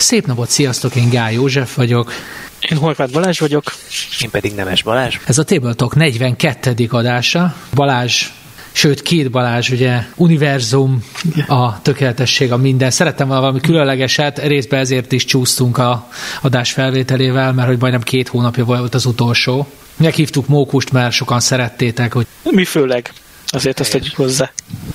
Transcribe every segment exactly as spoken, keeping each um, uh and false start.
Szép napot, sziasztok, én Gál József vagyok. Én Horváth Balázs vagyok. Én pedig Nemes Balázs. Ez a Tabletop negyvenkettedik adása. Balázs, sőt két Balázs, ugye, univerzum, a tökéletesség, a minden. Szerettem volna valami különlegeset, részben ezért is csúsztunk a adás felvételével, mert hogy majdnem két hónapja volt az utolsó. Meghívtuk Mókust, mert sokan szerettétek, hogy... Mi főleg. Azért azt tegyük hozzá.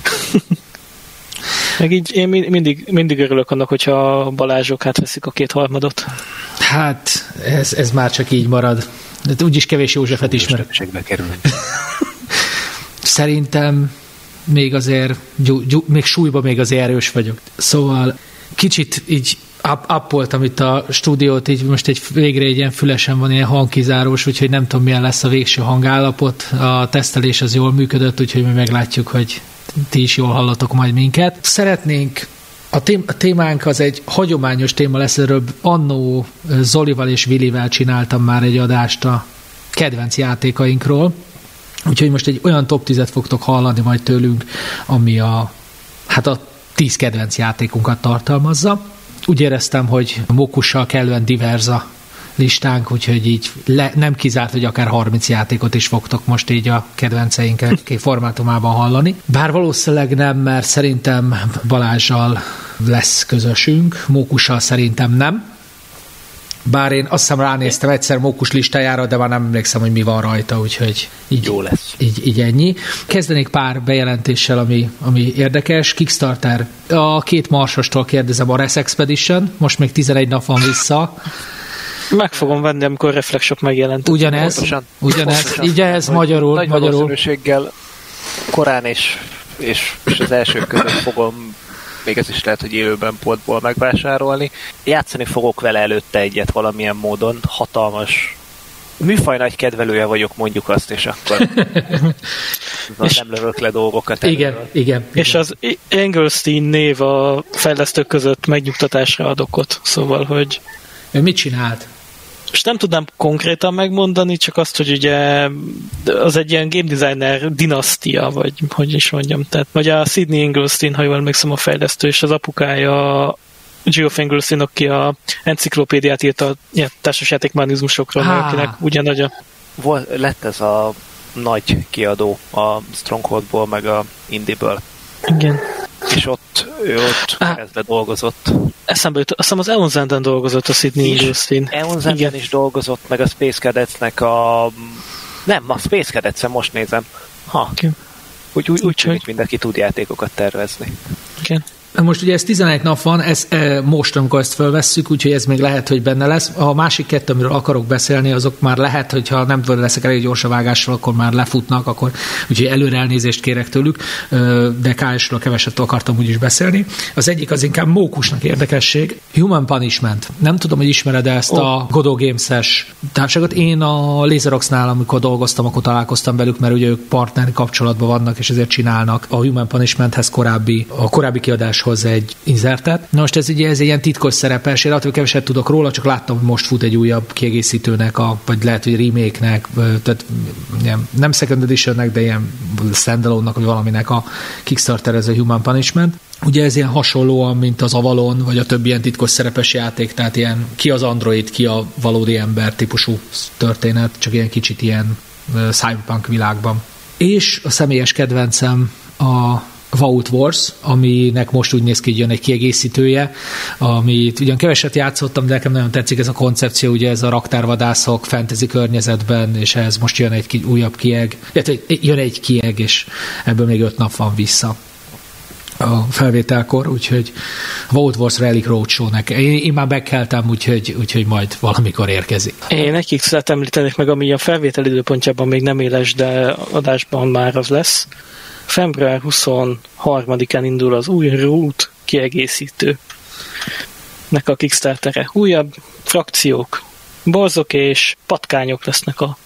Meg így én mindig, mindig örülök annak, hogyha a Balázsok átveszik a kétharmadot. Hát, ez, ez már csak így marad. De úgyis kevés Józsefet ismerek. Szerintem még azért, gyú, gyú, még súlyban még azért erős vagyok. Szóval kicsit így appoltam itt a stúdiót, így most egy végre egy ilyen fülesen van, ilyen hangkizárós, úgyhogy nem tudom, milyen lesz a végső hangállapot. A tesztelés az jól működött, úgyhogy mi meglátjuk, hogy ti is jól hallatok majd minket. Szeretnénk, a, tém- a témánk az egy hagyományos téma lesz, erről annó Zolival és Willivel csináltam már egy adást a kedvenc játékainkról, úgyhogy most egy olyan top tízet fogtok hallani majd tőlünk, ami a, hát a tíz kedvenc játékunkat tartalmazza. Úgy éreztem, hogy Mókussal kellően divers a listánk, úgyhogy így le, nem kizárt, hogy akár harminc játékot is fogtok most így a kedvenceinket formátumában hallani. Bár valószínűleg nem, mert szerintem Balázssal lesz közösünk, Mókussal szerintem nem. Bár én azt hiszem ránéztem egyszer Mókus listájára, de már nem emlékszem, hogy mi van rajta, úgyhogy így, jó lesz. Így, így ennyi. Kezdenék pár bejelentéssel, ami, ami érdekes. Kickstarter. A két marsostól kérdezem, a Res Expedition, most még tizenegy nap van vissza. Meg fogom venni, amikor Reflex Shop megjelent. Ugyanez, pontosan, ugyanez, pontosan. így ez magyarul. Nagy magyarul. valószínűséggel korán és, és, és az elsők között fogom, még ez is lehet, hogy élőben poltból megvásárolni. Játszani fogok vele előtte egyet valamilyen módon. Hatalmas műfaj nagy kedvelője vagyok, mondjuk azt, és akkor és nem lövök le dolgokat. Igen, igen, igen. És az Engelstein név a fejlesztők között megnyugtatásra ad okot. Szóval, hogy... Ő mit csinált? És nem tudnám konkrétan megmondani, csak azt, hogy ugye az egy ilyen game designer dinasztia, vagy hogy is mondjam. Tehát, vagy a Sidney Engelstein, ha jól emlékszem, a fejlesztő, és az apukája Geoff Engelstein, aki a enciklopédiát írt a társasjáték mechanizmusokról, akinek ugyanagy a... Volt, lett ez a nagy kiadó a Strongholdból, meg a Indie-ből. Igen. És ott, ő ott ah. kezdve dolgozott. Eszembe jut, azt hiszem az Eon Zenden dolgozott a Sidney Engelstein. Eon Zenden is dolgozott, meg a Space Cadetsnek a... Nem, a Space Cadetsen most nézem. Ha. Okay. Úgy, úgy, úgy tűnik, mindenki tud játékokat tervezni. Igen. Most ugye ez tizenegy nap van, ez e, most, amikor ezt felvesszük, úgyhogy ez még lehet, hogy benne lesz. A másik kettő, amiről akarok beszélni, azok már lehet, hogyha nem leszek elég gyors a vágással, akkor már lefutnak, akkor úgyhogy előre elnézést kérek tőlük, de ká esről keveset akartam úgyis beszélni. Az egyik az inkább Mókusnak érdekesség, Human Punishment. Nem tudom, hogy ismered ezt oh. a Godot Games-es társaságot. Én a Laseroxnál, amikor dolgoztam, akkor találkoztam velük, mert ugye ők partneri kapcsolatban vannak, és ezért csinálnak a Human Punishmenthez korábbi, a korábbi kiadás hoz egy inzertet. Na most ez ugye ez egy ilyen titkos szerepes, én attól keveset tudok róla, csak láttam, hogy most fut egy újabb kiegészítőnek, a, vagy lehet, hogy remake-nek, tehát ilyen, nem second editionnek, de ilyen standalone-nak, vagy valaminek a Kickstarter, ez a Human Punishment. Ugye ez ilyen hasonlóan, mint az Avalon, vagy a többi ilyen titkos szerepes játék, tehát ilyen ki az android, ki a valódi ember típusú történet, csak ilyen kicsit ilyen uh, cyberpunk világban. És a személyes kedvencem a Vault Wars, aminek most úgy néz ki, hogy jön egy kiegészítője, amit ugyan keveset játszottam, de nekem nagyon tetszik ez a koncepció, ugye ez a raktárvadászok fantasy környezetben, és ez most jön egy újabb kieg, jön egy kieg, és ebből még öt nap van vissza a felvételkor, úgyhogy Vault Wars Relic Roadshow-nek. Én, én már megkeltem, úgyhogy, úgyhogy majd valamikor érkezik. Én nekik szeret említenék meg, ami a felvétel időpontjában még nem éles, de adásban már az lesz. február huszonharmadikán indul az új Root kiegészítő nek a Kickstartere. Újabb frakciók, borzok és patkányok lesznek a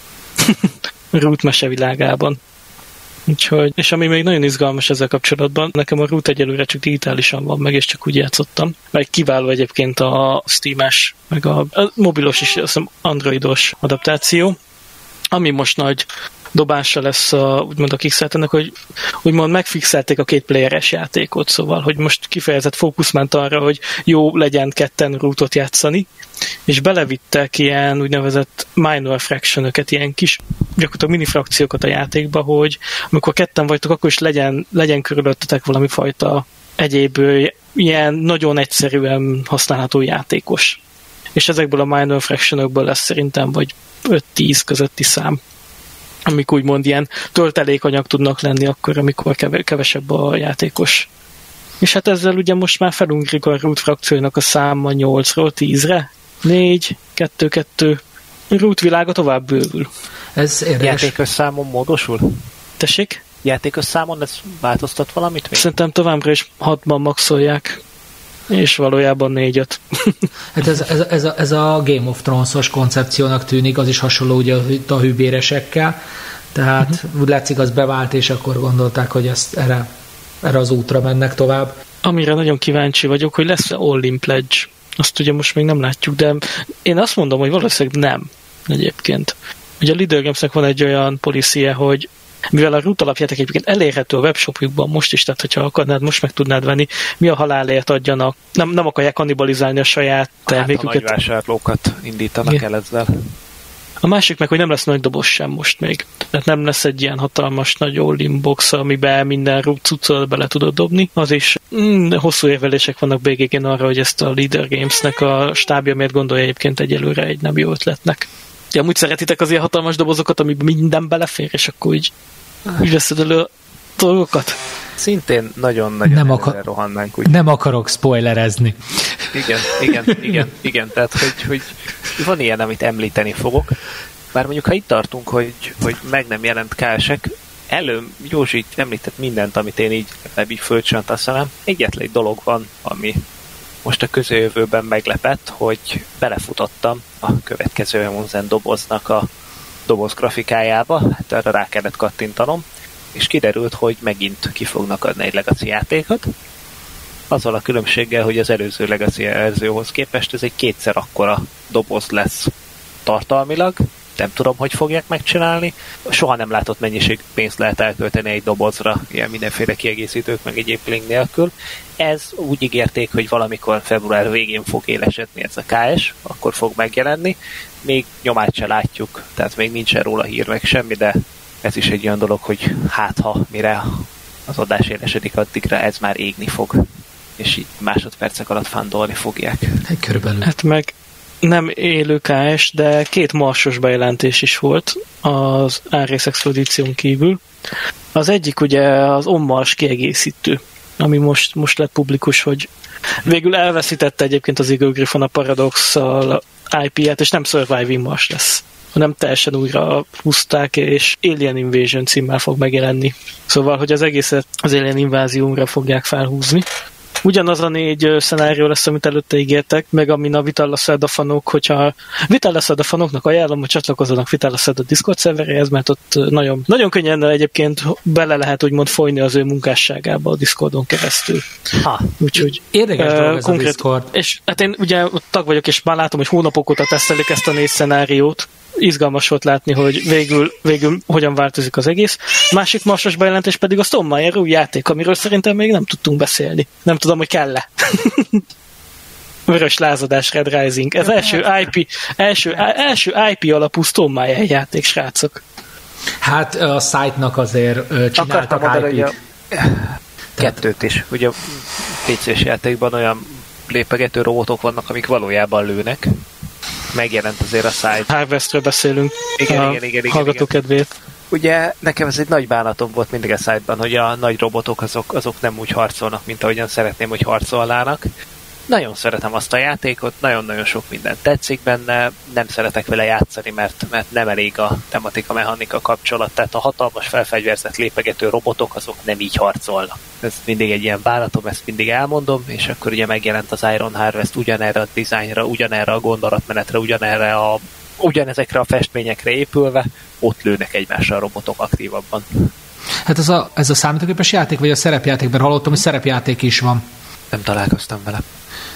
Root mesevilágában. Úgyhogy, és ami még nagyon izgalmas ezzel kapcsolatban, nekem a Root egyelőre csak digitálisan van meg, és csak úgy játszottam. Meg kiváló egyébként a Steam-es, meg a, a mobilos és azt hiszem androidos adaptáció. Ami most nagy dobása lesz a, úgymond a Kickstarternek, hogy úgymond megfixelték a két playeres játékot, szóval, hogy most kifejezett fókusz ment arra, hogy jó legyen ketten rootot játszani, és belevittek ilyen úgynevezett minor fraction-öket, ilyen kis gyakorlatilag mini frakciókat a játékba, hogy amikor ketten vagytok, akkor is legyen, legyen körülöttetek valami fajta egyéb ilyen nagyon egyszerűen használható játékos. És ezekből a minor fraction-ökből lesz szerintem vagy öt-tíz közötti szám, amik úgymond ilyen töltelékanyag tudnak lenni akkor, amikor kevesebb a játékos. És hát ezzel ugye most már felungrik a root frakciónak a száma nyolcról tízre. négy, kettő, kettő. Root világa tovább bővül. Ez érdekes. Játékos számon módosul? Tessék? Játékos számon ez változtat valamit még? Szerintem továbbra is hatban maxolják. És valójában négy-öt. Hát ez, ez, ez, a, ez a Game of Thrones-os koncepciónak tűnik, az is hasonló ugye a hűbéresekkel. Tehát uh-huh. úgy látszik, az bevált, és akkor gondolták, hogy ezt erre, erre az útra mennek tovább. Amire nagyon kíváncsi vagyok, hogy lesz-e all-in pledge. Azt ugye most még nem látjuk, de én azt mondom, hogy valószínűleg nem egyébként. Ugye a Leader Games-nek van egy olyan policy-e, hogy mivel a root alapjáték egyébként elérhető a webshopjukban most is, tehát hogyha akarnád, most meg tudnád venni, mi a halálért adjanak. Nem, nem akarják kannibalizálni a saját terméküket. Hát a nagy vásárlókat indítanak igen. el ezzel. A másik meg, hogy nem lesz nagy doboz sem most még. Tehát nem lesz egy ilyen hatalmas nagy all-in box, amiben minden root cuccot bele tudod dobni. Az is mm, hosszú érvelések vannak bé gé gén arra, hogy ezt a Leader Games-nek a stábja miért gondolja egyébként egyelőre egy nem jó ötletnek. Ja, amúgy szeretitek az ilyen hatalmas dobozokat, amiben minden belefér, és akkor így, így veszed elő a dolgokat? Szintén nagyon-nagyon nem akar- rohannánk. Úgy. Nem akarok spoilerezni. Igen, igen, igen, igen, tehát hogy, hogy van ilyen, amit említeni fogok. Bár mondjuk, ha itt tartunk, hogy, hogy meg nem jelent ká esek, elő Józsi említett mindent, amit én így, így fölcsönt a szemem. Egyetlen egy dolog van, ami most a közeljövőben meglepett, hogy belefutottam a következő Munzen doboznak a doboz grafikájába, hát arra rá kellett kattintanom, és kiderült, hogy megint ki fognak adni egy Legacy játékot. Azzal a különbséggel, hogy az előző Legacy verzióhoz képest ez egy kétszer akkora doboz lesz tartalmilag. Nem tudom, hogy fogják megcsinálni. Soha nem látott mennyiség pénzt lehet elkölteni egy dobozra, ilyen mindenféle kiegészítők, meg egyéb link nélkül. Ez úgy ígérték, hogy valamikor február végén fog élesedni ez a ká es, akkor fog megjelenni. Még nyomát se látjuk, tehát még nincsen róla hír, meg semmi, de ez is egy olyan dolog, hogy hát ha mire az adás élesedik addigra, ez már égni fog. És így másodpercek alatt fándolni fogják. Hát körülbelül. Hát meg nem élő ká es, de két marsos bejelentés is volt az Ares Expedition kívül. Az egyik ugye az on-mars kiegészítő, ami most, most lett publikus, hogy végül elveszítette egyébként az Eagle Gryphon a Paradox-szal i pé-et, és nem Surviving Mars lesz, hanem teljesen újra húzták, és Alien Invasion címmel fog megjelenni. Szóval, hogy az egészet az Alien Inváziumra fogják felhúzni. Ugyanaz a négy szenárió lesz, amit előtte ígértek, meg amin a Vitalla Szerda fanok, hogyha Vitalla Szerda fanoknak ajánlom, hogy csatlakozzanak Vitalla Szerda Discord szerveréhez, mert ott nagyon, nagyon könnyen egyébként bele lehet úgymond folyni az ő munkásságába a Discordon keresztül. Ha. Úgyhogy érdekes uh, dolog ez konkrét, a Discord. És hát én ugye ott tag vagyok, és már látom, hogy hónapok óta tesztelik ezt a négy szenáriót. Izgalmas volt látni, hogy végül, végül hogyan változik az egész. Másik marsos bejelentés pedig a Stonemeyer új játék, amiről szerintem még nem tudtunk beszélni. Nem tudom, hogy kell-e. Vörös lázadás, Red Rising. Ez első i pé, első, első i pé alapú Stonemeyer játék, srácok. Hát a site-nak azért csináltak i pét. Kettőt is. Ugye a pé cés játékban olyan lépegető robotok vannak, amik valójában lőnek. Megjelent azért a site. Harvestről beszélünk. Igen, igen, igen, igen. Hallgató kedvéért. Ugye nekem ez egy nagy bánatom volt mindig a site-ban, hogy a nagy robotok azok, azok nem úgy harcolnak, mint ahogyan szeretném, hogy harcolnának. Nagyon szeretem azt a játékot, nagyon-nagyon sok minden tetszik benne, nem szeretek vele játszani, mert, mert nem elég a tematika-mechanika kapcsolat, tehát a hatalmas felfegyverzett lépegető robotok azok nem így harcolnak. Ez mindig egy ilyen bánatom, ezt mindig elmondom, és akkor ugye megjelent az Iron Harvest ugyanerre a dizájnra, ugyanerre a gondolatmenetre, ugyanerre a ugyanezekre a festményekre épülve, ott lőnek egymással a robotok aktívabban. Hát ez a, ez a számítógépes játék, vagy a szerepjáték, mert hallottam, hogy szerepjáték is van. Nem találkoztam vele.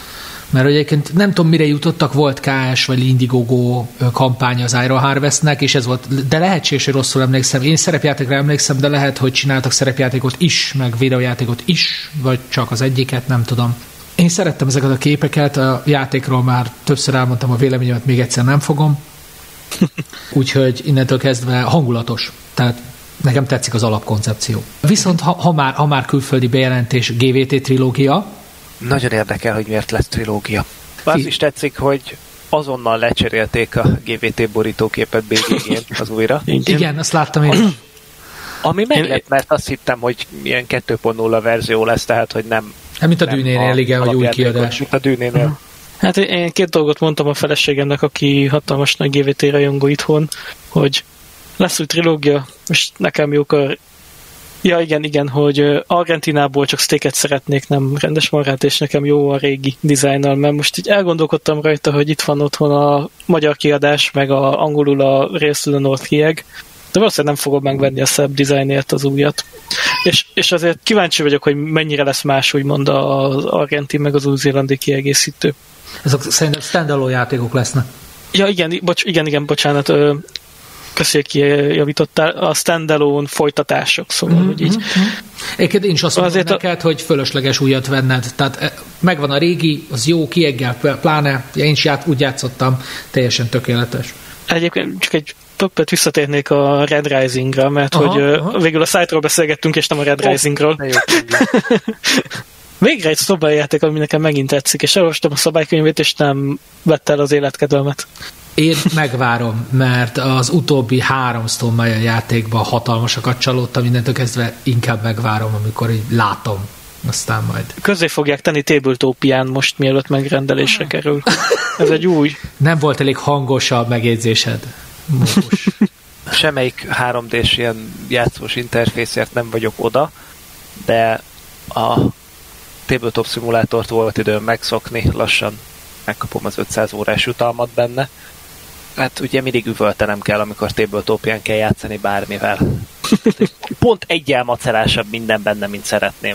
Mert egyébként nem tudom, mire jutottak, volt ká es vagy Indiegogo kampány az Iron Harvestnek, és ez volt, de lehetséges, hogy rosszul emlékszem. Én szerepjátékra emlékszem, de lehet, hogy csináltak szerepjátékot is, meg videójátékot is, vagy csak az egyiket, nem tudom. Én szerettem ezeket a képeket, a játékról már többször elmondtam a véleményemet, még egyszer nem fogom. Úgyhogy innentől kezdve hangulatos. Tehát nekem tetszik az alapkoncepció. Viszont ha, ha, már, ha már külföldi bejelentés, gé vé té trilógia. Nagyon érdekel, hogy miért lesz trilógia. Az is tetszik, hogy azonnal lecserélték a gé vé té borítóképet bé gé gén az újra. Igen, Igen azt láttam én. Ami meglep, mert azt hittem, hogy ilyen kettő pont nulla verzió lesz, tehát hogy nem... Hát, mint a Dűnénél, igen, hogy új kiadás. Mint a Dűnénél. Uh-huh. Hát én két dolgot mondtam a feleségemnek, aki hatalmas nagy gé vé té rajongó itthon, hogy lesz új trilógia, és nekem jók a... Ja, igen, igen, hogy Argentinából csak steaket szeretnék, nem rendes marhát, és nekem jó a régi dizájnnal, mert most így elgondolkodtam rajta, hogy itt van otthon a magyar kiadás, meg a angolul a Rails to the North kieg, de valószínűleg nem fogom megvenni a szebb dizájnért az újat. És, és azért kíváncsi vagyok, hogy mennyire lesz más, úgymond az argentin, meg az új-zélandi kiegészítő. Ezek szerintem stand-alone játékok lesznek. Ja, igen, bocs, igen, igen, bocsánat, köszönjük, kijavítottál, a standalone folytatások, szóval, mm-hmm. hogy így. Egyébként én is azt mondom neked, a... hogy fölösleges újat venned. Tehát megvan a régi, az jó, kieggel, pláne, én is ját, úgy játszottam, teljesen tökéletes. Egyébként csak egy többet visszatérnék a Red Rising-ra, mert aha, hogy aha. végül a site-ról beszélgettünk, és nem a Red oh, Rising-ról. Végre egy szobájáték, ami nekem megint tetszik, és elolvastam a szabálykönyvét, és nem vett el az életkedvelmet. Én megvárom, mert az utóbbi három Stone Maia játékban hatalmasakat csalódtam, mindentől kezdve inkább megvárom, amikor így látom. Aztán majd. Közé fogják tenni Tabletopia-n most, mielőtt megrendelésre kerül. Ez egy új. Nem volt elég hangos a megjegyzésed. Mókus. Semmelyik három dés ilyen játszós interfészért nem vagyok oda, de a Tabletop szimulátort volt időm megszokni, lassan megkapom az ötszáz órás jutalmat benne. Hát ugye mindig üvöltenem kell, amikor Tabletopján kell játszani bármivel. Pont egyel macerásabb minden benne, mint szeretném.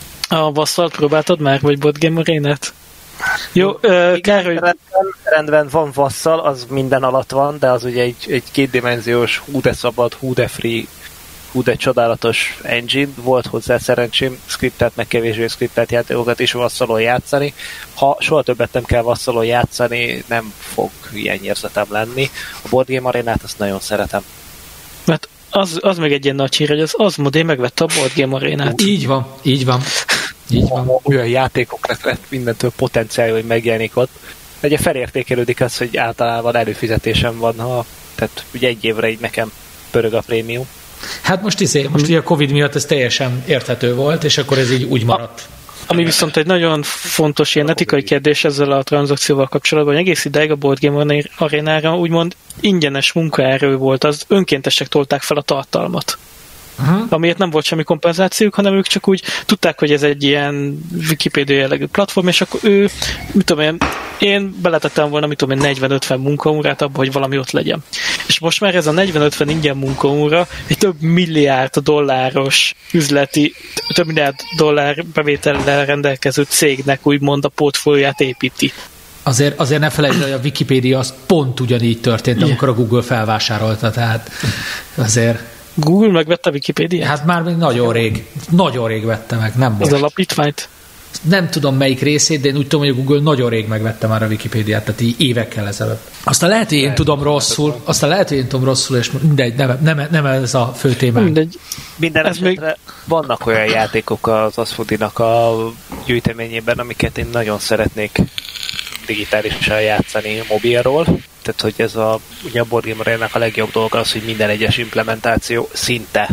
A Vasszalt próbáltad már, vagy Board Game Arénát? Jó, uh, kár, hogy... rendben, rendben van Vasszal, az minden alatt van, de az ugye egy, egy kétdimenziós, hú de szabad, hú de free, hú de csodálatos engine. Volt hozzá szerencsém skriptelt, meg kevésbé skriptelt játékokat is Vasszalon játszani. Ha soha többet nem kell Vasszalon játszani, nem fog ilyen érzetem lenni. A Board Game Arénát azt nagyon szeretem. Mert az, az meg egy ilyen nagy hír, hogy az Asmodee megvette a Board Game Arénát. Így van, így van. Így van. Olyan játékokra lett mindentől potenciálja, hogy megjelenik ott. Ugye felértékelődik az, hogy általában előfizetésem van, ha, tehát ugye egy évre így nekem pörög a prémium. Hát most izé, most ugye a Covid miatt ez teljesen érthető volt, és akkor ez így úgy maradt. Ami viszont egy nagyon fontos ilyen etikai kérdés ezzel a tranzakcióval kapcsolatban, hogy egész ideig a Board Game Arénára úgymond ingyenes munkaerő volt, az önkéntesek tolták fel a tartalmat. Uh-huh. Amiért nem volt semmi kompenzációk, hanem ők csak úgy tudták, hogy ez egy ilyen Wikipedia jellegű platform, és akkor ő, mit tudom én, én beletettem volna, mit tudom én, negyven-ötven munkaórát abba, hogy valami ott legyen. És most már ez a negyven-ötven ingyen munkaóra egy több milliárd dolláros üzleti, több milliárd dollár bevétellel rendelkező cégnek úgymond a portfólióját építi. Azért, azért ne felejtsd, hogy a Wikipedia az pont ugyanígy történt, yeah. amikor a Google felvásárolta, tehát azért... Google megvette a Wikipédiát? Hát már még nagyon rég. Nagyon rég vette meg, nem most. Az alapítványt? Nem tudom melyik részét, de én úgy tudom, hogy a Google nagyon rég megvette már a Wikipédiát, tehát így évekkel ezelőtt. Aztán lehet, hogy én tudom rosszul, aztán lehet, hogy én tudom rosszul, és mindegy, nem, nem, nem ez a fő témám. Mindegy. Minden esetre még... vannak olyan játékok az Asmodee-nak a gyűjteményében, amiket én nagyon szeretnék digitálisan játszani mobilról. Tehát, hogy ez a, ugye a Board Game Arénának a legjobb dolga az, hogy minden egyes implementáció szinte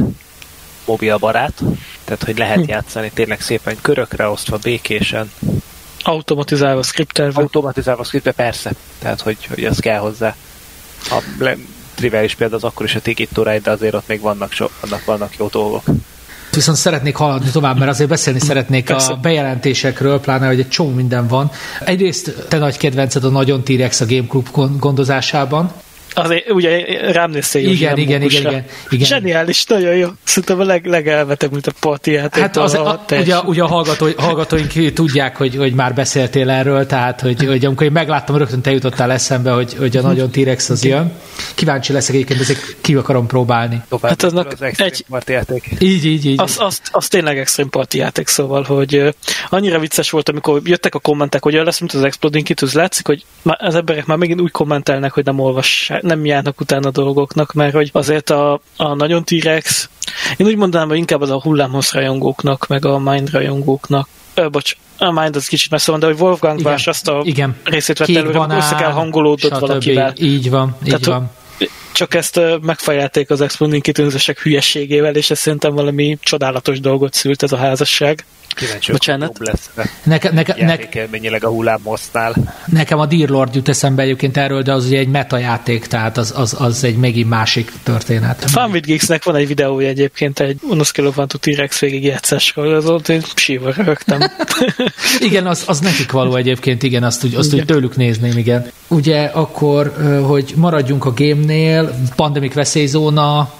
mobilbarát. Tehát, hogy lehet játszani tényleg szépen körökre osztva, békésen. Automatizálva, skriptelve. Automatizálva, skriptelve, persze. Tehát, hogy, hogy az kell hozzá. A triviális példa az akkor is a Ticket to Ride, de azért ott még vannak, so, vannak, vannak jó dolgok. Viszont szeretnék haladni tovább, mert azért beszélni szeretnék Persze. a bejelentésekről, pláne, hogy egy csomó minden van. Egyrészt te nagy kedvenced a Nagyon T-Rex a Game Club gondozásában. Azért, ugye rám néztél, Józsi, igen, igen, igen, igen, igen. Zseniális, nagyon jó. Szerintem a leg, legelmetebb, mint a parti játék. Hát az, a, ugye, ugye a hallgató, hallgatóink tudják, hogy, hogy már beszéltél erről, tehát hogy, hogy amikor én megláttam, rögtön te jutottál eszembe, hogy, hogy a nagyon T-Rex az jön. Kíváncsi leszek egyébként, ezért ki akarom próbálni. Hát az egy parti játék. Így, így, így. Az, az, az tényleg extrém parti játék, szóval, hogy uh, annyira vicces volt, amikor jöttek a kommentek, hogy olyan lesz, mint az Exploding Kittens, látszik, hogy az emberek már megint úgy kommentelnek, hogy nem olvassák, nem járnak utána a dolgoknak, mert hogy azért a, a nagyon T-Rex, én úgy mondanám, hogy inkább az a hullámhossz rajongóknak, meg a Mind rajongóknak, Ö, bocs, a Mind az kicsit messze van, de hogy Wolfgang Vars azt a igen. részét vett előre, hogy össze kell hangolódott valakivel. Így van, így Tehát, van. Csak ezt megfejelték az Exploding Kittensesek hülyeségével, és ez szerintem valami csodálatos dolgot szült ez a házasság. Kíváncsi, hogy jobb lesz neke, neke, játékelményileg a hullámhossznál. Nekem a Dear Lord jut eszembe egyébként erről, de az ugye egy meta játék, tehát az, az, az egy megint másik történet. Fun with Geeks-nek van egy videója egyébként egy Unoszkelofantú T-Rex végigjátszásról, az ott én sírva rögtem. Igen, az, az nekik való egyébként, igen, azt úgy, azt úgy tőlük nézném, igen. Ugye akkor, hogy maradjunk a game-nél, Pandemic veszélyzóna,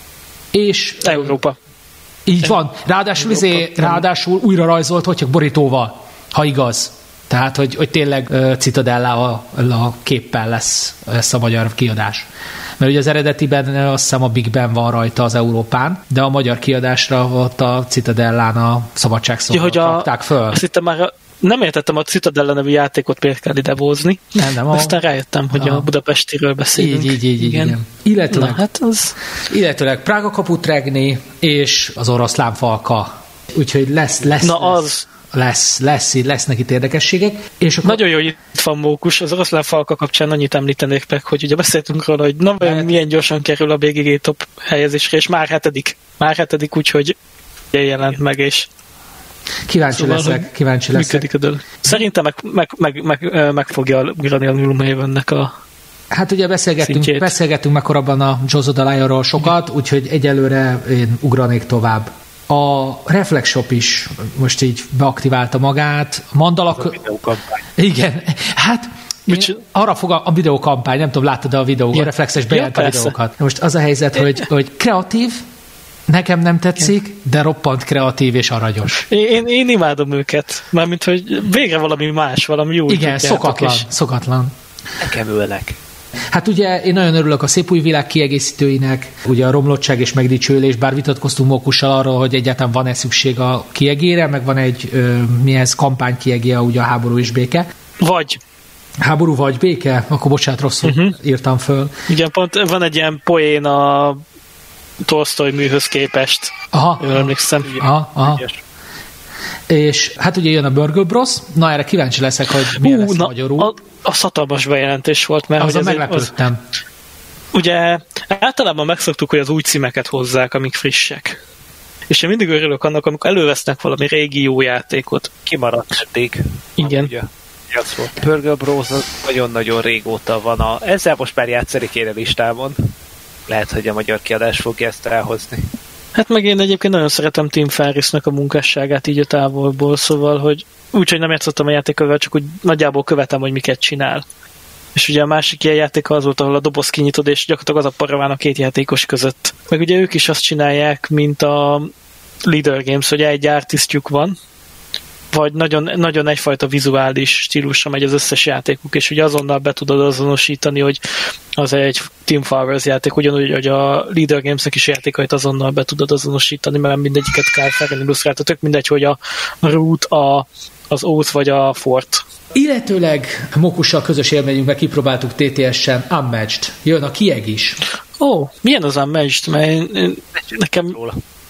és... Európa. Így van. Ráadásul, izé, ráadásul újra rajzolt, hogyha borítóval, ha igaz. Tehát, hogy, hogy tényleg uh, Citadella a, a képpel lesz, lesz a magyar kiadás. Mert ugye az eredetiben azt hiszem a Big Ben van rajta az Európán, de a magyar kiadásra ott a Citadellán a szabadságszóval ja, rakták föl. Azt hittem már a, nem értettem a Citadella nevű játékot miért kell idevózni. Nem, nem. A, aztán rájöttem, hogy a, a budapestiről beszélünk. Így, így, így. Igen. igen. Illetőleg, Na, hát az... illetőleg Prága kaput regni, és az oroszlán falka. Úgyhogy lesz, lesz, Na lesz. az... Lesz, lesz, lesznek itt érdekességek. És akkor... Nagyon jó, hogy itt van Mókus. Az oroszlán falka kapcsán annyit említenék meg, hogy ugye beszéltünk róla, hogy na, hát... milyen gyorsan kerül a bé gé gé top helyezésre, és már hetedik. Már hetedik, úgyhogy jelent meg, és kíváncsi szóval, leszek, kíváncsi leszek. A dolog. Szerintem meg, meg, meg, meg, meg fogja ugrani a Gloomhavennek a Hát ugye beszélgettünk, beszélgettünk már korábban a Joseph Dallaire-ról sokat, úgyhogy egyelőre én ugranék tovább. A Reflex Shop is most így beaktiválta magát. Mandalak... A videókampány. Igen, hát én arra fog a, a videókampány, nem tudom, láttad a videó, ja. a Reflexes bejelent ja, a videókat. Most az a helyzet, hogy, hogy kreatív, nekem nem tetszik, de roppant kreatív és aranyos. Én, én, én imádom őket, mármint, hogy végre valami más, valami jó. Igen, szokatlan, is. szokatlan. Nekem ülnek. Hát ugye én nagyon örülök a Szép új világ kiegészítőinek, ugye a romlottság és megdicsőlés, bár vitatkoztunk Mókussal arról, hogy egyáltalán van-e szükség a kiegére, meg van egy ö, mihez kampány kiegéje, ugye a háború és béke. Vagy. Háború vagy béke? Akkor bocsánat, rosszul uh-huh. írtam föl. Igen, pont van egy ilyen poén a Tolsztoy műhöz képest. Aha. Jól emlékszem. Aha, aha. És hát ugye jön a Burgle Bros. Na, erre kíváncsi leszek, hogy milyen lesz na, magyarul. A, a hatalmas bejelentés volt, mert azon meglepődtem. Az, ugye általában megszoktuk, hogy az új címeket hozzák, amik frissek. És én mindig örülök annak, amikor elővesznek valami régi jó játékot. Kimaradt eddig. Igen. Ugye, Burgle Bros. Nagyon-nagyon régóta van. A, ezzel most már játszani kéne listámon. Lehet, hogy a magyar kiadás fogja ezt elhozni. Hát meg én egyébként nagyon szeretem Tim Ferrissnek a munkásságát így a távolból, szóval, hogy úgyhogy nem játszottam a játékkal, csak úgy nagyjából követem, hogy miket csinál. És ugye a másik ilyen játék az volt, ahol a doboz kinyitod, és gyakorlatilag az a paraván a két játékos között. Meg ugye ők is azt csinálják, mint a Leader Games, hogy egy artistjuk van, vagy nagyon, nagyon egyfajta vizuális stílusra megy az összes játékuk, és ugye azonnal be tudod azonosítani, hogy az egy Tim Fowers játék, ugyanúgy, hogy a Leader Games-nek is játékait azonnal be tudod azonosítani, mert mindegyiket Kyle Ferren illusztrálta, tök mindegy, hogy a Root, a, az Oath vagy a Fort. Illetőleg Mókussal közös élményünkben kipróbáltuk té té es-en Unmatched. Jön a kieg is. Ó, oh, milyen az Unmatched? Mert én, én, nekem... Róla.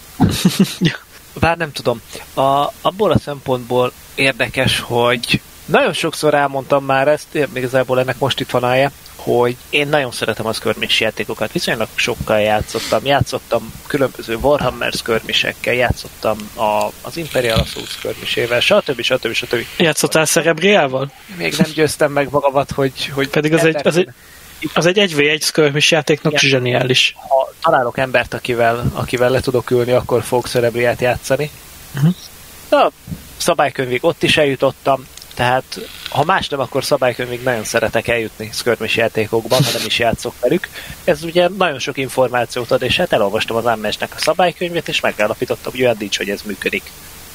Bár nem tudom. A, abból a szempontból érdekes, hogy nagyon sokszor elmondtam már ezt, még igazából ennek most itt van állja, hogy én nagyon szeretem a skirmish játékokat. Viszonylag sokkal játszottam. Játszottam különböző Warhammer skirmissekkel, játszottam a, az Imperial Assault skirmisével, stb. stb. stb. Játszottál Cerebriával? Még nem győztem meg magamat, hogy... hogy Pedig az egy, az egy, az egy egy vé egy skirmish játéknak igen. Zseniális. Ha találok embert, akivel, akivel le tudok ülni, akkor fogok Cerebriát játszani. Uh-huh. A szabálykönyvig ott is eljutottam. Tehát ha más nem, akkor szabálykönyvig nagyon szeretek eljutni skirmish játékokban, ha nem is játszok velük. Ez ugye nagyon sok információt ad, és hát elolvastam az Unmatched-nek a szabálykönyvét, és megállapítottam, hogy olyan nincs, hogy ez működik.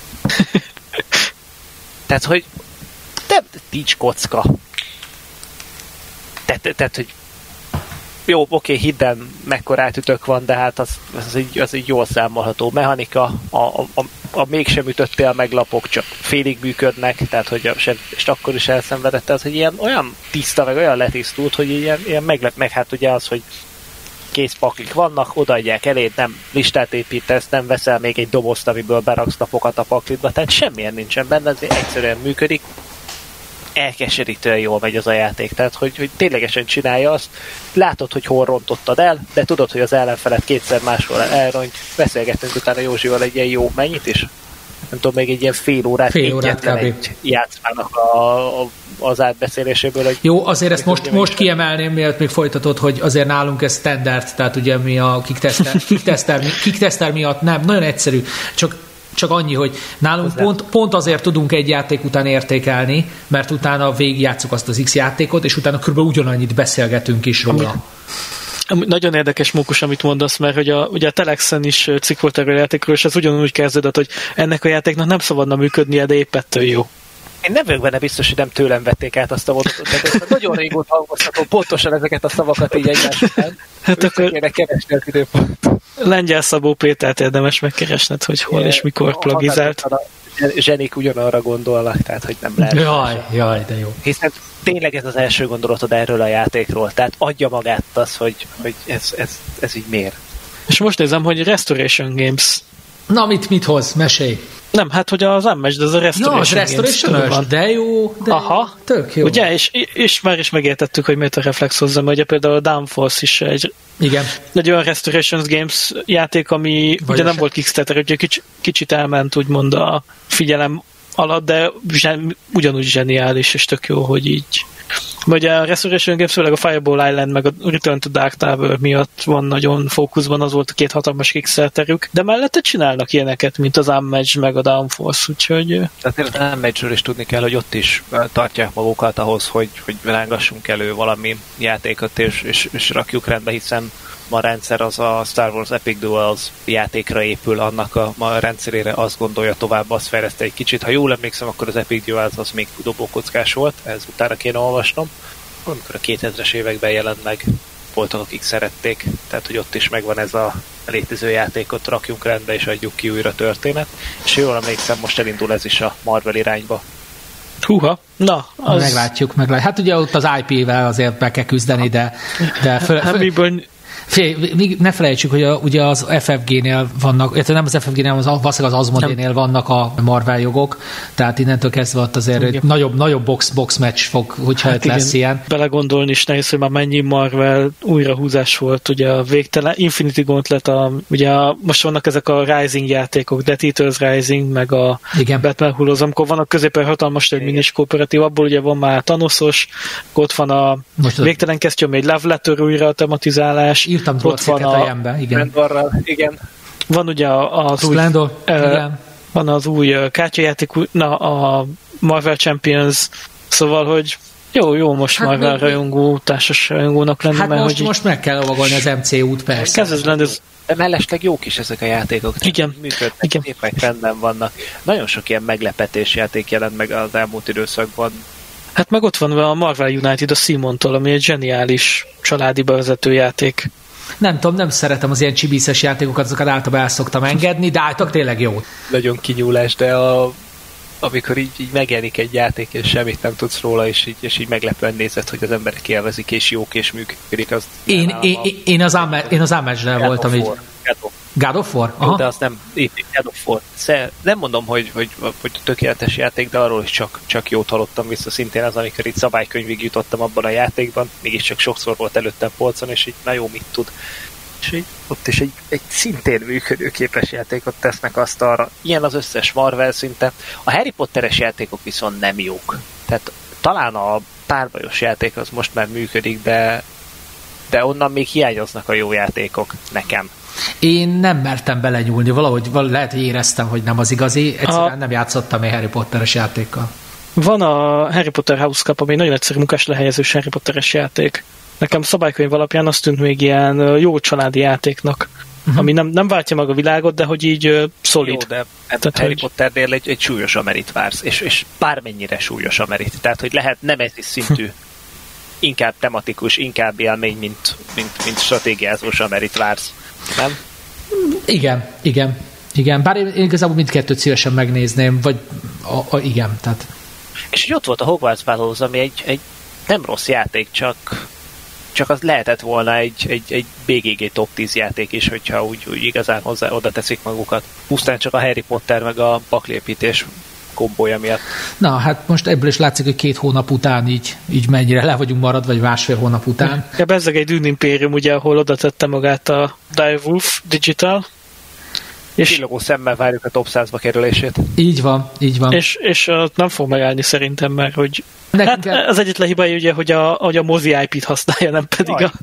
Tehát, hogy nem nincs kocka. Tehát, tehát hogy jó, oké, hidden mekkora átütök van, de hát az, az, egy, az egy jól számolható mechanika. A, a, a, a mégsem ütöttél meg lapok, csak félig működnek, tehát hogy a, és akkor is elszenvedett, tehát hogy ilyen olyan tiszta, meg olyan letisztult, hogy ilyen, ilyen meglep, meg hát ugye az, hogy készpaklik vannak, odaadják eléd, nem listát építesz, nem veszel még egy dobozt, amiből beraksz lapokat a paklitba, tehát semmilyen nincsen benne, ez egyszerűen működik. Elkeserítően jól megy az a játék, tehát hogy, hogy ténylegesen csinálja azt, látod, hogy hol rontottad el, de tudod, hogy az ellenfelet kétszer máshol elront, beszélgettünk utána Józsival egy ilyen jó mennyit is, nem tudom, még egy ilyen fél órát, fél órát egy játszmának a, a, az átbeszéléséből. Hogy jó, azért ezt most, most kiemelném, miatt még folytatod, hogy azért nálunk ez standard, tehát ugye mi a kick-tester miatt nem, nagyon egyszerű, csak Csak annyi, hogy nálunk pont, pont azért tudunk egy játék után értékelni, mert utána végigjátszuk azt az X játékot, és utána kb. Ugyanannyit beszélgetünk is róla. Ami, ami nagyon érdekes, Mókus, amit mondasz, mert hogy a, ugye a Telexen is cikk volt erről a játékról, és ez ugyanúgy kezdődött, hogy ennek a játéknak nem szabadna működnie, de épp ettől jó. Én nem vagyok benne biztos, hogy nem tőlem vették át azt a mondatot, de nagyon régóta hangoztatom pontosan ezeket a szavakat így egymás után. Hát akkor kéne keresni az időpont. Lengyel Szabó Pétert érdemes megkeresned, hogy hol és mikor plagizált. Zsenik ugyanarra gondolnak, tehát hogy nem lehet. Jaj, jaj, de jó. Hiszen tényleg ez az első gondolatod erről a játékról, tehát adja magát az, hogy, hogy ez, ez, ez így miért. És most nézem, hogy Restoration Games. Na, mit, mit hoz? Mesélj! Nem, hát hogy az Unmatched, az a Restoration, ja, az Restoration van. De jó, de aha, tök jó. Ugye, és, és már is megértettük, hogy miért a Reflex hozzá, mert ugye például a Downforce is egy, igen. egy olyan Restoration Games játék, ami vagy ugye nem volt Kickstarter, ugye kicsit, kicsit elment úgymond a figyelem alatt, de zsen, ugyanúgy zseniális, és tök jó, hogy így. Vagy a Restoration Games, főleg a Fireball Island, meg a Return to Dark Tower miatt van nagyon fókuszban, az volt a két hatalmas Kickstarterük, de mellette csinálnak ilyeneket, mint az Unmatched, meg a Downforce, úgyhogy... Tehát az Unmatchedről is tudni kell, hogy ott is tartják magukat ahhoz, hogy, hogy rángassunk elő valami játékot, és, és, és rakjuk rendbe, hiszen a rendszer az a Star Wars Epic Duels játékra épül, annak a, a rendszerére azt gondolja tovább, azt fejleszte egy kicsit. Ha jól emlékszem, akkor az Epic Duels az még dobókockás volt, ez utána kéne olvasnom. Amikor a kétezres években jelent meg, voltak, akik szerették, tehát hogy ott is megvan ez a létező játékot, rakjunk rendbe és adjuk ki újra történet. És jól emlékszem, most elindul ez is a Marvel irányba. Húha, na, az... Meglátjuk, meglátjuk. Hát ugye ott az i pé-vel azért be kell küzdeni, de... de föl, föl... Hát miből... Fél, ne felejtsük, hogy a, ugye az ef ef gé-nél vannak, illetve nem az ef ef gé-nél, az, valószínűleg az Asmodee-nél vannak a Marvel jogok, tehát innentől kezdve ott azért egy nagyobb, nagyobb box, box match fog, hogyha hát igen, lesz ilyen. Belegondolni is nehéz, hogy már mennyi Marvel újrahúzás volt, ugye a végtelen Infinity Gauntlet, a, ugye a, most vannak ezek a Rising játékok, Death Eaters Rising, meg a igen. Batman Heroes, amikor vannak középen hatalmas egy minis kooperatív, abból ugye van már Thanosos, ott van a most végtelen kesztyűm, egy Love Letter újra a tematizálás. Írtam ott van a fejembe, igen. igen. Van ugye az új, Splendor, uh, igen. Van az új kártyajáték, na, a Marvel Champions, szóval, hogy jó, jó most hát Marvel még, rajongó, társas rajongónak lenni. Hát mert, most, hogy most meg kell lovagolni az em cé út, persze. Ez lenni, ez... De mellesleg jók is ezek a játékok. Igen. Működnek, igen. Éppen rendben vannak. Nagyon sok ilyen meglepetés játék jelent meg az elmúlt időszakban. Hát meg ott van a Marvel United a Simontól, ami egy zseniális családi bevezető játék. Nem tudom, nem szeretem az ilyen csibíszes játékokat, azokat általában el szoktam engedni, de álltak tényleg jó. Nagyon kinyúlás, de a, amikor így, így megjelenik egy játék, és semmit nem tudsz róla, és így, és így meglepően nézed, hogy az emberek élvezik, és jók, és működik. Az én, én, a, én az Unmatched-nel voltam így. God of War? Aha. De azt nem, God of War. Nem mondom, hogy, hogy, hogy tökéletes játék, de arról is csak, csak jót hallottam vissza. Szintén az, amikor itt szabálykönyvig jutottam abban a játékban, mégiscsak sokszor volt előttem polcon, és így na jó, mit tud. És így, ott is egy, egy szintén működőképes játékot tesznek asztalra. Ilyen az összes Marvel szinte. A Harry Potteres játékok viszont nem jók. Tehát talán a párbajos játék az most már működik, de, de onnan még hiányoznak a jó játékok nekem. Én nem mertem belenyúlni, valahogy, valahogy lehet, hogy éreztem, hogy nem az igazi, egyszerűen a... nem játszottam egy Harry Potteres játékkal. Van a Harry Potter House Cup, ami nagyon egyszerű munkás lehelyezős Harry Potteres játék. Nekem szabálykönyv alapján azt tűnt még ilyen jó családi játéknak, uh-huh. ami nem, nem váltja meg a világot, de hogy így uh, szolid. Jó, de Tehát, Harry hogy... Potternél egy, egy súlyos amerit vársz, és, és bármennyire súlyos amerit. Tehát, hogy lehet nemesi szintű, inkább tematikus, inkább élmény, mint, mint, mint stratégiázós amerit vársz. Nem? Igen, igen. Igen, bár én, én igazából mindkettőt szívesen megnézném, vagy a, a, igen, tehát... És hogy ott volt a Hogwarts Battle, ami egy, egy nem rossz játék, csak, csak az lehetett volna egy, egy, egy bé gé gé top tíz játék is, hogyha úgy, úgy igazán hozzá, oda teszik magukat. Pusztán csak a Harry Potter meg a baklépítés kombója miatt. Na, hát most ebből is látszik, hogy két hónap után így, így mennyire le vagyunk marad, vagy másfél hónap után. Ja, bezzeg egy Dune Imperium, ugye, ahol oda tette magát a Direwolf Digital. És csillogó szemmel várjuk a top százba kerülését. Így van, így van. És, és uh, nem fog megállni szerintem, mert hogy Nekünk hát, az egyetlen hibája ugye, hogy a, hogy a mozi í pét használja, nem pedig Aj. a...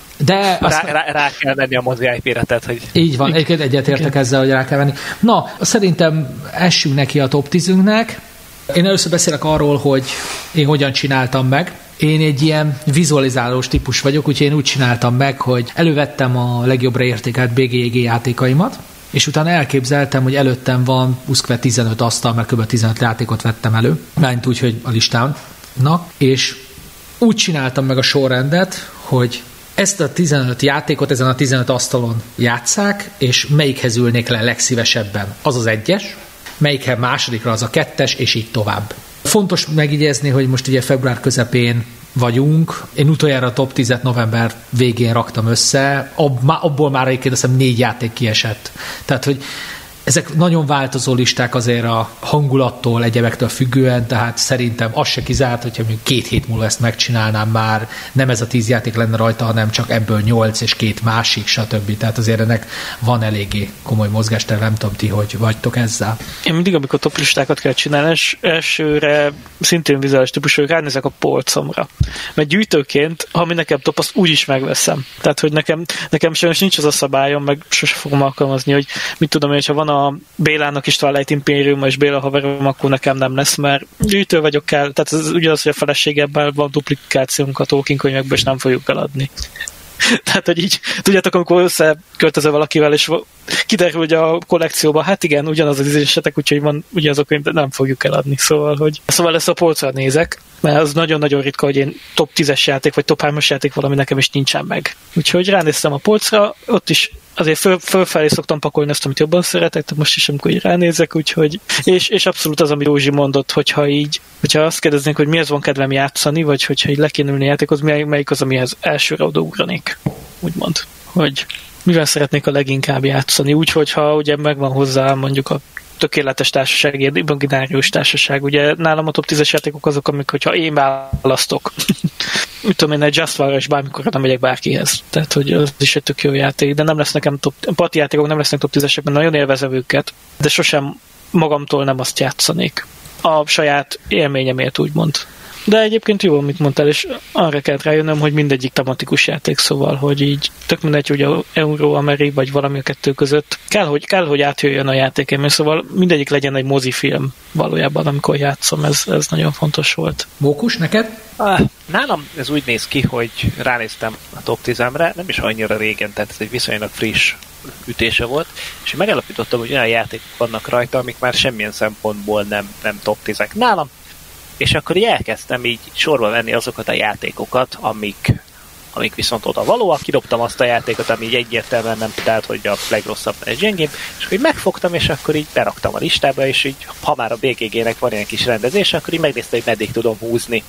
De rá, rá, rá kell venni a mozi í pére, tehát hogy... Így van, egyébként egyetértek ezzel, hogy rá kell venni. Na, szerintem essünk neki a top tízünknek. Én először beszélek arról, hogy én hogyan csináltam meg. Én egy ilyen vizualizálós típus vagyok, úgyhogy én úgy csináltam meg, hogy elővettem a legjobbra értékelt bé gé gé játékaimat, és utána elképzeltem, hogy előttem van plusz tizenöt asztal, mert kb. tizenöt játékot vettem elő, mert úgy, hogy a listán. Na, és úgy csináltam meg a sorrendet, hogy ezt a tizenöt játékot ezen a tizenöt asztalon játsszák, és melyikhez ülnék le legszívesebben? Az az egyes, melyikhez másodikra az a kettes, és így tovább. Fontos megjegyezni, hogy most ugye február közepén vagyunk. Én utoljára a top tízet november végén raktam össze, abból már egyébként azt hiszem négy játék kiesett. Tehát, hogy ezek nagyon változó listák azért a hangulattól, egyebektől függően, tehát szerintem az se kizárt, hogyha még két hét múlva ezt megcsinálnám már, nem ez a tíz játék lenne rajta, hanem csak ebből nyolc és két másik, stb. Tehát azért ennek van eléggé komoly mozgástere, nem tudom ti, hogy vagytok ezzel. Én mindig, amikor top listákat kell csinálni, elsőre szintén vizuális típusú, ránézek a polcomra. Mert gyűjtőként, ha mi nekem top, azt úgyis megveszem. Tehát, hogy nekem, nekem sajnos nincs az a szabályom, meg sose fogom alkalmazni, hogy mit tudom én, hogyha van a Bélának is Twilight Imperium, és Béla haverom, akkor nekem nem lesz, mert gyűjtő vagyok kell, tehát ez ugyanaz, hogy a feleségemmel van duplikációnk a Tolkien könyvekből, és nem fogjuk eladni. Tehát, hogy így, tudjátok, amikor összeköltözöl valakivel, és kiderül, hogy a kollekcióban, hát igen, ugyanaz az ízésetek, úgyhogy van ugyanazok, de nem fogjuk eladni. Szóval, hogy szóval ezt a polcra nézek, mert az nagyon-nagyon ritka, hogy én top tízes játék, vagy top hármas játék valami nekem is nincsen meg. Úgyhogy ránéztem a polcra, ott is azért föl, fölfelé szoktam pakolni azt, amit jobban szeretek, de most is, amikor így ránézek, úgyhogy, és, és abszolút az, amit Józsi mondott, hogyha így, hogyha azt kérdeznénk, hogy mihez van kedvem játszani, vagy hogyha így le kéne ülni játékhoz, melyik az, amihez elsőre odaugranék, úgymond, hogy mivel szeretnék a leginkább játszani, úgyhogy ha ugye megvan hozzá mondjuk a tökéletes társaság, ilyen imaginárius társaság, ugye nálam a top tízes játékok azok, amik, hogyha én választok, úgy tudom én, egy Just War-ra és bármikor nem megyek bárkihez. Tehát, hogy az is egy tök jó játék, de nem lesz nekem top, parti játékok nem lesznek top tízesek, mert nagyon élvezem őket, de sosem magamtól nem azt játszanék. A saját élményemért úgymond. De egyébként jó, amit mondtál, és arra kellett rájönnöm, hogy mindegyik tematikus játék, szóval, hogy így tök mindegy, hogy a Euró, Ameri, vagy valami a kettő között. Kell, hogy, kell, hogy átjöjjön a játékem, szóval mindegyik legyen egy mozifilm valójában, amikor játszom, ez, ez nagyon fontos volt. Mókus, neked? Ah, nálam ez úgy néz ki, hogy ránéztem a top tízemre, nem is annyira régen, tehát ez egy viszonylag friss ütése volt, és megállapítottam, hogy olyan játékok vannak rajta, amik már semmilyen szempontból nem, nem top tízek nálam. És akkor így elkezdtem így sorba venni azokat a játékokat, amik, amik viszont oda valóak. Kidobtam azt a játékot, ami így egyértelműen nem tehát, hogy a legrosszabb és gyengébb, és akkor így megfogtam, és akkor így beraktam a listába, és így, ha már a bé gé gének van ilyen kis rendezés, akkor így megnéztem, hogy meddig tudom húzni.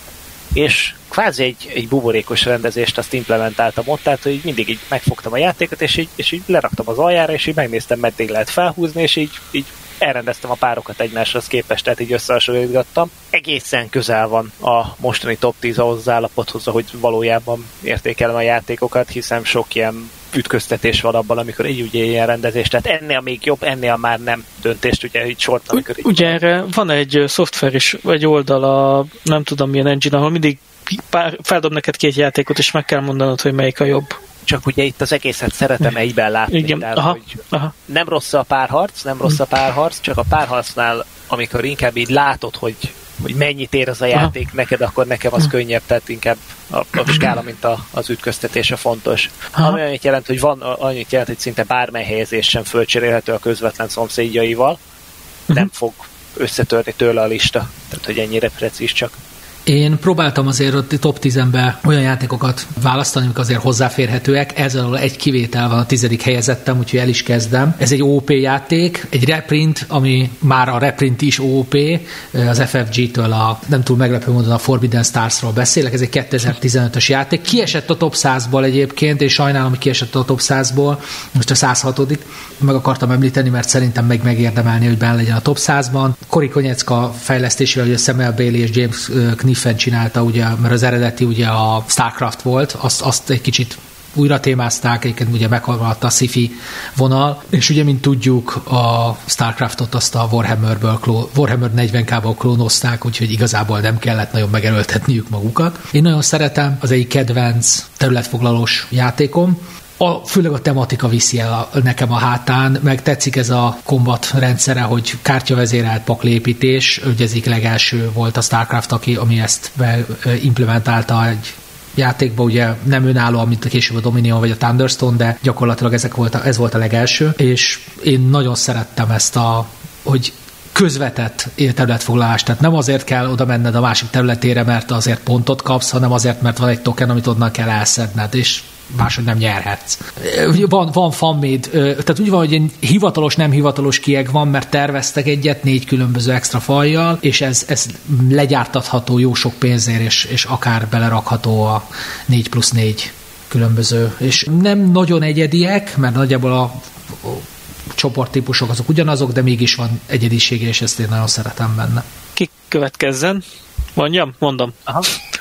És kvázi egy, egy buborékos rendezést azt implementáltam ott, tehát hogy mindig így megfogtam a játékot, és így, és így leraktam az aljára, és így megnéztem, meddig lehet felhúzni, és így, így elrendeztem a párokat egymáshoz képest, tehát így összehasonlítgattam. Egészen közel van a mostani top tíz ahhoz az állapothoz, hogy valójában értékelem a játékokat, hiszen sok ilyen ütköztetés van abban, amikor egy ugye ilyen rendezés, tehát ennél még jobb, ennél már nem döntést, ugye így sort, amikor így... Ugye erre van egy szoftver is, egy oldal a nem tudom milyen engine, ahol mindig pár, feldob neked két játékot, és meg kell mondanod, hogy melyik a jobb. Csak ugye itt az egészet szeretem egyben látni. Igen. Tehát, aha, hogy aha. nem rossz a párharc, nem rossz a párharc, csak a párharcnál, amikor inkább így látod, hogy hogy mennyit ér az a játék Aha. neked, akkor nekem az könnyebb, tehát inkább a, a skála, mint a, az ütköztetése fontos. Aha. Ami annyit jelent, hogy van, annyit jelent, hogy szinte bármely helyezés sem fölcserélhető a közvetlen szomszédjaival, uh-huh. nem fog összetörni tőle a lista, tehát hogy ennyire precíz csak. Én próbáltam azért a top tízbe olyan játékokat választani, amik azért hozzáférhetőek, ezzel egy kivétel van, a tizedik helyezettem, úgyhogy el is kezdem. Ez egy o pé játék, egy reprint, ami már a reprint is o pé, az ef ef gé-től a, nem túl meglepő módon a Forbidden Stars-ról beszélek, ez egy kétezer-tizenötös játék. Kiesett a top százból egyébként, és sajnálom, hogy kiesett a top százból, most a száz hatodik meg akartam említeni, mert szerintem meg megérdemelni, hogy benne legyen a top százban. Cory Konieczka fejlesztésével, hogy a Samuel Bailey és James Kniffen csinálta, ugye, mert az eredeti ugye a Starcraft volt, azt, azt egy kicsit újra témázták, egyébként ugye meghallgatta a sci-fi vonal, és ugye, mint tudjuk, a Starcraftot azt a Warhammerből, kló, Warhammer negyven ká-ból klónozták, úgyhogy igazából nem kellett nagyon megerőltetniük magukat. Én nagyon szeretem, az egyik kedvenc területfoglalós játékom, A, főleg a tematika viszi el a, nekem a hátán, meg tetszik ez a kombat rendszere, hogy kártyavezérelt paklépítés, ugye ez egyik legelső volt a Starcraft, aki, ami ezt implementálta egy játékba, ugye nem önállóan, mint a később a Dominion vagy a Thunderstone, de gyakorlatilag ezek volt a, ez volt a legelső, és én nagyon szerettem ezt a, hogy közvetett területfoglalást, tehát nem azért kell oda menned a másik területére, mert azért pontot kapsz, hanem azért, mert van egy token, amit onnan kell elszedned, és máshogy nem nyerhetsz. Van, van fanmade, tehát úgy van, hogy egy hivatalos, nem hivatalos kieg van, mert terveztek egyet négy különböző extra fajjal, és ez, ez legyártatható jó sok pénzért, és, és akár belerakható a négy plusz négy különböző. És nem nagyon egyediek, mert nagyjából a, a csoporttípusok azok ugyanazok, de mégis van egyedisége, és ezt én nagyon szeretem benne. Ki következzen? Mondjam? Mondom. Aha.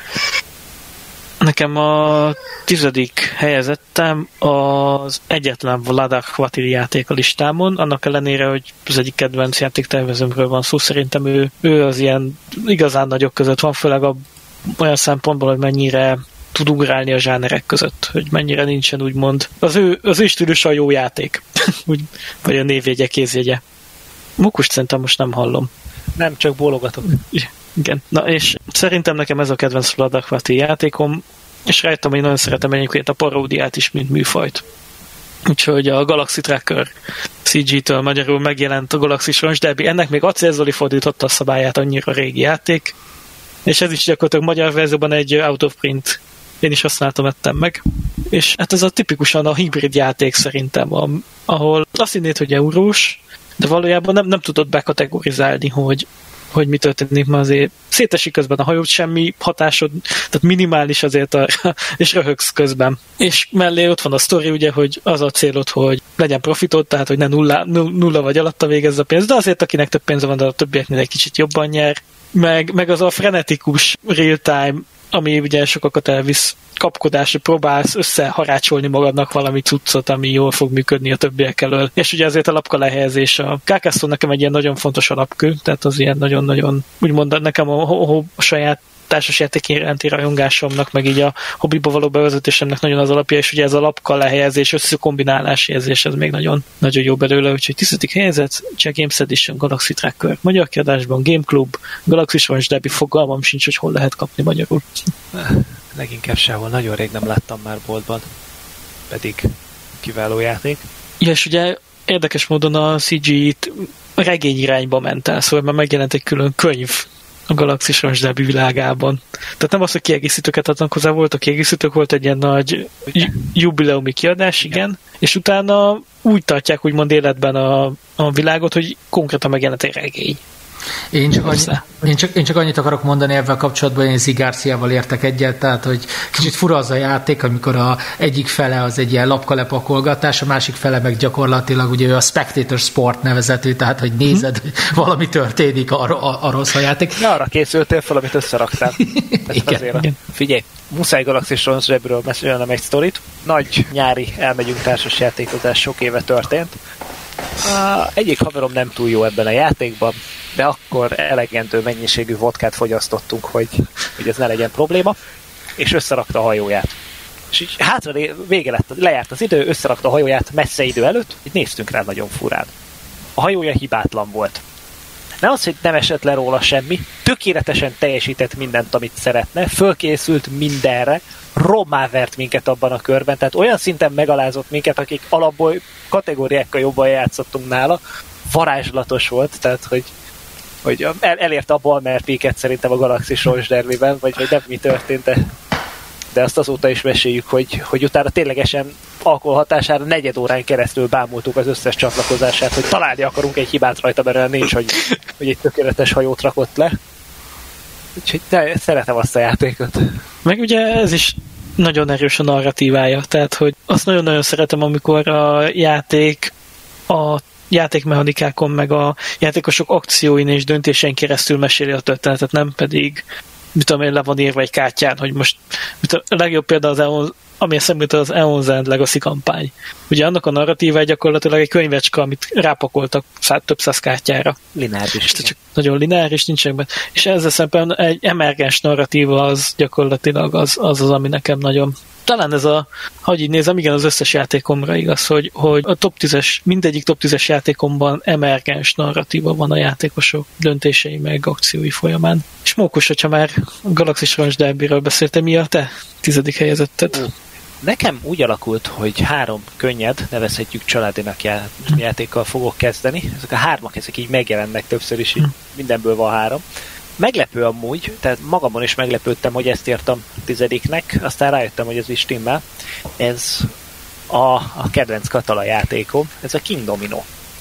Nekem a tizedik helyezettem az egyetlen Vladar Kvatili játék a listámon, annak ellenére, hogy az egyik kedvenc játéktervezőmről van szó, szerintem ő, ő az ilyen igazán nagyok között van, főleg a, olyan szempontból, hogy mennyire tud ugrálni a zsánerek között, hogy mennyire nincsen úgymond. Az ő, az ő stílusa a jó játék, úgy, vagy a névjegye, kézjegye. Mukust szerintem most nem hallom. Nem, csak bólogatok. Igen. Na és szerintem nekem ez a kedvenc Vladar Kvatili játékom, és rájöttem, hogy nagyon szeretem egyébként a paródiát is, mint műfajt. Úgyhogy a Galaxy Tracker cé gé-től magyarul megjelent a Galaxy Launch Derby. Ennek még Acél Zoli fordította a szabályát, annyira régi játék. És ez is gyakorlatilag magyar verzióban egy out of print. Én is használtam, ettem meg. És hát ez a tipikusan a hibrid játék szerintem, ahol azt hinnéd, hogy eurós, de valójában nem, nem tudod bekategorizálni, hogy hogy mi történik, mert azért szétesik közben a hajót, semmi hatásod, tehát minimális azért a, és röhögsz közben. És mellé ott van a sztori, ugye, hogy az a célod, hogy legyen profitod, tehát hogy ne nulla, nulla vagy alatta végezz a pénz, de azért akinek több pénze van, de a többieknél egy kicsit jobban nyer. Meg, meg az a frenetikus real-time, ami ugye sokakat elvisz kapkodásra, próbálsz összeharácsolni magadnak valami cuccot, ami jól fog működni a többiek elől. És ugye azért a lapka lehelyezés, a Carcassonne nekem egy ilyen nagyon fontos alapkő, tehát az ilyen nagyon-nagyon, úgymond nekem a, a, a saját társasjáték iránti rajongásomnak, meg így a hobbiba való bevezetésemnek nagyon az alapja, és ugye ez a lapka lehelyezés, összekombinálás érzés, ez még nagyon, nagyon jó belőle, úgyhogy tizedik helyzet, Jack Games Edition, Galaxy Tracker, magyar kiadásban, Game Club, Galaxy Launch Derby, fogalmam sincs, hogy hol lehet kapni magyarul. Leginkább sehol, nagyon rég nem láttam már boltban, pedig kiváló játék. Ja, és ugye érdekes módon a cé gé-t regény irányba ment el, szóval már megjelent egy külön könyv a Galaxy Launch Derby világában. Tehát nem az, hogy kiegészítőket adnak hozzá, voltak kiegészítők, volt egy ilyen nagy jubileumi kiadás, igen, igen, és utána úgy tartják úgymond életben a, a világot, hogy konkrétan megjelent egy regény. Én csak, annyi, én, csak, én csak annyit akarok mondani ebben kapcsolatban, én Zig Garciával értek egyet, tehát hogy kicsit fura az a játék, amikor a egyik fele az egy ilyen lapkalepakolgatás, a másik fele meg gyakorlatilag ugye ő a Spectator Sport nevezetű, tehát hogy nézed, hogy valami történik, arról, arról szól a játék. Ja, arra készültél fel, amit összeraktál. Igen, igen. Figyelj, muszáj Galaxy Launch Derbyről mesélnem egy sztorit. Nagy nyári elmegyünk társas játékozás, sok éve történt. Uh, egyik haverom nem túl jó ebben a játékban, de akkor elegendő mennyiségű vodkát fogyasztottunk, hogy, hogy ez ne legyen probléma, és összerakta a hajóját. És így hátra vége lett, lejárt az idő, összerakta a hajóját messze idő előtt, így néztünk rá nagyon furán. A hajója hibátlan volt. Nem az, hogy nem esett le róla semmi, tökéletesen teljesített mindent, amit szeretne, fölkészült mindenre, rommá vert minket abban a körben, tehát olyan szinten megalázott minket, akik alapból kategóriákkal jobban játszottunk nála, varázslatos volt, tehát hogy, hogy el, elérte a Balmer-péket szerintem a Galaxis Source Derbyben, vagy, vagy nem mi történt, de, de azt azóta is meséljük, hogy, hogy utána ténylegesen alkohol hatására negyed órán keresztül bámultuk az összes csatlakozását, hogy találni akarunk egy hibát rajta, mert olyan nincs, hogy, hogy egy tökéletes hajót rakott le. Úgyhogy de, szeretem azt a játékot. Meg ugye ez is nagyon erős a narratívája, tehát hogy azt nagyon-nagyon szeretem, amikor a játék a játékmechanikákon, meg a játékosok akcióin és döntésein keresztül meséli a történetet, nem pedig mit tudom én, le van írva egy kártyán, hogy most mit a legjobb példa az Eon, ami eszembe az Eon's End Legacy kampány. Ugye annak a narratívája gyakorlatilag egy könyvecska, amit rápakoltak szá, több száz kártyára. Lineáris. Csak nagyon lineáris, nincsenek benne. És ezzel szemben egy emergens narratíva az gyakorlatilag az az, az ami nekem nagyon... Talán ez a, hogy így nézem, igen, az összes játékomra igaz, hogy, hogy a top tízes, mindegyik top tízes játékomban emergens narratíva van a játékosok döntései meg akciói folyamán. És Mókus, hogyha már Galaxis Source Derbyről beszéltem, mi a te tizedik helyezetted? Uh, nekem úgy alakult, hogy három könnyed, nevezhetjük családinak já- játékkal fogok kezdeni. Ezek a hármak, ezek így megjelennek többször is, így mindenből van három. Meglepő amúgy, tehát magamon is meglepődtem, hogy ezt írtam tizediknek, aztán rájöttem, hogy ez is stimmel. Ez a, a kedvenc katala játékom, ez a King Domino.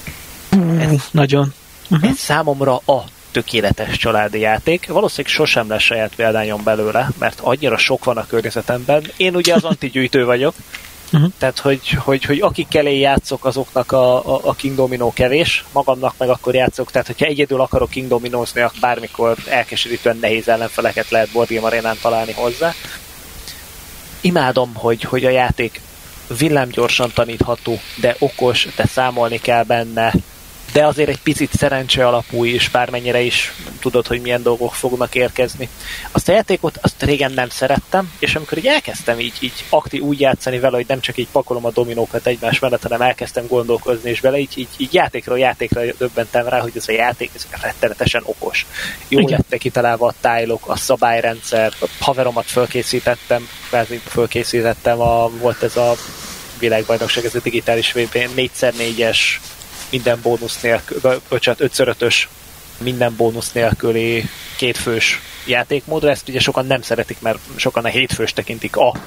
Mm, ez, nagyon. Uh-huh. Ez számomra a tökéletes családi játék. Valószínűleg sosem lesz saját példányom belőle, mert annyira sok van a környezetemben. Én ugye az antigyűjtő vagyok, uh-huh. tehát hogy, hogy, hogy akikkel én játszok, azoknak a, a, a King Domino kevés, magamnak meg akkor játszok, tehát hogyha egyedül akarok King Dominozni, akkor bármikor elkeserítően nehéz ellenfeleket lehet Board Game Arénán találni hozzá. Imádom, hogy, hogy a játék villámgyorsan tanítható, de okos, de számolni kell benne, de azért egy picit szerencse alapú is, bármennyire is tudod, hogy milyen dolgok fognak érkezni. Azt a játékot, azt régen nem szerettem, és amikor így elkezdtem így, így aktív úgy játszani vele, hogy nem csak így pakolom a dominókat egymás mellett, hanem elkezdtem gondolkozni és vele, így, így, így játékról játékra döbbentem rá, hogy ez a játék ez rettenetesen okos. Jól lettek kitalálva a tájlok, a szabályrendszer, a haveromat fölkészítettem, kvázi fölkészítettem, a, volt ez a világbajnokság, ez a digitális vé bé négyszer négyes minden bónusz nélkül, bocsánat, ötször ötös minden bónusz nélküli kétfős játékmódra. Ezt ugye sokan nem szeretik, mert sokan a hétfős tekintik a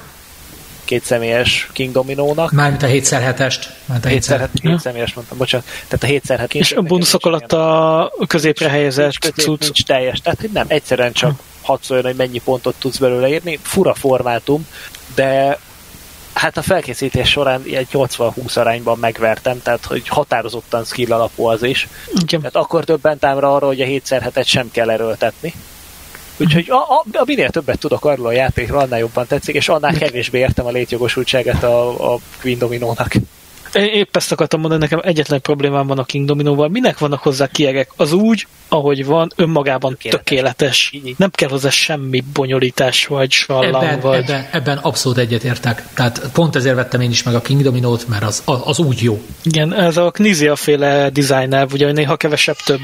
kétszemélyes King Dominónak. Mármint a hétszer hetest. A hétszer hétszemélyes mondtam, bocsánat. Tehát a hétszer hetes. És a bónuszok alatt a középre helyezett cucc. Nincs, nincs teljes. Tehát nem, egyszerűen csak hadd szóljon, hogy mennyi pontot tudsz belőle írni. Fura formátum, de hát a felkészítés során ilyen nyolcvan-húsz arányban megvertem, tehát hogy határozottan skill alapú az is. Igen. Tehát akkor döbbentem rá arra, hogy a hétszer hetet sem kell erőltetni. Úgyhogy a, a, a minél többet tudok arról a játékról, annál jobban tetszik, és annál kevésbé értem a létjogosultságát a, a Queen Dominónak. Épp ezt akartam mondani, nekem egyetlen problémám van a King Dominóval. Minek vannak hozzá kiegek? Az úgy, ahogy van, önmagában tökéletes. tökéletes. Nem kell hozzá semmi bonyolítás, vagy sallang, ebben, vagy... Ebben, ebben abszolút egyetértek. Tehát pont ezért vettem én is meg a King Dominót, mert az, az, az úgy jó. Igen, ez a Knizia-féle designer, ugye néha kevesebb több.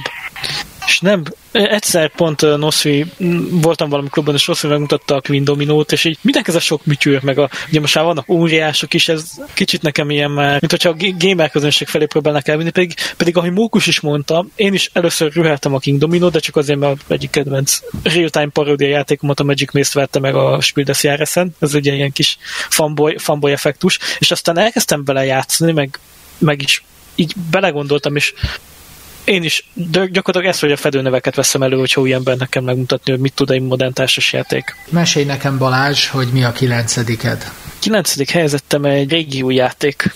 És nem, egyszer pont Nosfi, voltam valami klubban, és Nosfi megmutatta a Queen Dominót, és így mindenki ez a sok műtyűr, meg a, ugye most már vannak óriások is, ez kicsit nekem ilyen már, mint hogyha a gamer közönség felé próbálnak elvinni, pedig, pedig ahogy Mókus is mondta, én is először rüheltem a King Dominót, de csak azért, mert egyik kedvenc real-time paródia játékomat, a Magic Maze-t verte meg a Spiel des Jahresen, ez ugye ilyen kis fanboy, fanboy effektus, és aztán elkezdtem bele játszani, meg, meg is így belegondoltam, és én is gyakorlatilag ezt, hogy a fedőneveket veszem elő, hogyha új embernek kell megmutatni, hogy mit tud egy modern társasjáték. Mesélj nekem, Balázs, hogy mi a kilencediked. Kilencedik helyezettem egy régi új játék,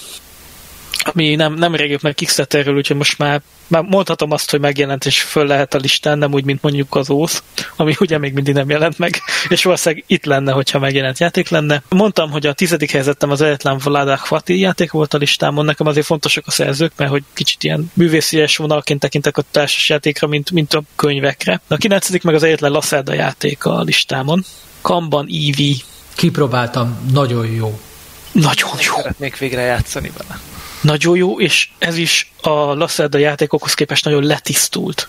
ami nem, nem régibb meg Kickstarterről, úgyhogy most már, már mondhatom azt, hogy megjelent, és föl lehet a listán, nem úgy, mint mondjuk az Ósz, ami ugye még mindig nem jelent meg, és valószínűleg itt lenne, hogyha megjelent játék lenne. Mondtam, hogy a tizedik helyezettem az egyetlen Vlada Hvati játék volt a listámon, nekem azért fontosak a szerzők, mert hogy kicsit ilyen művészies vonalként tekintek a társas játékra, mint, mint a könyvekre. A kilencedik meg az egyetlen Lacerda játék a listámon. Kanban Eevee. Kipróbáltam, nagyon jó. Nagyon jó. Szeretnék végre játszani vele. Nagyon jó, és ez is a Lacerda játékokhoz képest nagyon letisztult.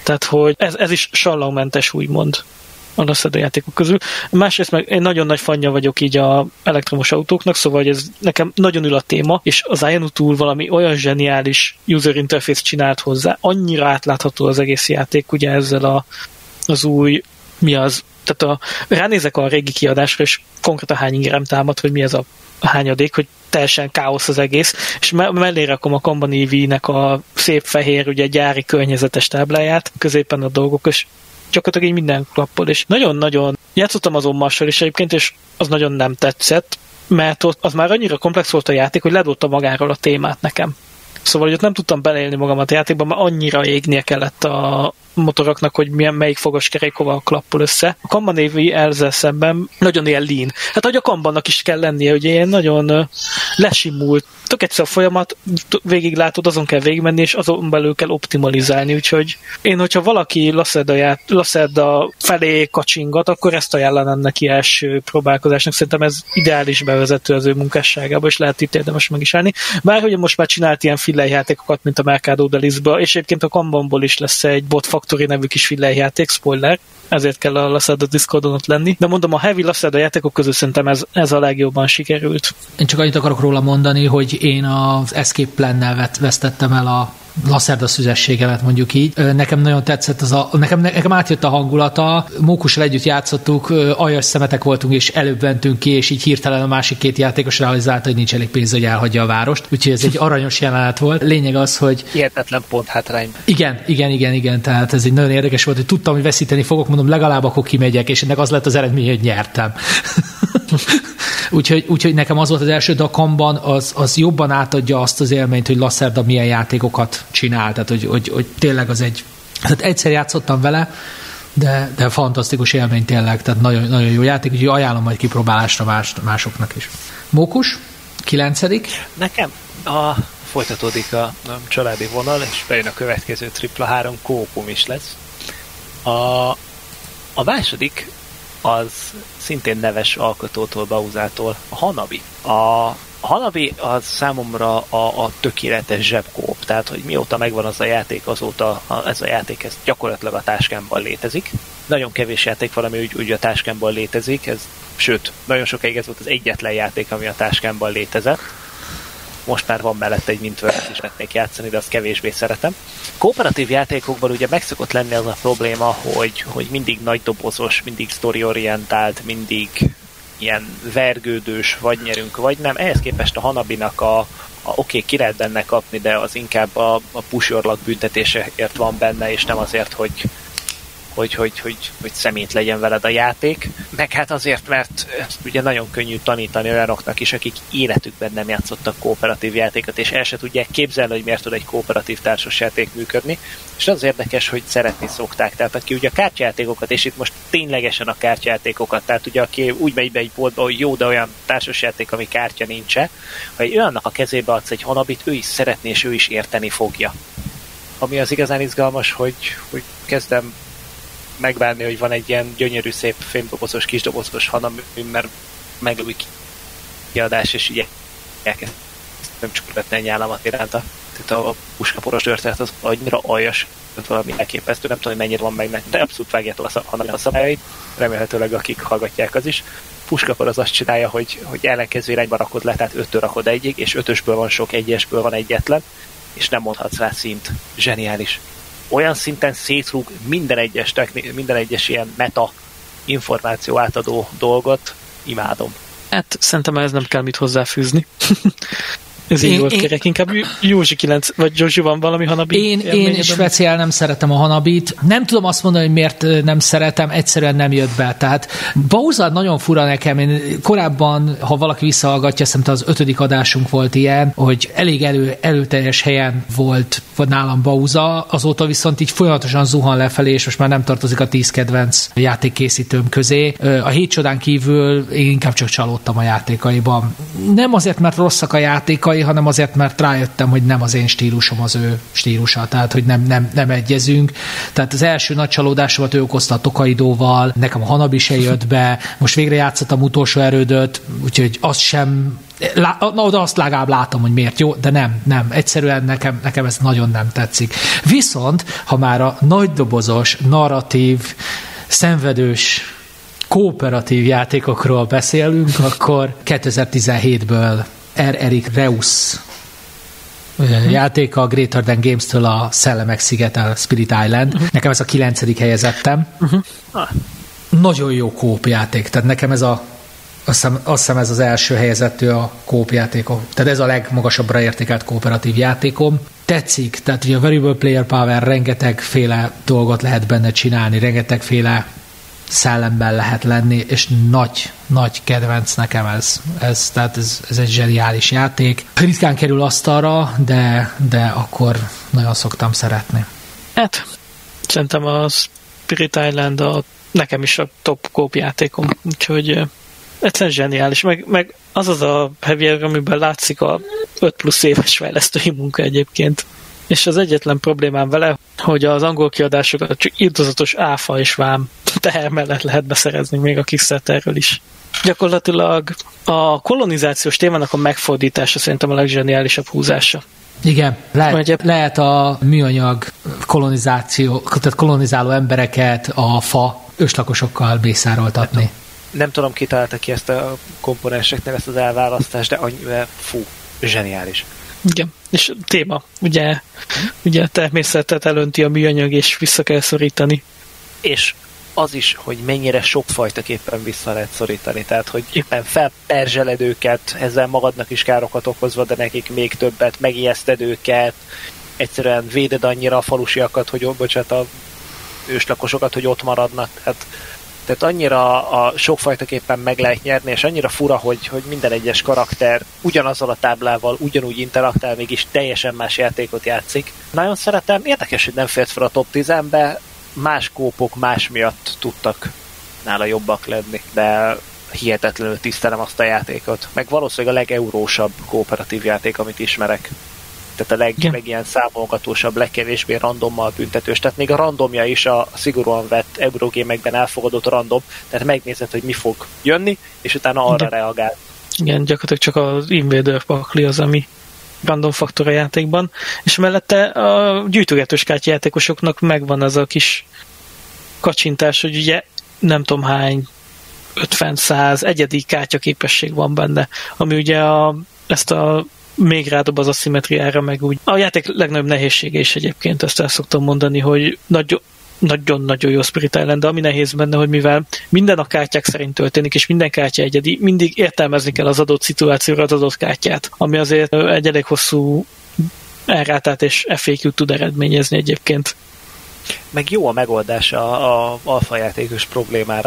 Tehát, hogy ez, ez is sallangmentes, úgymond a Lacerda játékok közül. Másrészt meg én nagyon nagy fanja vagyok így a elektromos autóknak, szóval hogy ez nekem nagyon ül a téma, és az Ionut túl valami olyan zseniális user interface csinált hozzá, annyira átlátható az egész játék, ugye ezzel a, az új, mi az, tehát a, ránézek a régi kiadásra, és konkrétan hány ingerem támad, hogy mi ez a hányadék, hogy teljesen káosz az egész, és me- mellé rakom a Kanban é vé-nek a szép fehér, ugye gyári környezetes tábláját, középen a dolgok, és gyakorlatilag így minden klappol, és nagyon-nagyon játszottam az ommassal is egyébként, és az nagyon nem tetszett, mert ott az már annyira komplex volt a játék, hogy ledobta magáról a témát nekem. Szóval, hogy ott nem tudtam beleélni magamat a játékban, mert annyira égnie kellett a motoroknak, hogy milyen, melyik fogaskerék hova klappol össze. A Kanban é vé ezzel szemben nagyon ilyen lean. Hát ahogy a Kanbannak is kell lennie, hogy ilyen nagyon lesimult. Tök egyszer a folyamat, végiglátod, azon kell végigmenni, és azon belül kell optimalizálni. Úgyhogy én, hogyha valaki Lacerda, Lacerda felé kacsingat, akkor ezt ajánlanám neki első próbálkozásnak. Szerintem ez ideális bevezető az ő munkásságába, és lehet itt érdemes meg is állni. Bár hogy most már csinált ilyen fillejjátékokat, mint a Mercado de Lisba, és egyébként a Kanbanból is lesz egy Bot Factory nevű kis fillejjáték, spoiler, ezért kell a Lacerda Discordon ott lenni. De mondom, a heavy Lacerda játékok közül szerintem ez, ez a legjobban sikerült. Én csak annyit akarok róla mondani, hogy én az Escape Plan-nel vesztettem el a Lacerda szüzességemet, mondjuk így. Nekem nagyon tetszett az a, nekem, nekem átjött a hangulata, Mókussal együtt játszottuk, aljas szemetek voltunk, és előbb mentünk ki, és így hirtelen a másik két játékos realizálta, hogy nincs elég pénz, hogy elhagyja a várost. Úgyhogy ez egy aranyos jelenet volt. Lényeg az, hogy... Hihetetlen pont hátrány. Igen, igen, igen, igen, tehát ez egy nagyon érdekes volt, hogy tudtam, hogy veszíteni fogok, mondom, legalább akkor kimegyek, és ennek az lett az eredmény, hogy nyertem. úgyhogy, úgyhogy nekem az volt az első, de a Kanban az, az jobban átadja azt az élményt, hogy Lacerda milyen játékokat csinál, tehát hogy, hogy, hogy tényleg az egy... Tehát egyszer játszottam vele, de, de fantasztikus élmény tényleg, tehát nagyon, nagyon jó játék, úgyhogy ajánlom majd kipróbálásra más, másoknak is. Mókus, kilencedik. Nekem a, folytatódik a, a családi vonal, és bejön a következő tripla három kópum is lesz. A, a második az szintén neves alkotótól, Bauzától, a Hanabi. A A Hanabi az számomra a, a tökéletes zsebkóp, tehát hogy mióta megvan az a játék, azóta a, ez a játék ez gyakorlatilag a táskámban létezik. Nagyon kevés játék valami úgy, úgy a táskámban létezik, ez, sőt, nagyon sokáig ez volt az egyetlen játék, ami a táskámban létezett. Most már van mellette egy Mintworld is szeretnék játszani, de azt kevésbé szeretem. Kooperatív játékokban ugye megszokott lenni az a probléma, hogy, hogy mindig nagydobozos, mindig story-orientált, mindig ilyen vergődős, vagy nyerünk, vagy nem. Ehhez képest a Hanabinak a, a oké, okay, ki lehet benne kapni, de az inkább a, a push-your-luck büntetéseért van benne, és nem azért, hogy, hogy, hogy, hogy, hogy szemét legyen veled a játék. Meg hát azért, mert ugye nagyon könnyű tanítani olyanoknak is, akik életükben nem játszottak kooperatív játékot, és el se tudják képzelni, hogy miért tud egy kooperatív társasjáték működni. És az érdekes, hogy szeretni szokták. Tehát aki ugye a kártyajátékokat, és itt most ténylegesen a kártyajátékokat, tehát ugye aki úgy megy be egy boltba, hogy jó, de olyan társasjáték, ami kártya nincsen, ha egy olyannak a kezébe adsz egy Hanabit, ő is szeretné, és ő is érteni fogja. Ami az igazán izgalmas, hogy, hogy kezdem megbánni, hogy van egy ilyen gyönyörű, szép fémdobozos, kisdobozos Hanabi, mert meglúj kiadás, és így elkezdtem csuklatni egy nyálamat iránta. Tehát a puskaporos történet az annyira aljas, valami elképesztő, nem tudom, hogy mennyire van meg, de abszolút vágjátok a, Hanabi a szabályait, remélhetőleg akik hallgatják az is. Puskapor az azt csinálja, hogy, hogy ellenkező irányba rakod le, tehát öttől rakod egyig, és ötösből van sok, egyesből van egyetlen, és nem mondhatsz rá szint. Zseniális. Olyan szinten szétrúg minden egyes, techni- minden egyes ilyen meta információ átadó dolgot, imádom. Hát szerintem ez nem kell mit hozzáfűzni. Ez így volt kerek. Inkább Józsi kilenc, vagy Zsuzsi, van valami Hanabi? Én, én speciál nem szeretem a Hanabit. Nem tudom azt mondani, hogy miért nem szeretem, egyszerűen nem jött be. Tehát Bowser nagyon fura nekem. Én korábban, ha valaki visszahallgatja, szerintem az ötödik adásunk volt ilyen, hogy elég elő, előteljes helyen volt nálam Bowser, azóta viszont így folyamatosan zuhan lefelé, és most már nem tartozik a tíz kedvenc játékkészítőm közé. A hét csodán kívül én inkább csak csalódtam a játékaiban. Nem azért, mert rosszak a játékai, hanem azért, mert rájöttem, hogy nem az én stílusom az ő stílusa, tehát, hogy nem, nem, nem egyezünk. Tehát az első nagy csalódásomat ő okozta a Tokaidóval, nekem a Hanabi se jött be, most végre játszottam utolsó erődöt, úgyhogy az sem Na, de azt legalább látom, hogy miért jó, de nem, nem. Egyszerűen nekem, nekem ez nagyon nem tetszik. Viszont, ha már a nagydobozos, narratív, szenvedős, kooperatív játékokról beszélünk, akkor kétezer-tizenhétből R. Eric Reus uh-huh. játéka a Greater Than Games-től a Szellemek szigete, a Spirit Island. Uh-huh. Nekem ez a kilencedik helyezettem. Uh-huh. Ah. Nagyon jó kóp játék, tehát nekem ez a azt hiszem, azt hiszem ez az első helyezettő a kópjátékom. Tehát ez a legmagasabbra értékelt kooperatív játékom. Tetszik, tehát ugye a Variable Player Power rengetegféle dolgot lehet benne csinálni, rengetegféle szellemben lehet lenni, és nagy, nagy kedvenc nekem ez. ez tehát ez, ez egy zseniális játék. Ritkán kerül asztalra, de, de akkor nagyon szoktam szeretni. Hát, szerintem a Spirit Island a, nekem is a top kópjátékom, úgyhogy egyszerűen zseniális, meg, meg az az a heavier, amiben látszik a öt plusz éves fejlesztői munka egyébként. És az egyetlen problémám vele, hogy az angol kiadásokat csak irdozatos áfa és vám teher mellett lehet beszerezni, még a Kickstarterről is. Gyakorlatilag a kolonizációs témának a megfordítása szerintem a legzseniálisabb húzása. Igen, lehet, Ugye, lehet a műanyag kolonizáció, tehát kolonizáló embereket a fa őslakosokkal mészároltatni. Nem tudom, ki találta ki ezt a komponenseknél, ezt az elválasztást, de annyira, fú, zseniális. Igen, és téma, ugye, ugye természetet elönti a műanyag, és vissza kell szorítani. És az is, hogy mennyire sokfajtaképpen vissza lehet szorítani, tehát, hogy éppen felperzseled őket, ezzel magadnak is károkat okozva, de nekik még többet, megijeszted őket, egyszerűen véded annyira a falusiakat, hogy bocsánat, a őslakosokat, hogy ott maradnak, tehát Tehát annyira a sokfajtaképpen meg lehet nyerni, és annyira fura, hogy, hogy minden egyes karakter ugyanazzal a táblával ugyanúgy interaktál, mégis teljesen más játékot játszik. Nagyon szeretem, érdekes, hogy nem fért fel a top tízbe, más kópok más miatt tudtak nála jobbak lenni, de hihetetlenül tisztelem azt a játékot. Meg valószínűleg a legeurósabb kooperatív játék, amit ismerek. Tehát a leg, leg ilyen számolgatósabb, legkevésbé randommal büntetős. Tehát még a randomja is a szigorúan vett Eurogame-ekben elfogadott random, tehát megnézed, hogy mi fog jönni, és utána arra Igen. reagál. Igen, gyakorlatilag csak az Invader pakli az, ami random faktor a játékban, és mellette a gyűjtögetős kártyajátékosoknak megvan ez a kis kacsintás, hogy ugye nem tudom hány ötven-száz egyedi kártyaképesség van benne, ami ugye a, ezt a még rádob az aszimmetriára, meg úgy. A játék legnagyobb nehézsége is egyébként, ezt el szoktam mondani, hogy nagyon-nagyon jó Spirit Island, de ami nehéz benne, hogy mivel minden a kártyák szerint történik, és minden kártya egyedi, mindig értelmezni kell az adott szituációra az adott kártyát, ami azért egy elég hosszú elrátát és ef á kút tud eredményezni egyébként. Meg jó a megoldása a alfa játékos problémára.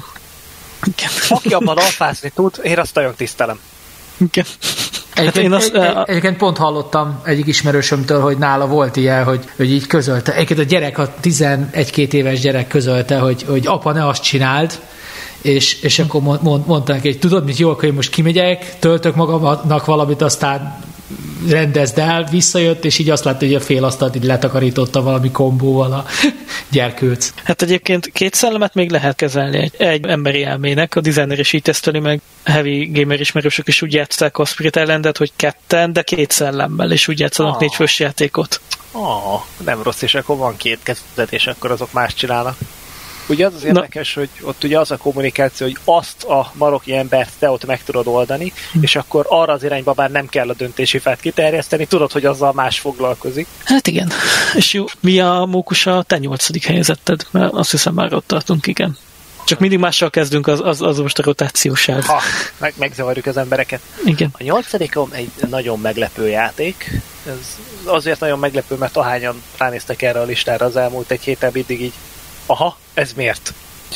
Igen. Aki abban alfázni tud, én azt nagyon tisztelem. Igen. Egyébként, hát én azt, egy, egyébként pont hallottam egyik ismerősömtől, hogy nála volt ilyen, hogy, hogy így közölte. Egyébként a gyerek, a tizenegy-két éves gyerek közölte, hogy, hogy apa, ne azt csináld, és, és akkor mond, mondta neki, hogy tudod, mit jó, akkor én most kimegyek, töltök magamnak valamit, aztán rendezd el, visszajött, és így azt látta, hogy a fél asztalt így letakarította valami kombóval a gyerkőc. Hát egyébként két szellemet még lehet kezelni egy, egy emberi elmének, a designer is így teszteli, meg heavy gamer ismerősök is úgy játszák a Spirit Islandet, hogy ketten, de két szellemmel, és úgy játszanak oh. négyfős játékot. Oh, nem rossz, és akkor van két kezdet, és akkor azok más csinálnak. Ugye az az érdekes, Na. hogy ott ugye az a kommunikáció, hogy azt a maroknyi embert te ott meg tudod oldani, hm. és akkor arra az irányba bár nem kell a döntési fát kiterjeszteni, tudod, hogy azzal más foglalkozik. Hát igen. És jó, mi a Mókus a te nyolcadik helyezetted? Mert azt hiszem már ott tartunk, igen. Csak mindig mással kezdünk, az, az, az most a rotációság. Ha, meg, megzavarjuk az embereket. Igen. A nyolcadikom egy nagyon meglepő játék. Ez azért nagyon meglepő, mert ahányan ránéztek erre a listára az elmúlt egy héten, mindig így aha, ez miért?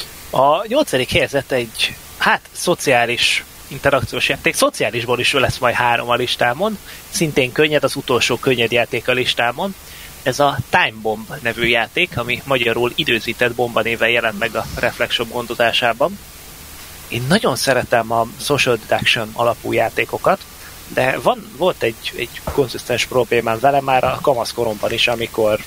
A nyolcadik helyzet egy, hát, szociális interakciós játék. Szociálisból is lesz majd három a listámon. Szintén könnyed, az utolsó könnyed játék a listámon. Ez a Time Bomb nevű játék, ami magyarul időzített bomba néven jelent meg a Reflection gondozásában. Én nagyon szeretem a social deduction alapú játékokat, de van, volt egy, egy konzisztens problémám vele már a kamaszkoromban is, amikor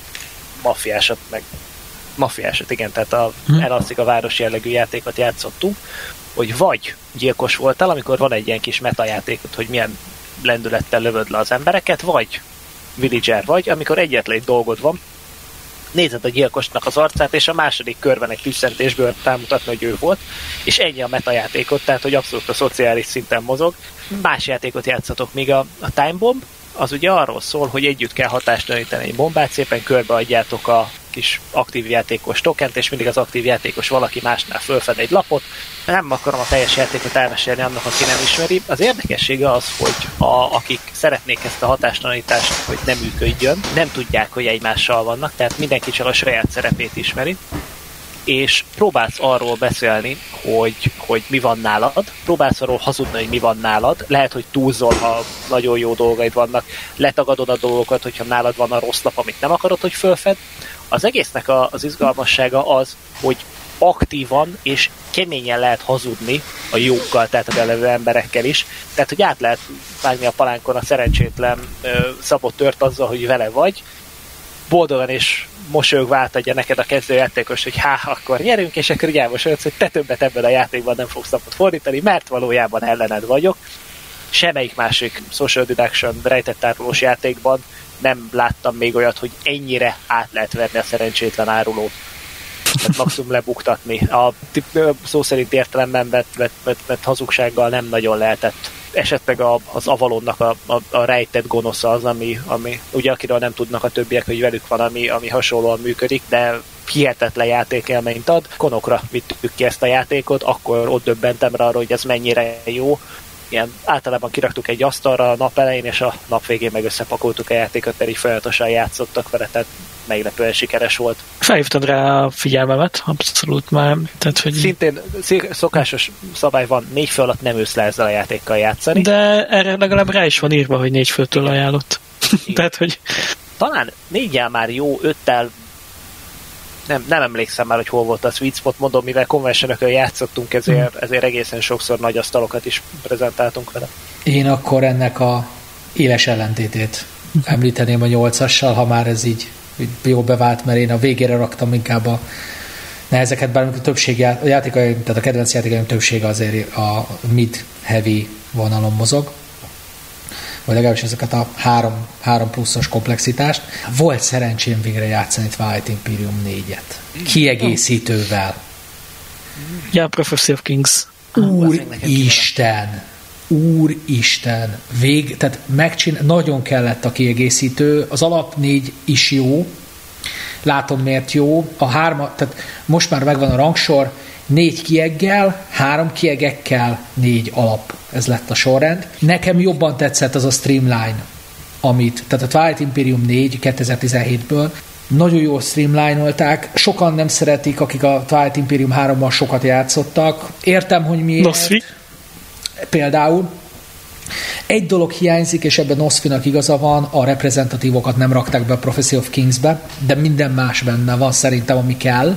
maffiásat meg Mafiásat, igen, tehát a, hmm. elalszik a város jellegű játékot játszottunk, hogy vagy gyilkos voltál, amikor van egy ilyen kis metajátékot, hogy milyen lendülettel lövöd le az embereket, vagy villager vagy, amikor egyetlen egy dolgod van, nézed a gyilkosnak az arcát, és a második körben egy tüsszentésből rámutatni, hogy ő volt, és ennyi a metajátékot, tehát hogy abszolút a szociális szinten mozog. Más játékot játszatok, míg a, a Time Bomb, az ugye arról szól, hogy együtt kell hatástalanítani egy bombát, szépen körbeadjátok a kis aktív játékos tokent, és mindig az aktív játékos valaki másnál fölfed egy lapot. Nem akarom a teljes játékot elmesélni annak, aki nem ismeri. Az érdekessége az, hogy a, akik szeretnék ezt a hatástalanítást, hogy nem működjön, nem tudják, hogy egymással vannak, tehát mindenki csak a saját szerepét ismeri, és próbálsz arról beszélni, hogy, hogy mi van nálad, próbálsz arról hazudni, hogy mi van nálad, lehet, hogy túlzol, ha nagyon jó dolgaid vannak, letagadod a dolgokat, hogyha nálad van a rossz lap, amit nem akarod, hogy fölfed. Az egésznek a, az izgalmassága az, hogy aktívan és keményen lehet hazudni a jókkal, tehát a belevő emberekkel is. Tehát, hogy át lehet vágni a palánkon a szerencsétlen ö, szabott tört azzal, hogy vele vagy, boldogan és mosolyogva átadja neked a kezdőjátékos, hogy há, akkor nyerünk, és akkor így elmosolyodsz, hogy te többet ebben a játékban nem fogsz napot fordítani, mert valójában ellened vagyok. Semmelyik másik social deduction rejtett árulós játékban nem láttam még olyat, hogy ennyire át lehet verni a szerencsétlen árulót. Tehát maximum lebuktatni. A szó szerint értelemben vett, vett, vett, vett hazugsággal nem nagyon lehetett. Esetleg a, az Avalonnak a, a, a rejtett gonosza az, ami, ami ugye akiről nem tudnak a többiek, hogy velük van, ami, ami hasonlóan működik, de hihetetlen játékélményt ad. Konokra vittük ki ezt a játékot, akkor ott döbbentem rá arra, hogy ez mennyire jó. Ilyen, általában kiraktuk egy asztalra a nap elején, és a nap végén meg összepakoltuk a játékot, pedig folyamatosan játszottak vele, tehát meglepően sikeres volt. Felhívtad rá a figyelmemet, abszolút már. Tehát, hogy... Szintén szokásos szabály van, négy fő alatt nem ősz le ezzel a játékkal játszani. De erre legalább rá is van írva, hogy négy főtől ajánlott. Tehát, hogy... Talán négyel már jó, öttel nem, nem emlékszem már, hogy hol volt a sweet spot, mondom, mivel konventionökön játszottunk, ezért, ezért egészen sokszor nagy asztalokat is prezentáltunk vele. Én akkor ennek a éles ellentétét említeném a nyolcassal, ha már ez így jó bevált, mert én a végére raktam inkább a nehezeket, bár a többség a játékaim, tehát a kedvenc játékaim többsége azért a mid-heavy vonalon mozog, vagy legalábbis ezeket a három, három pluszos komplexitást. Volt szerencsém végre játszani Twilight Imperium négyet. Kiegészítővel. Ja, Prophecy of Kings. Úristen! Úristen! Vég, tehát megcsin, nagyon kellett a kiegészítő. Az alap négy is jó. Látom, miért jó. A hárma, tehát most már megvan a rangsor, négy kieggel, három kiegekkel, négy alap. Ez lett a sorrend. Nekem jobban tetszett az a streamline, amit, tehát a Twilight Imperium négy kétezer-tizenhétből nagyon jól streamline-olták. Sokan nem szeretik, akik a Twilight Imperium hárommal sokat játszottak. Értem, hogy miért. Nosfi. Például. Egy dolog hiányzik, és ebben Nosfinak igaza van, a reprezentatívokat nem rakták be a Prophecy of Kingsbe, de minden más benne van szerintem, ami kell.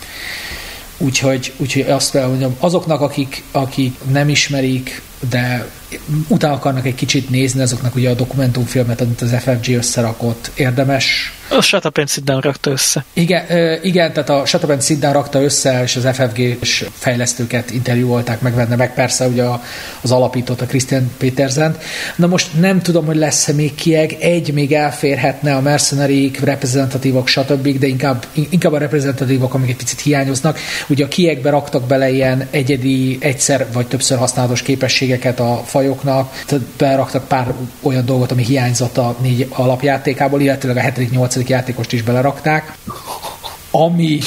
Úgyhogy, úgyhogy azt mondjam, azoknak, akik, akik nem ismerik, de utána akarnak egy kicsit nézni, azoknak ugye a dokumentumfilmet, amit az ef ef gé összerakott, érdemes. A Shut Up and Sit Down rakta össze. Igen, igen, tehát a Shut Up and Sit Down rakta össze, és az ef ef gés fejlesztőket interjúolták meg benne, meg persze ugye az alapítót, a Christian Petersen. Na most nem tudom, hogy lesz-e még kieg, egy még elférhetne a mercenaryk, reprezentatívok, stb., de inkább, inkább a reprezentatívok, amik egy picit hiányoznak. Ugye a kiegbe raktak bele ilyen egyedi, egyszer vagy többször használatos képességeket a fajoknak, tehát beraktak pár olyan dolgot, ami hiányzott a négy alapjátékából, illetőleg a hetedik nyolcadik játékost is belerakták. Ami,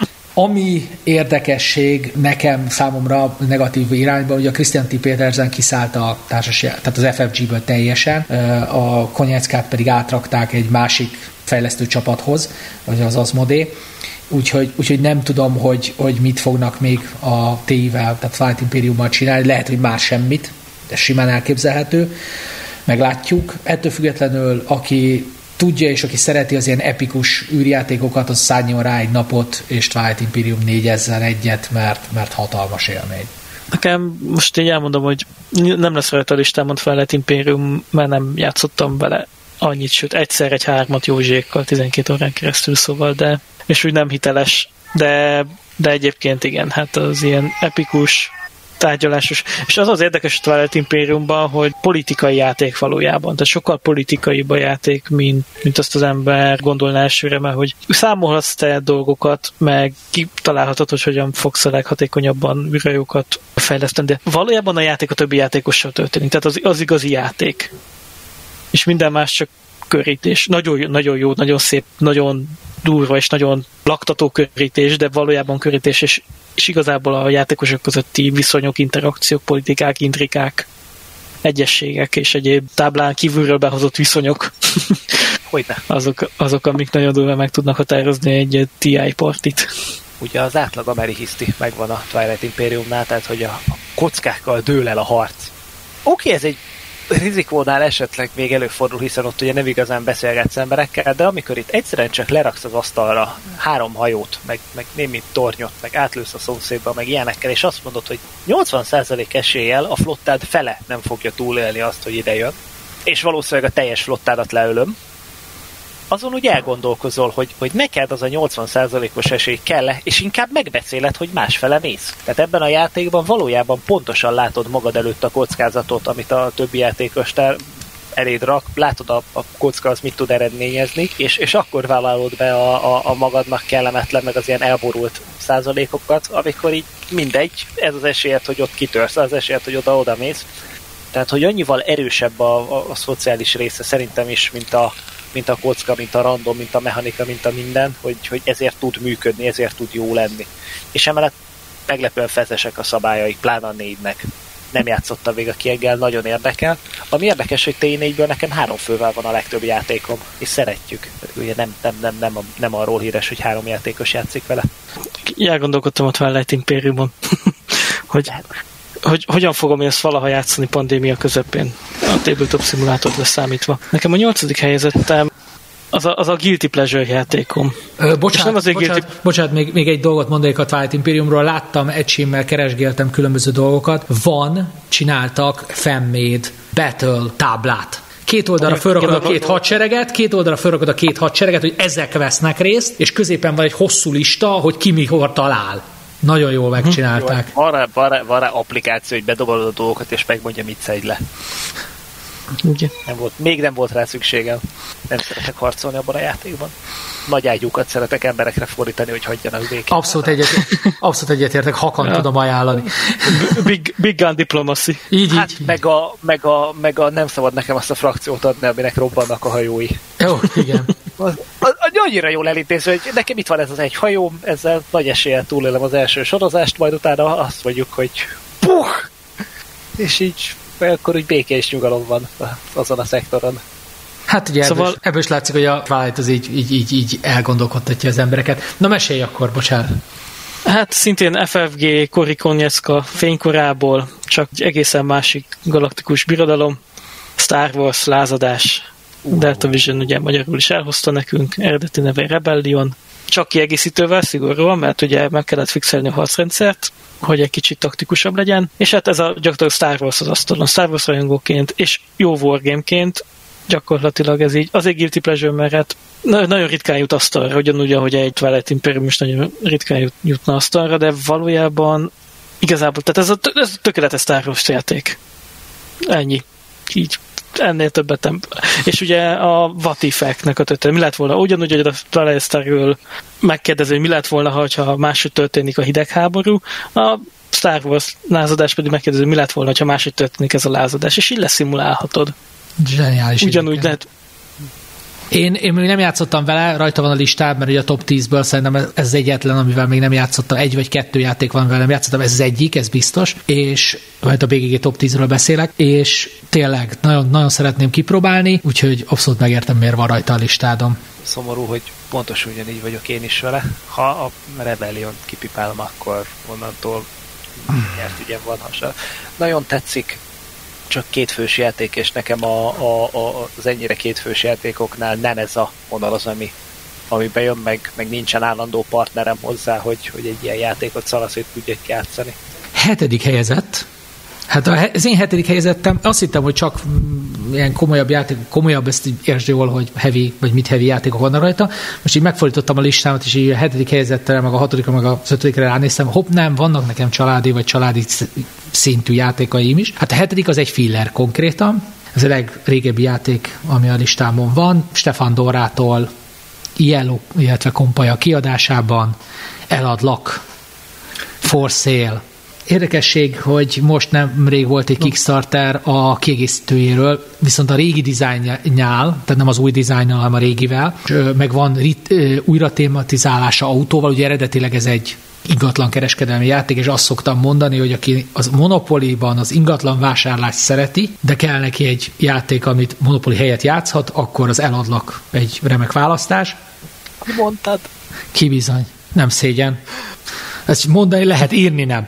ami érdekesség nekem, számomra negatív irányban, ugye a Christian T. Petersen kiszállt a társasjá, tehát az ef ef gé-ből teljesen, a Konyeckát pedig átrakták egy másik fejlesztő csapathoz, vagy az Asmodee. Úgyhogy, úgyhogy nem tudom, hogy, hogy mit fognak még a té i-vel, tehát Twilight Imperiummal csinálni. Lehet, hogy már semmit, de simán elképzelhető. Meglátjuk. Ettől függetlenül, aki tudja, és aki szereti az ilyen epikus űrjátékokat, az szálljon rá egy napot, és Twilight Imperium négyezzen egyet, mert, mert hatalmas élmény. Nekem most így elmondom, hogy nem lesz rajta a listámon Twilight Imperium, mert nem játszottam vele annyit, sőt egyszer egy hármat Józsékkal tizenkét órán keresztül, szóval, de és úgy nem hiteles, de, de egyébként igen, hát az ilyen epikus tárgyalásos. És az az érdekes a Twilight Imperiumban, hogy politikai játék valójában. Tehát sokkal politikaibb a játék, mint, mint azt az ember gondolná elsőre, mert hogy számolhatsz te dolgokat, meg kitalálhatod, hogy hogyan fogsz a leghatékonyabban űrhajókat fejleszteni, de valójában a játék a többi játékossal történik. Tehát az, az igazi játék. És minden más csak körítés. Nagyon, nagyon jó, nagyon szép, nagyon durva és nagyon laktató körítés, de valójában körítés, és, és igazából a játékosok közötti viszonyok, interakciók, politikák, intrikák, egyességek és egyéb táblán kívülről behozott viszonyok. Hogyne. azok, azok, amik nagyon durva meg tudnak határozni egy té i partit. Ugye az átlag amerihiszti megvan a Twilight Imperiumnál, tehát hogy a, a kockákkal dől el a harc. Oké, okay, ez egy rizikónál esetleg még előfordul, hiszen ott ugye nem igazán beszélgetsz emberekkel, de amikor itt egyszerűen csak leraksz az asztalra három hajót, meg, meg némi tornyot, meg átlősz a szomszédba, meg ilyenekkel, és azt mondod, hogy nyolcvan százalék eséllyel a flottád fele nem fogja túlélni azt, hogy ide jön, és valószínűleg a teljes flottádat leölöm, azon úgy elgondolkozol, hogy, hogy neked az a nyolcvan százalékos esély kell-e, és inkább megbeszéled, hogy másfele mész. Tehát ebben a játékban valójában pontosan látod magad előtt a kockázatot, amit a többi játékos eléd rak, látod a, a kocka az mit tud eredményezni, és, és akkor vállalod be a, a, a magadnak kellemetlen, meg az ilyen elborult százalékokat, amikor így mindegy, ez az esélyed, hogy ott kitörsz, az esélyed, hogy oda-oda mész. Tehát, hogy annyival erősebb a, a, a szociális része szerintem is, mint a mint a kocka, mint a random, mint a mechanika, mint a minden, hogy, hogy ezért tud működni, ezért tud jó lenni. És emellett meglepően feszesek a szabályai, pláne a négynek. Nem játszottam még a kieggel, nagyon érdekel. Ami érdekes, hogy té négyből nekem három fővel van a legtöbb játékom, és szeretjük. Ugye nem, nem, nem, nem, nem arról híres, hogy három játékos játszik vele. Elgondolkodtam a Twilight Imperiumon, hogy, hogy hogyan fogom ezt valaha játszani pandémia közepén, a tabletop szimulátort leszámítva. Nekem a nyolcadik helyezettem az a, az a Guilty Pleasure játékom. Ö, bocsánat, bocsánat, guilty... bocsánat még, még egy dolgot mondanék a Twilight Imperiumról. Láttam egysímmel, keresgéltem különböző dolgokat. Van, csináltak fan-made battle táblát. Két oldalra fölrakod a két hadsereget, két oldalra fölrakod a két hadsereget, hogy ezek vesznek részt, és középen van egy hosszú lista, hogy ki mikor talál. Nagyon jól megcsinálták. Van rá, van, rá, van rá applikáció, hogy bedobod a dolgokat, és megmondja, mit szedj le. Okay. Nem volt, még nem volt rá szükségem. Nem szeretek harcolni abban a játékban. Nagy ágyúkat szeretek emberekre fordítani, hogy hagyjanak békén. Abszolút egyet, abszolút egyetértek, hakan ja. tudom ajánlani. Big, big gun diplomacy. Így, hát így. Meg a, meg, a, meg a nem szabad nekem azt a frakciót adni, aminek robbannak a hajói. Jó, igen. Az, az, az annyira jól elintézve, hogy nekem itt van ez az egy hajóm, ezzel nagy eséllyel túlélem az első sorozást, majd utána azt mondjuk, hogy puh! És így akkor úgy békés nyugalom van azon a szektoron. Hát ugye szóval... ebből, ebből is látszik, hogy a Twilight az így, így, így, így elgondolkodtatja az embereket. Na mesélj akkor, bocsánat. Hát szintén ef ef gé Cory Koniecka fénykorából, csak egy egészen másik galaktikus birodalom, Star Wars lázadás. Uh. Delta Vision ugye magyarul is elhozta nekünk, eredeti neve Rebellion. Csak kiegészítővel szigorúan, mert ugye meg kellett fixelni a harcrendszert, hogy egy kicsit taktikusabb legyen, és hát ez a gyakorlatilag Star Wars az asztalon, Star Wars rajongóként, és jó wargameként, gyakorlatilag ez így, azért guilty pleasure, mert hát nagyon ritkán jut asztalra, ugyanúgy, ahogy egy Twilight Imperium is nagyon ritkán jutna asztalra, de valójában igazából, tehát ez a, ez a tökéletes Star Wars játék. Ennyi. Így. Ennél többet nem. És ugye a What If-eknek a történet. Mi lett volna? Ugyanúgy, hogy a Twilight Starről megkérdező, hogy mi lett volna, ha máshogy történik a hidegháború, a Star Wars lázadás pedig megkérdező, mi lett volna, ha máshogy történik ez a lázadás, és így leszimulálhatod. Zseniális. Ugyanúgy lehet. Én, én még nem játszottam vele, rajta van a listában, mert ugye a top tízből szerintem ez az egyetlen, amivel még nem játszottam, egy vagy kettő játék van, amivel nem játszottam, ez az egyik, ez biztos, és majd a bé gé gé top tízről beszélek, és tényleg nagyon, nagyon szeretném kipróbálni, úgyhogy abszolút megértem, miért van rajta a listádon. Szomorú, hogy pontosan ugyanígy vagyok én is vele. Ha a Rebellion kipipálom, akkor onnantól nyert ügyem van hasonló. Nagyon tetszik, csak kétfős játék, és nekem a, a, a, az ennyire kétfős játékoknál nem ez a vonal az, ami, ami bejön, meg, meg nincsen állandó partnerem hozzá, hogy, hogy egy ilyen játékot szalaszét tudjak játszani. Hetedik helyezett Hát az én hetedik helyezettem, azt hittem, hogy csak ilyen komolyabb játék, komolyabb, ezt így értsd jól, hogy heavy, vagy mit heavy játékok vannak rajta. Most így megfordítottam a listámat, és így a hetedik helyezettel, meg a hatodikra, meg a ötödikre ránéztem, hopp, nem, vannak nekem családi, vagy családi szintű játékaim is. Hát a hetedik az egy filler konkrétan. Ez a legrégebbi játék, ami a listámon van. Stefan Dorától Yellow, illetve Kompalya kiadásában eladlak for sale. Érdekesség, hogy most nem rég volt egy Kickstarter a kiegészítőjéről, viszont a régi dizájnjál, tehát nem az új dizájnnal, hanem a régivel, meg van rit, újra tématizálása autóval, ugye eredetileg ez egy ingatlan kereskedelmi játék, és azt szoktam mondani, hogy aki az Monopoly-ban az ingatlan vásárlást szereti, de kell neki egy játék, amit Monopoly helyett játszhat, akkor az eladlak egy remek választás. Mi mondtad? Ki bizony, nem szégyen. Ezt mondani lehet, írni nem.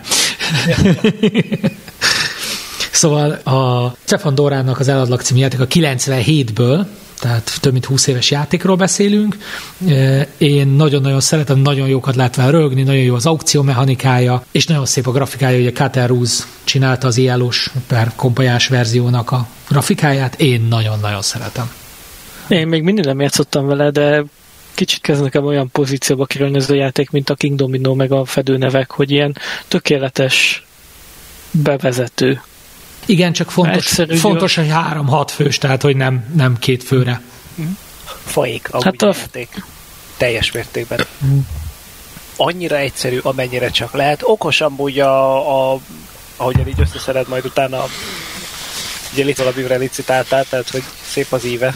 Szóval a Stefan Dorának az Eladlak című játék a kilencvenhétből, tehát több mint húsz éves játékról beszélünk. Én nagyon-nagyon szeretem, nagyon jókat lehet vele rögni, nagyon jó az aukció mechanikája, és nagyon szép a grafikája, ugye Kater Ruse csinálta az Yellow-s per kompanyás verziónak a grafikáját, én nagyon-nagyon szeretem. Én még mindig nem játszottam vele, de kicsit kezd nekem olyan pozícióba kerülni ez a játék, mint a King Domino meg a fedőnevek, hogy ilyen tökéletes bevezető. Igen, csak fontos, fontos hogy három-hat fős, tehát hogy nem, nem két főre. Faik, ahogy hát a játék. Teljes mértékben. Annyira egyszerű, amennyire csak lehet. Okos amúgy, a, a, ahogyan így összeszeded majd utána, ugye itt valamire licitáltál, tehát hogy szép az íve.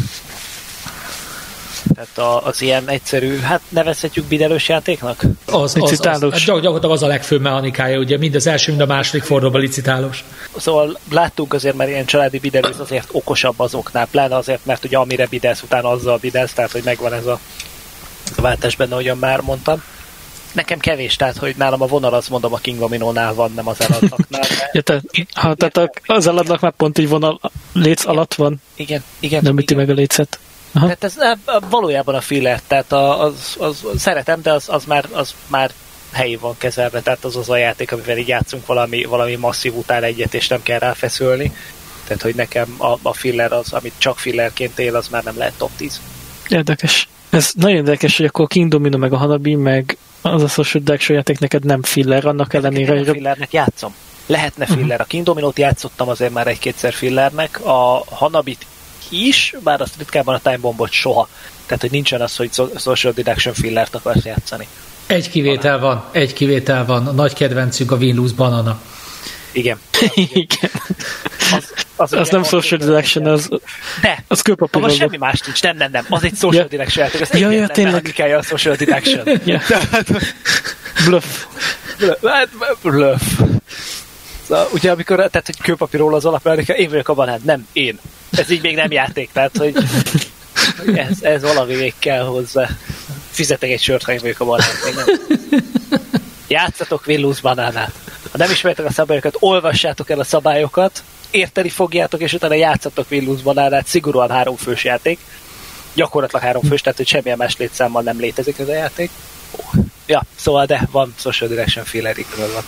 Tehát az ilyen egyszerű, hát nevezhetjük bidelős játéknak? Az, az, az, az, gyakorlatilag az a legfőbb mechanikája, ugye mind az első, mind a második fordulóban licitálós. Szóval láttunk azért, mert ilyen családi bidelőz azért okosabb azoknál, pláne azért, mert ugye amire bidelsz, utána azzal bidelsz, tehát hogy megvan ez a, ez a váltás benne, ahogyan már mondtam. Nekem kevés, tehát hogy nálam a vonal, azt mondom, a King Dominónál van, nem az eladlaknál. De... ja, tehát, ha, tehát az eladlaknál pont egy vonal léc igen, alatt van. Igen, igen. Nem üti meg a lécet. Aha. Tehát ez valójában a filler, tehát az, az, az szeretem, de az, az, már, az már helyén van kezelve, tehát az az a játék, amivel így játszunk valami, valami masszív után egyet, és nem kell ráfeszülni. Tehát, hogy nekem a, a filler az, amit csak fillerként él, az már nem lehet top tíz. Érdekes. Ez nagyon érdekes, hogy akkor a King Domino meg a Hanabi, meg az a Social Deduction játék neked nem filler, annak ellenére, hogy... fillernek játszom. Lehetne filler. Uh-huh. A King Dominót játszottam azért már egy-kétszer fillernek, a Hanabit is, bár azt ritkában a Time Bombot soha. Tehát, hogy nincsen az, hogy Social Deduction fillert akarsz játszani. Egy kivétel van, egy kivétel van. A nagy kedvencünk a Win-Lose Banana. Igen. Igen. Az, az, az nem Social Deduction, az, de, az kőpapír. Az semmi más nincs, nem, nem, nem. Az egy Social yeah. Deduction játék, az ja, ja, tényleg mechanikája a Social Deduction. Yeah. Bluff. Bluff. Bluff. Szóval, ugye amikor, tehát, hogy kőpapírról az alapjánika, én vagyok a banán, nem, én. Ez így még nem játék, tehát, hogy ez, ez valami még kell hozzá. Fizetek egy sört, ha én vagyok a banán, még nem. Játszatok Win-Lose Banánát. Ha nem ismertek a szabályokat, olvassátok el a szabályokat, érteni fogjátok, és utána játszatok Win-Lose Banánát, szigorúan háromfős játék. Gyakorlatilag háromfős, tehát, hogy semmilyen más létszámmal nem létezik ez a játék. Ja, szóval, de van Social Direction filler, igazad van.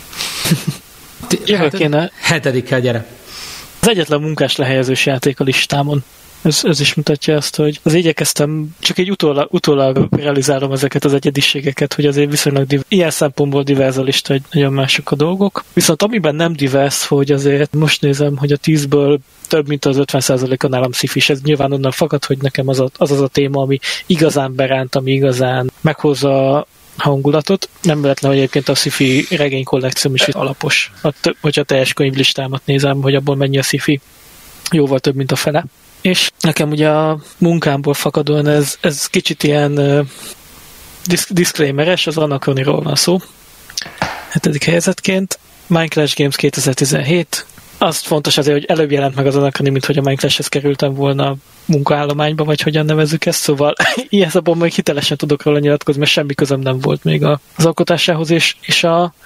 Jövök kéne. Hetedikkel gyere. Az egyetlen munkás lehelyezős játék a listámon. Ez, ez is mutatja azt, hogy az igyekeztem, csak egy utólag, utólag realizálom ezeket az egyediségeket, hogy azért viszonylag div- ilyen szempontból divers a lista, hogy nagyon mások a dolgok. Viszont amiben nem divers, hogy azért most nézem, hogy a tízből több mint az ötven százaléka nálam sci-fi, ez nyilván onnan fakad, hogy nekem az, a, az az a téma, ami igazán beránt, ami igazán meghozza hangulatot. Nem véletlen, hogy egyébként a sci-fi regény kollekcióm is alapos. Hogyha a teljes könyvlistámat nézem, hogy abból mennyi a sci-fi, jóval több, mint a fele. És nekem ugye a munkámból fakadóan ez, ez kicsit ilyen uh, disz- disclaimeres, az Anachronyról van szó. Hetedik helyezetként. Minecraft Games kétezer-tizenhét. Azt fontos azért, hogy előbb jelent meg az Anachrony, mint hogy a Minecrafthez kerültem volna munkaállományba, vagy hogyan nevezzük ezt, szóval ilyen szabban még hitelesen tudok róla nyilatkozni, mert semmi közöm nem volt még az alkotásához, és, és a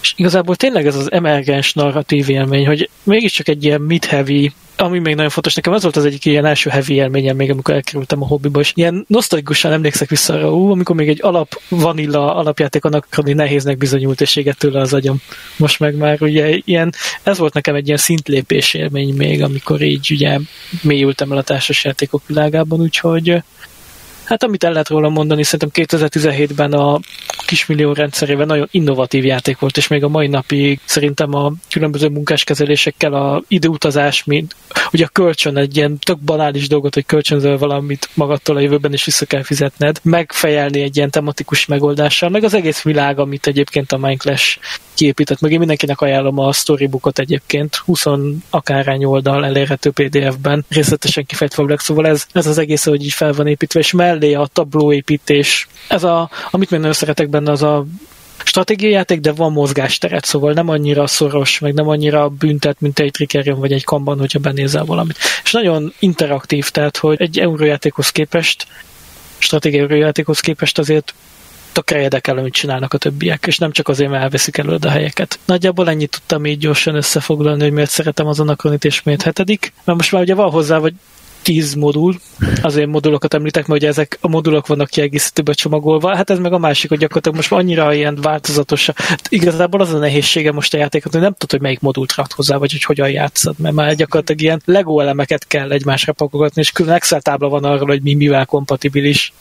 És igazából tényleg ez az emergens narratív élmény, hogy mégiscsak egy ilyen mid-heavy, ami még nagyon fontos, nekem az volt az egyik ilyen első heavy élményem még, amikor elkerültem a hobbiba, és ilyen nosztalgikusan emlékszek vissza arra, ú, amikor még egy alap vanilla alapjáték Anachrony nehéznek bizonyult, és égett tőle az agyam. Most meg már ugye ilyen, ez volt nekem egy ilyen szintlépés élmény még, amikor így ugye mélyültem el a társasjátékok világában, úgyhogy hát amit el lehet róla mondani, szerintem kétezer-tizenhétben a kismillió rendszerével nagyon innovatív játék volt, és még a mai napig szerintem a különböző munkáskezelésekkel a időutazás, mint ugye a kölcsön egy ilyen tök banális dolgot, hogy kölcsönzöl valamit magadtól a jövőben is vissza kell fizetned, megfejelni egy ilyen tematikus megoldással, meg az egész világ, amit egyébként a Mindclash kiépített. Meg én mindenkinek ajánlom a storybookot egyébként, húsz akárhány oldal elérhető pé dé ef-ben, részletesen kifejtve, szóval ez, ez az egész, hogy így fel van építve, és mellé a tablóépítés. Ez a, amit még nagyon szeretek benne, az a stratégiai játék, de van mozgásteret, szóval nem annyira szoros, meg nem annyira büntet, mint egy Trickerion vagy egy Kanban, hogyha benézel valamit. És nagyon interaktív, tehát, hogy egy eurójátékhoz képest, stratégiai eurójátékhoz képest azért tökre érdekel, amit csinálnak a többiek, és nem csak azért, mert elveszik előd a helyeket. Nagyjából ennyit tudtam így gyorsan összefoglalni, hogy miért szeretem az Anachronit és miért hetedik, mert most már ugye van hozzá, vagy tíz modul, azért modulokat említek, mert ugye ezek a modulok vannak kiegészítőbe csomagolva, hát ez meg a másik, hogy gyakorlatilag most annyira ilyen változatos. Igazából az a nehézsége most a játékot, hogy nem tudod, hogy melyik modult rakd hozzá, vagy hogy hogyan játszod, mert már gyakorlatilag ilyen Lego elemeket kell egymásra pakogatni, és külön Excel tábla van arról, hogy mi mivel kompatibilis.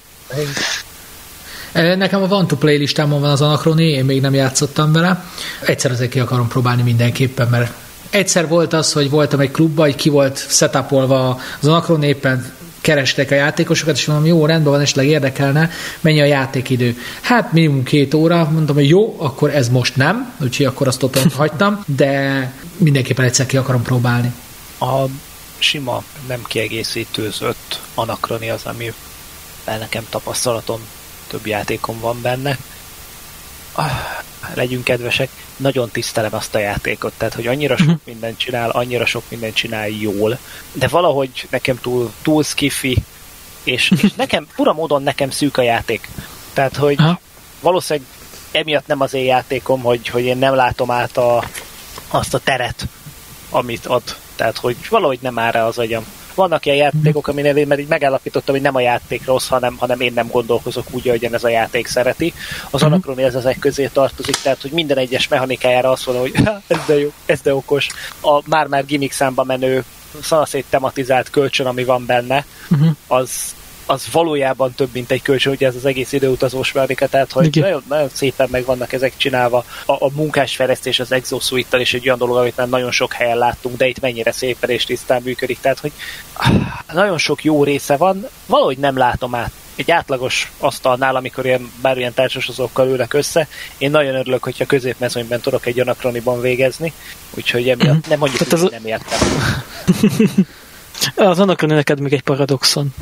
Nekem a One to Play listámon van az Anachrony, én még nem játszottam vele. Egyszer azért ki akarom próbálni mindenképpen, mert egyszer volt az, hogy voltam egy klubban, hogy ki volt setupolva az Anachrony, éppen kerestek a játékosokat, és mondom, jó, rendben van, esetleg érdekelne, mennyi a játékidő. Hát minimum két óra, mondom, hogy jó, akkor ez most nem, úgyhogy akkor azt ott hagytam, de mindenképpen egyszer ki akarom próbálni. A sima, nem kiegészítőzött Anachrony az, ami nekem tapasztalatom, több játékom van benne. Ah, legyünk kedvesek, nagyon tisztelem azt a játékot, tehát, hogy annyira sok uh-huh. mindent csinál, annyira sok mindent csinál jól, de valahogy nekem túl, túl skiffy, és, és nekem, fura módon nekem szűk a játék. Tehát, hogy uh-huh. valószínűleg emiatt nem az én játékom, hogy, hogy én nem látom át a, azt a teret, amit ad. Tehát, hogy valahogy nem áll rá az agyam. Vannak ilyen játékok, aminél én már így megállapítottam, hogy nem a játék rossz, hanem, hanem én nem gondolkozok úgy, ahogyan ez a játék szereti. Az Anachrony ez ezek közé tartozik, tehát hogy minden egyes mechanikájára azt mondom, hogy ez de jó, ez de okos. A már-már gimmick számba menő szanaszét tematizált kölcsön, ami van benne, az, az valójában több, mint egy kölcsön, ugye ez az egész időutazós mechanika, tehát hogy nagyon, nagyon szépen meg vannak ezek csinálva. A, a munkásfejlesztés az Exosuite-tal is egy olyan dolog, amit már nagyon sok helyen láttunk, de itt mennyire szépen és tisztán működik, tehát hogy nagyon sok jó része van, valahogy nem látom át. Egy átlagos asztalnál, amikor ilyen, bármilyen társasozókkal ülnek össze, én nagyon örülök, hogyha középmezőnyben tudok egy Anachronyban végezni, úgyhogy emiatt nem mondjuk, hogy az... nem értem. Az Anachrony neked még egy paradoxon.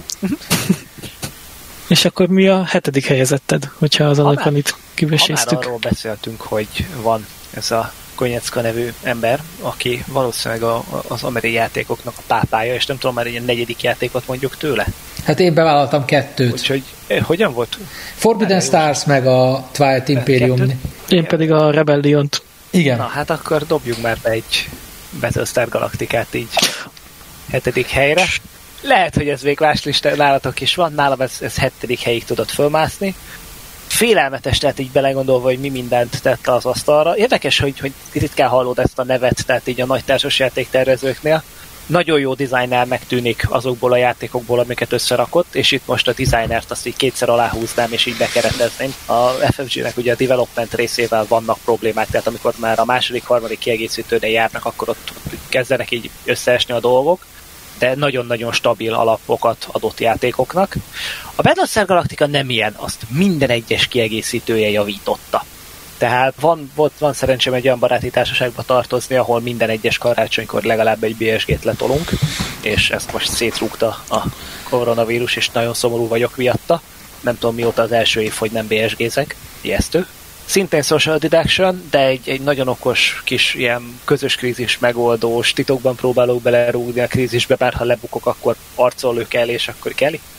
És akkor mi a hetedik helyezetted, hogyha az Anachronit kiveséztük? Ha már arról beszéltünk, hogy van ez a Konietzka nevű ember, aki valószínűleg a, az amerikai játékoknak a pápája, és nem tudom, már egy negyedik játékot mondjuk tőle. Hát én bevállaltam kettőt. Úgyhogy eh, hogyan volt? Forbidden Stars meg a Twilight Imperium. Kettőt? Én pedig a Rebellion-t. Igen. Na hát akkor dobjuk már be egy Battlestar Galacticát így hetedik helyre. Lehet, hogy ez még más lista nálatok is van, nálam ez, ez hetedik helyig tudott fölmászni. Félelmetes, tehát így belegondolva, hogy mi mindent tett az asztalra. Érdekes, hogy, hogy ritkán hallod ezt a nevet, tehát így a nagy társasjáték tervezőknél. Nagyon jó designernek tűnik azokból a játékokból, amiket összerakott, és itt most a designert azt így kétszer aláhúznám, és így bekeretezném. A ef ef gé-nek ugye a development részével vannak problémák, tehát amikor már a második, harmadik kiegészítőnél járnak, akkor ott kezdenek így összeesni a dolgok, de nagyon-nagyon stabil alapokat adott játékoknak. A Battlestar Galactica nem ilyen, azt minden egyes kiegészítője javította. Tehát van, volt, van szerencsém egy olyan baráti társaságba tartozni, ahol minden egyes karácsonykor legalább egy bé es gét letolunk, és ezt most szétrúgta a koronavírus, és nagyon szomorú vagyok miatta. Nem tudom mióta az első év, hogy nem bé es gézek. Ijesztő. Szintén social deduction, de egy, egy nagyon okos kis ilyen közös krízis megoldós, titokban próbálok belerúgni a krízisbe, bár ha lebukok, akkor arcol kell, és akkor kelli.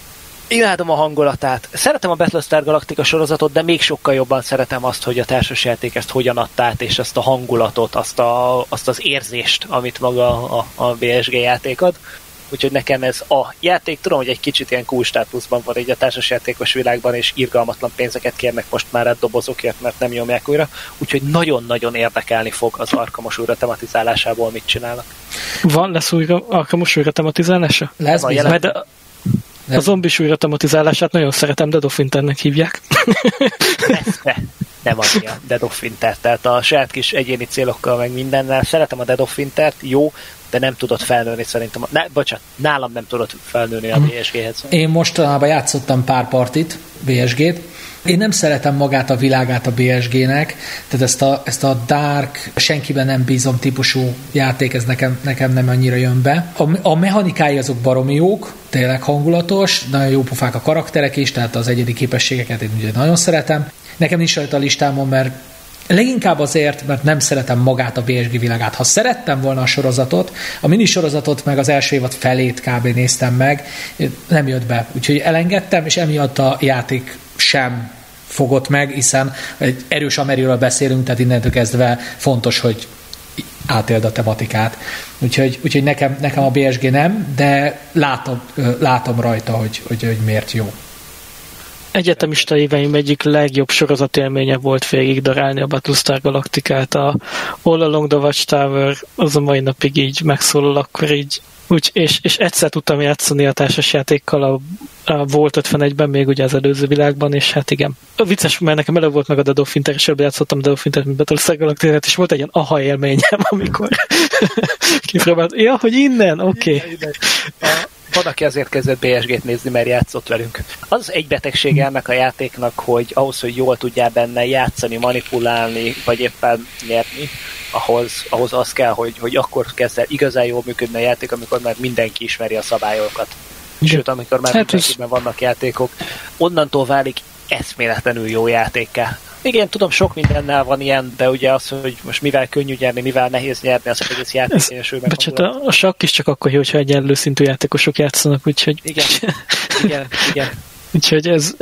Imádom a hangulatát. Szeretem a Battlestar Galactica sorozatot, de még sokkal jobban szeretem azt, hogy a társasjáték ezt hogyan adta át, és ezt a hangulatot, azt, a, azt az érzést, amit maga a, a bé es gé játék ad. Úgyhogy nekem ez a játék, tudom, hogy egy kicsit ilyen cool státuszban van így a társasjátékos világban, és irgalmatlan pénzeket kérnek most már a dobozokért, mert nem nyomják újra. Úgyhogy nagyon-nagyon érdekelni fog az Arkamos újra tematizálásából, mit csinálnak. Van, lesz újra Arkamos újra tematizálása? Lesz bizony. De a zombis újra tematizálását nagyon szeretem, Dead of Winternek hívják. Messze nem annyi a Dead of Winter, tehát a saját kis egyéni célokkal meg mindennel. Szeretem a Dead of Wintert, jó, de nem tudott felnőni szerintem. Ne, bocsánat, nálam nem tudott felnőni a bé es géhez. Én mostanában játszottam pár partit, bé es gét. Én nem szeretem magát a világát a bé es gének, tehát ezt a, ezt a dark, senkiben nem bízom típusú játék, ez nekem, nekem nem annyira jön be. A, a mechanikái azok baromi jók, tényleg hangulatos, nagyon jó pofák a karakterek is, tehát az egyedi képességeket én ugye nagyon szeretem. Nekem nincs rajta a listámon, mert leginkább azért, mert nem szeretem magát a bé es gé világát. Ha szerettem volna a sorozatot, a minisorozatot meg az első évad felét kb. Néztem meg, nem jött be. Úgyhogy elengedtem, és emiatt a játék sem fogott meg, hiszen egy erős Ameriről beszélünk, tehát innentől kezdve fontos, hogy átéld a tematikát. Úgyhogy, úgyhogy nekem, nekem a bé es gé nem, de látom, látom rajta, hogy, hogy, hogy miért jó. Egyetemista éveim egyik legjobb sorozatélménye volt végig darálni a Battlestar Galacticát. A All Along the Watchtower az a mai napig így megszólal, akkor így úgy, és, és egyszer tudtam játszani a társasjátékkal a, a Volt ötvenegyben, még ugye az előző világban, és hát igen. A vicces, mert nekem elő volt meg a Dead of Winter, és előbb játszottam a Dead of Winter, mint Battlestar Galacticát, és volt egy ilyen aha élményem, amikor kipróbált. Ja, hogy innen? Oké. Okay. Van, aki azért kezdett bé es gét nézni, mert játszott velünk. Az egy betegsége ennek a játéknak, hogy ahhoz, hogy jól tudjál benne játszani, manipulálni, vagy éppen nyerni, ahhoz, ahhoz az kell, hogy, hogy akkor kezd el igazán jól működni a játék, amikor már mindenki ismeri a szabályokat. Sőt, amikor már hát mindenkiben vannak játékok, onnantól válik eszméletlenül jó játékká. Igen, tudom, sok mindennel van ilyen, de ugye az, hogy most mivel könnyű nyerni, mivel nehéz nyerni, az egész játékényesül meg. Bocsát, a, a sakk is csak akkor jó, hogyha egyenlő szintű játékosok játszanak, úgyhogy... Igen, igen, igen. Úgyhogy ez...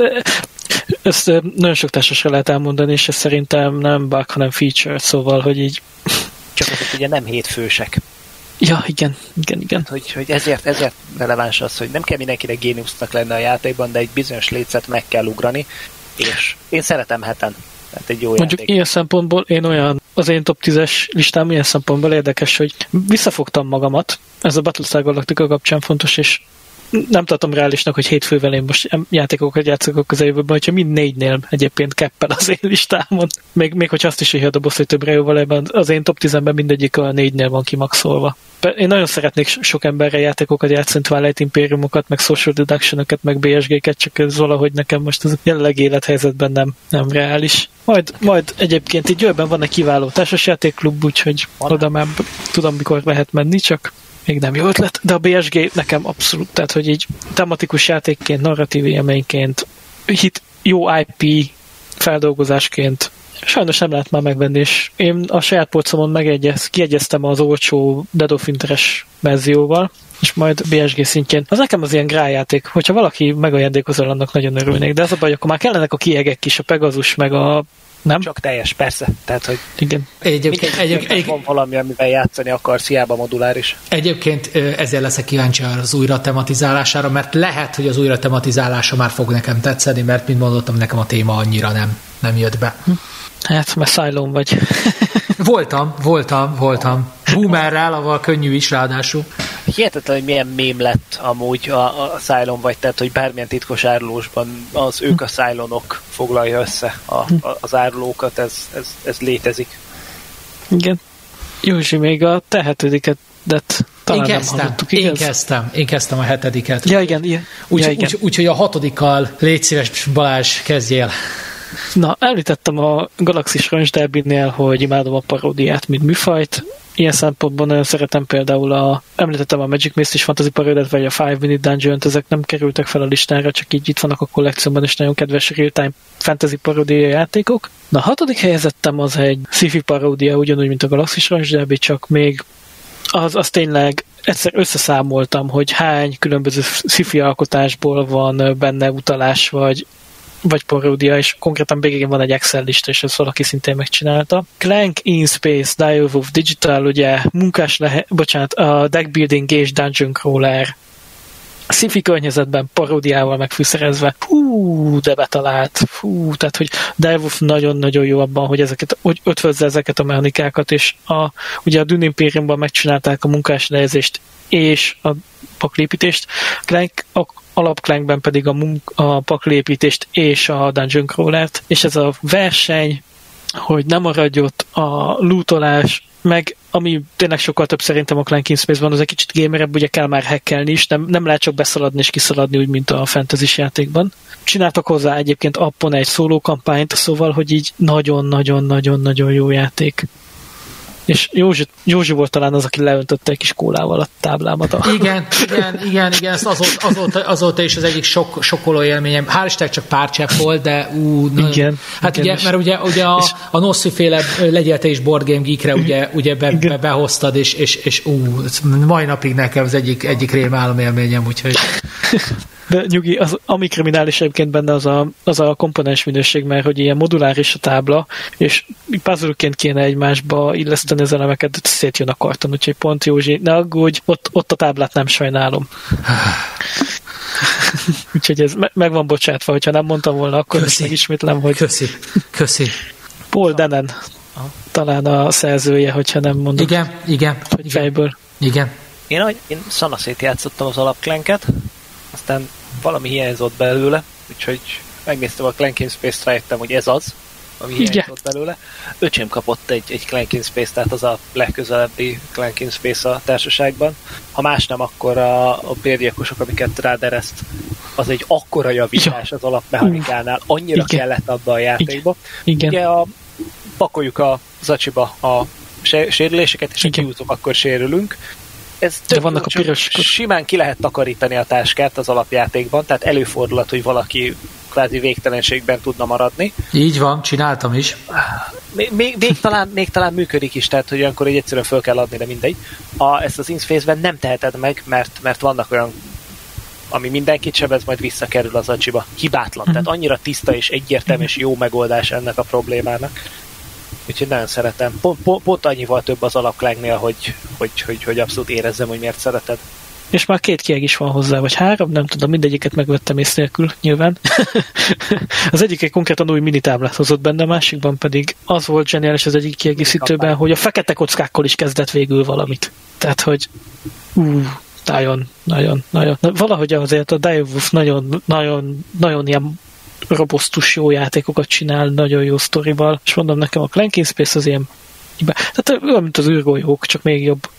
Ezt nagyon sok társasra lehet elmondani, és ez szerintem nem bug, hanem feature, szóval, hogy így... Csak azok ugye nem hétfősek. Ja, igen, igen, igen. Hogy, hogy ezért, ezért releváns az, hogy nem kell mindenkinek géniusznak lenni a játékban, de egy bizonyos lécet meg kell ugrani, és én szeretem heten. Tehát egy jó Mondjuk játék. Ilyen szempontból én olyan, az én top tízes listám ilyen szempontból érdekes, hogy visszafogtam magamat, ez a Battlestar Galactica kapcsán fontos, és nem tartom reálisnak, hogy hétfővel én most játékokat játszok a közeljövőben, hogyha mind négynél egyébként keppel az én listámon. Még, még hogyha azt is, hogy a doboz, hogy többre jó valójában, az én top tízben mindegyik a négynél van kimaxolva. Én nagyon szeretnék sok emberrel játékokat játszani, Twilight Imperiumokat, meg Social Deduction-öket, meg bé es géket, csak ez valahogy nekem most az jelenleg élethelyzetben nem, nem reális. Majd, majd egyébként így Győrben van egy kiváló társasjátékklub, úgyhogy van. Oda már tudom, mikor lehet menni, csak még nem jó ötlet, de a bé es gé nekem abszolút, tehát hogy így tematikus játékként, narratív élményként, hit, jó i pé feldolgozásként sajnos nem lehet már megvenni, és én a saját polcomon megegyez, kiegyeztem az olcsó Dead of Winter-es verzióval, és majd bé es gé szintjén. Az nekem az ilyen grájáték, hogyha valaki megajándékozol, annak nagyon örülnék, de az a baj, akkor már kellenek a kiegek is, a Pegasus, meg a nem? Csak teljes, persze. Tehát, hogy igen. Egyébként, egyébként van valami, amivel játszani akarsz, hiába moduláris. Egyébként ezért leszek kíváncsi az újra tematizálására, mert lehet, hogy az újra tematizálása már fog nekem tetszeni, mert, mint mondottam, nekem a téma annyira nem, nem jött be. Hát, mert Cylon vagy. Voltam, voltam, voltam. Boomerrel, avval könnyű is ráadásul. Hihetetlen, hogy milyen mém lett amúgy a, a Cylon vagy, tehát, hogy bármilyen titkos árulósban az ők a Cylonok foglalja össze a, a, az árulókat, ez, ez, ez létezik. Igen. Józsi, még a te hetediket talán én kezdtem, nem hallottuk, én kezdtem, én kezdtem a hetediket. Ja, igen, igen. Úgy, ja, igen. úgy, úgy, hogy a hatodikkal légy szíves, Balázs, kezdjél. Na, említettem a Galaxis Ranch Derby-nél, hogy imádom a paródiát, mint műfajt. Ilyen szempontból nagyon szeretem például a, említettem a Magic Mystery Fantasy paródiát, vagy a Five Minute Dungeon-t, ezek nem kerültek fel a listára, csak így itt vannak a kollekcióban, és nagyon kedves real-time fantasy paródia játékok. Na, a hatodik helyezettem az egy sci-fi paródia, ugyanúgy, mint a Galaxis Ranch Derby, csak még az, az tényleg egyszer összeszámoltam, hogy hány különböző sci-fi alkotásból van benne utalás, vagy, vagy paródia, és konkrétan végén van egy Excel lista, és ezt valaki szintén megcsinálta. Clank in Space, Dire of Digital, ugye munkás lehet, bocsánat, a deckbuilding és dungeon crawler sci-fi környezetben paródiával megfűszerezve. Hú, de betalált. Hú, tehát, hogy Direwolf nagyon-nagyon jó abban, hogy ezeket, hogy ötvözze ezeket a mechanikákat, és a, ugye a Dune Imperiumban megcsinálták a munkás lejezést és a paklépítést. Clank, a alapklankben pedig a, munk, a paklépítést és a dungeon crawlert, és ez a verseny, hogy nem maradj ott a lootolás, meg ami tényleg sokkal több szerintem a Clank in Space-ban, az egy kicsit gamerebb, ugye kell már hackelni is, nem, nem lehet csak beszaladni és kiszaladni úgy, mint a fantasy játékban. Csináltak hozzá egyébként appon egy szóló kampányt, szóval, hogy így nagyon-nagyon-nagyon-nagyon jó játék. És Józsi, Józsi volt talán az, aki leöntötte egy kis kólával a táblámat. A... Igen, igen, igen, igen, ez azóta, azóta, azóta is az egyik sok, sokkoló élményem. Hál' Istennek csak pár csepp volt, de ú, igen, hát igen, ugye, mert ugye, ugye a, a Nossi-féle Legyél te is Board Game Geekre ugye, ugye be, be, behoztad, és, és, és ú, mai napig nekem az egyik, egyik rémálom élményem, úgyhogy... De nyugi, az, ami kriminális egyébként benne az a, az a komponens minőség, mert hogy ilyen moduláris a tábla, és puzzle-ként kéne egymásba illeszteni az elemeket, szétjön a karton, úgyhogy pont Józsi, ne aggódj, ott, ott a táblát nem sajnálom. Úgyhogy ez me- meg van bocsátva, hogyha nem mondtam volna, akkor ezt megismétlem, hogy... Köszi, köszi. Paul Dennen talán a szerzője, hogyha nem mondom. Igen, igen. Hogy fejből. Igen. Én, én szanaszét játszottam az alapklenket, aztán valami hiányzott belőle, úgyhogy megnéztem a Clank in Space-t, rájöttem, hogy ez az, ami hiányzott belőle. Öcsém kapott egy, egy Clank in Space, tehát az a legközelebbi Clank in Space a társaságban. Ha más nem, akkor a, a bérgyilkosok, amiket rádereszt, az egy akkora javítás az alapmechanikánál, annyira igen. kellett abba a játékba. Igen. Ugye a, pakoljuk a zacsiba a sérüléseket, és ha kiúzunk, akkor sérülünk. Ez de vannak a piros... Simán ki lehet takarítani a táskát az alapjátékban, tehát előfordulhat, hogy valaki kvázi végtelenségben tudna maradni. Így van, csináltam is. Még, még, még, talán, még talán működik is, tehát hogy olyankor egy egyszerűen föl kell adni, de mindegy. A, ezt az InSpace-ben nem teheted meg, mert, mert vannak olyan, ami mindenkit sebez, majd visszakerül az acsiba. Hibátlan, mm-hmm. tehát annyira tiszta és egyértelmű és jó megoldás ennek a problémának. Úgyhogy nagyon szeretem. Pont, pont, pont annyival több az alapklánknél, hogy, hogy, hogy, hogy abszolút érezzem, hogy miért szereted. És már két kieg is van hozzá, vagy három, nem tudom, mindegyiket megvettem ész nélkül, nyilván. Az egyik konkrétan új minitáblát hozott benne, a másikban pedig az volt zseniális az egyik kiegészítőben, hogy a fekete kockákkal is kezdett végül valamit. Tehát, hogy ú, nagyon, nagyon, nagyon. Valahogy azért a Direwolf nagyon, nagyon, nagyon ilyen robosztus jó játékokat csinál, nagyon jó sztorival, és mondom nekem a Clank in Space az ilyen tehát olyan, mint az űrgolyók, csak még jobb.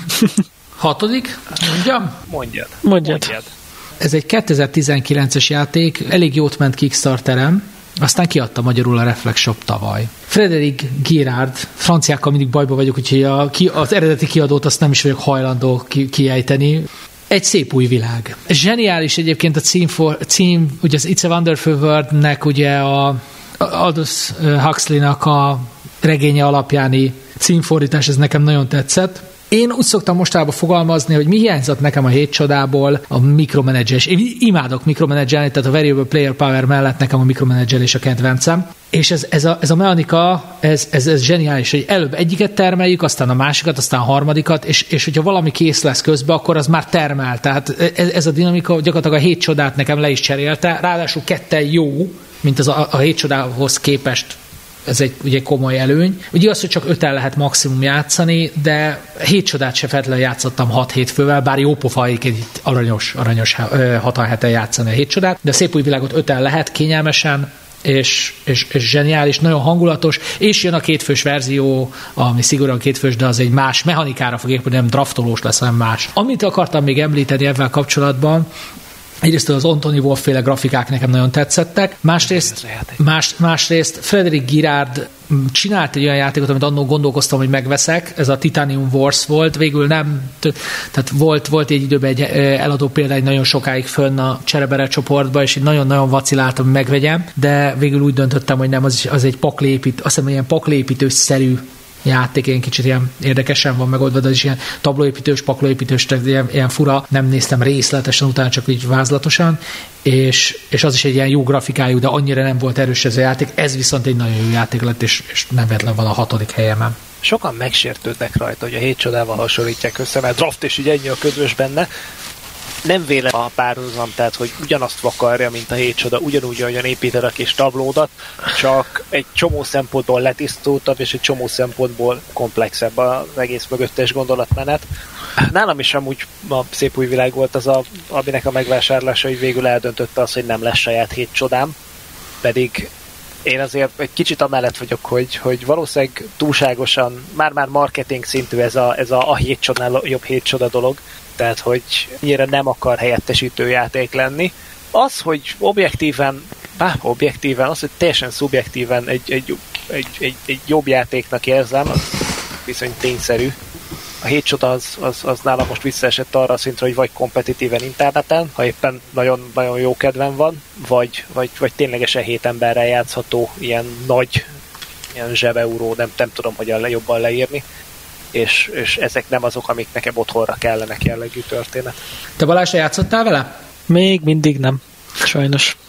Hatodik? Mondjam? Mondjad. Mondjad. Mondjad. Ez egy kétezer-tizenkilences játék, elég jót ment Kickstarterem, aztán kiadta magyarul a Reflex Shop tavaly. Frédéric Girard, franciákkal mindig bajba vagyok, úgyhogy a, ki, az eredeti kiadót azt nem is vagyok hajlandó ki, kiejteni. Egy szép új világ. Zseniális egyébként a cím, for, cím ugye az It's a Wonderful World-nek ugye a Aldous Huxley-nak a regénye alapjáni címfordítás, ez nekem nagyon tetszett. Én úgy szoktam mostában fogalmazni, hogy mi hiányzott nekem a hét csodából, a mikromenedzselés. Én imádok mikromenedzselni, tehát a Variable Player Power mellett nekem a mikromenedzselés a kedvencem. És ez, ez, a, ez a mechanika, ez, ez, ez zseniális, hogy előbb egyiket termeljük, aztán a másikat, aztán a harmadikat, és, és hogyha valami kész lesz közben, akkor az már termel. Tehát ez, ez a dinamika gyakorlatilag a hét csodát nekem le is cserélte, ráadásul ketten jó, mint az a, a hét csodához képest. Ez egy ugye komoly előny. Ugye az, hogy csak öten lehet maximum játszani, de hét csodát se feltétlenül játszottam hat-hét fővel, bár jó pofa itt aranyos, aranyos hatan heten játszani a hét csodát, de a szép új világot öten lehet kényelmesen, és, és, és zseniális, nagyon hangulatos, és jön a kétfős verzió, ami szigorúan kétfős, de az egy más mechanikára fog épülni, nem draftolós lesz, hanem más. Amit akartam még említeni ebben kapcsolatban, egyrészt az Anthony Wolff-féle grafikák nekem nagyon tetszettek, másrészt, más, másrészt Frédéric Girard csinált egy olyan játékot, amit annól gondolkoztam, hogy megveszek, ez a Titanium Wars volt, végül nem, tehát volt, volt egy időben egy eladó példány nagyon sokáig fönn a Cserebere csoportban, és így nagyon-nagyon vaciláltam, hogy megvegyem, de végül úgy döntöttem, hogy nem, az, az egy paklépít, azt hiszem, ilyen paklépítőszerű játék, ilyen kicsit ilyen érdekesen van megoldva, de is ilyen tablóépítős, paklóépítős, tehát ilyen, ilyen fura, nem néztem részletesen utána, csak így vázlatosan, és, és az is egy ilyen jó grafikájú, de annyira nem volt erős ez a játék, ez viszont egy nagyon jó játék lett, és, és nem véletlen van a hatodik helyemen. Sokan megsértődnek rajta, hogy a hét csodával hasonlítják össze, mert draft és így ennyi a közös benne. Nem véletlen a párhuzam, tehát hogy ugyanazt vakarja, mint a hét csoda, ugyanúgy olyan építed a kis tablódat, csak egy csomó szempontból letisztultabb, és egy csomó szempontból komplexebb az egész mögöttes gondolatmenet. Nálam is amúgy a Szép új világ volt az, a, aminek a megvásárlása, hogy végül eldöntötte azt, hogy nem lesz saját hét csodám, pedig én azért egy kicsit amellett vagyok, hogy, hogy valószínűleg túlságosan, már-már marketing szintű ez a, ez a, a hét csodánál jobb hét csoda dolog, tehát hogy nyilván nem akar helyettesítő játék lenni. Az, hogy objektíven, bár objektíven, az, hogy teljesen szubjektíven egy, egy, egy, egy, egy jobb játéknak érzem, az viszont tényszerű. A hét csoda az, az, az nálam most visszaesett arra a szintre, hogy vagy kompetitíven interneten, ha éppen nagyon, nagyon jó kedvem van, vagy, vagy, vagy ténylegesen hét emberrel játszható, ilyen nagy, ilyen zsebeuró, nem, nem tudom, hogyan le, jobban leírni. És, és ezek nem azok, amik nekem otthonra kellenek jellegű történet. Te Balázs, játszottál vele? Még mindig nem. Sajnos.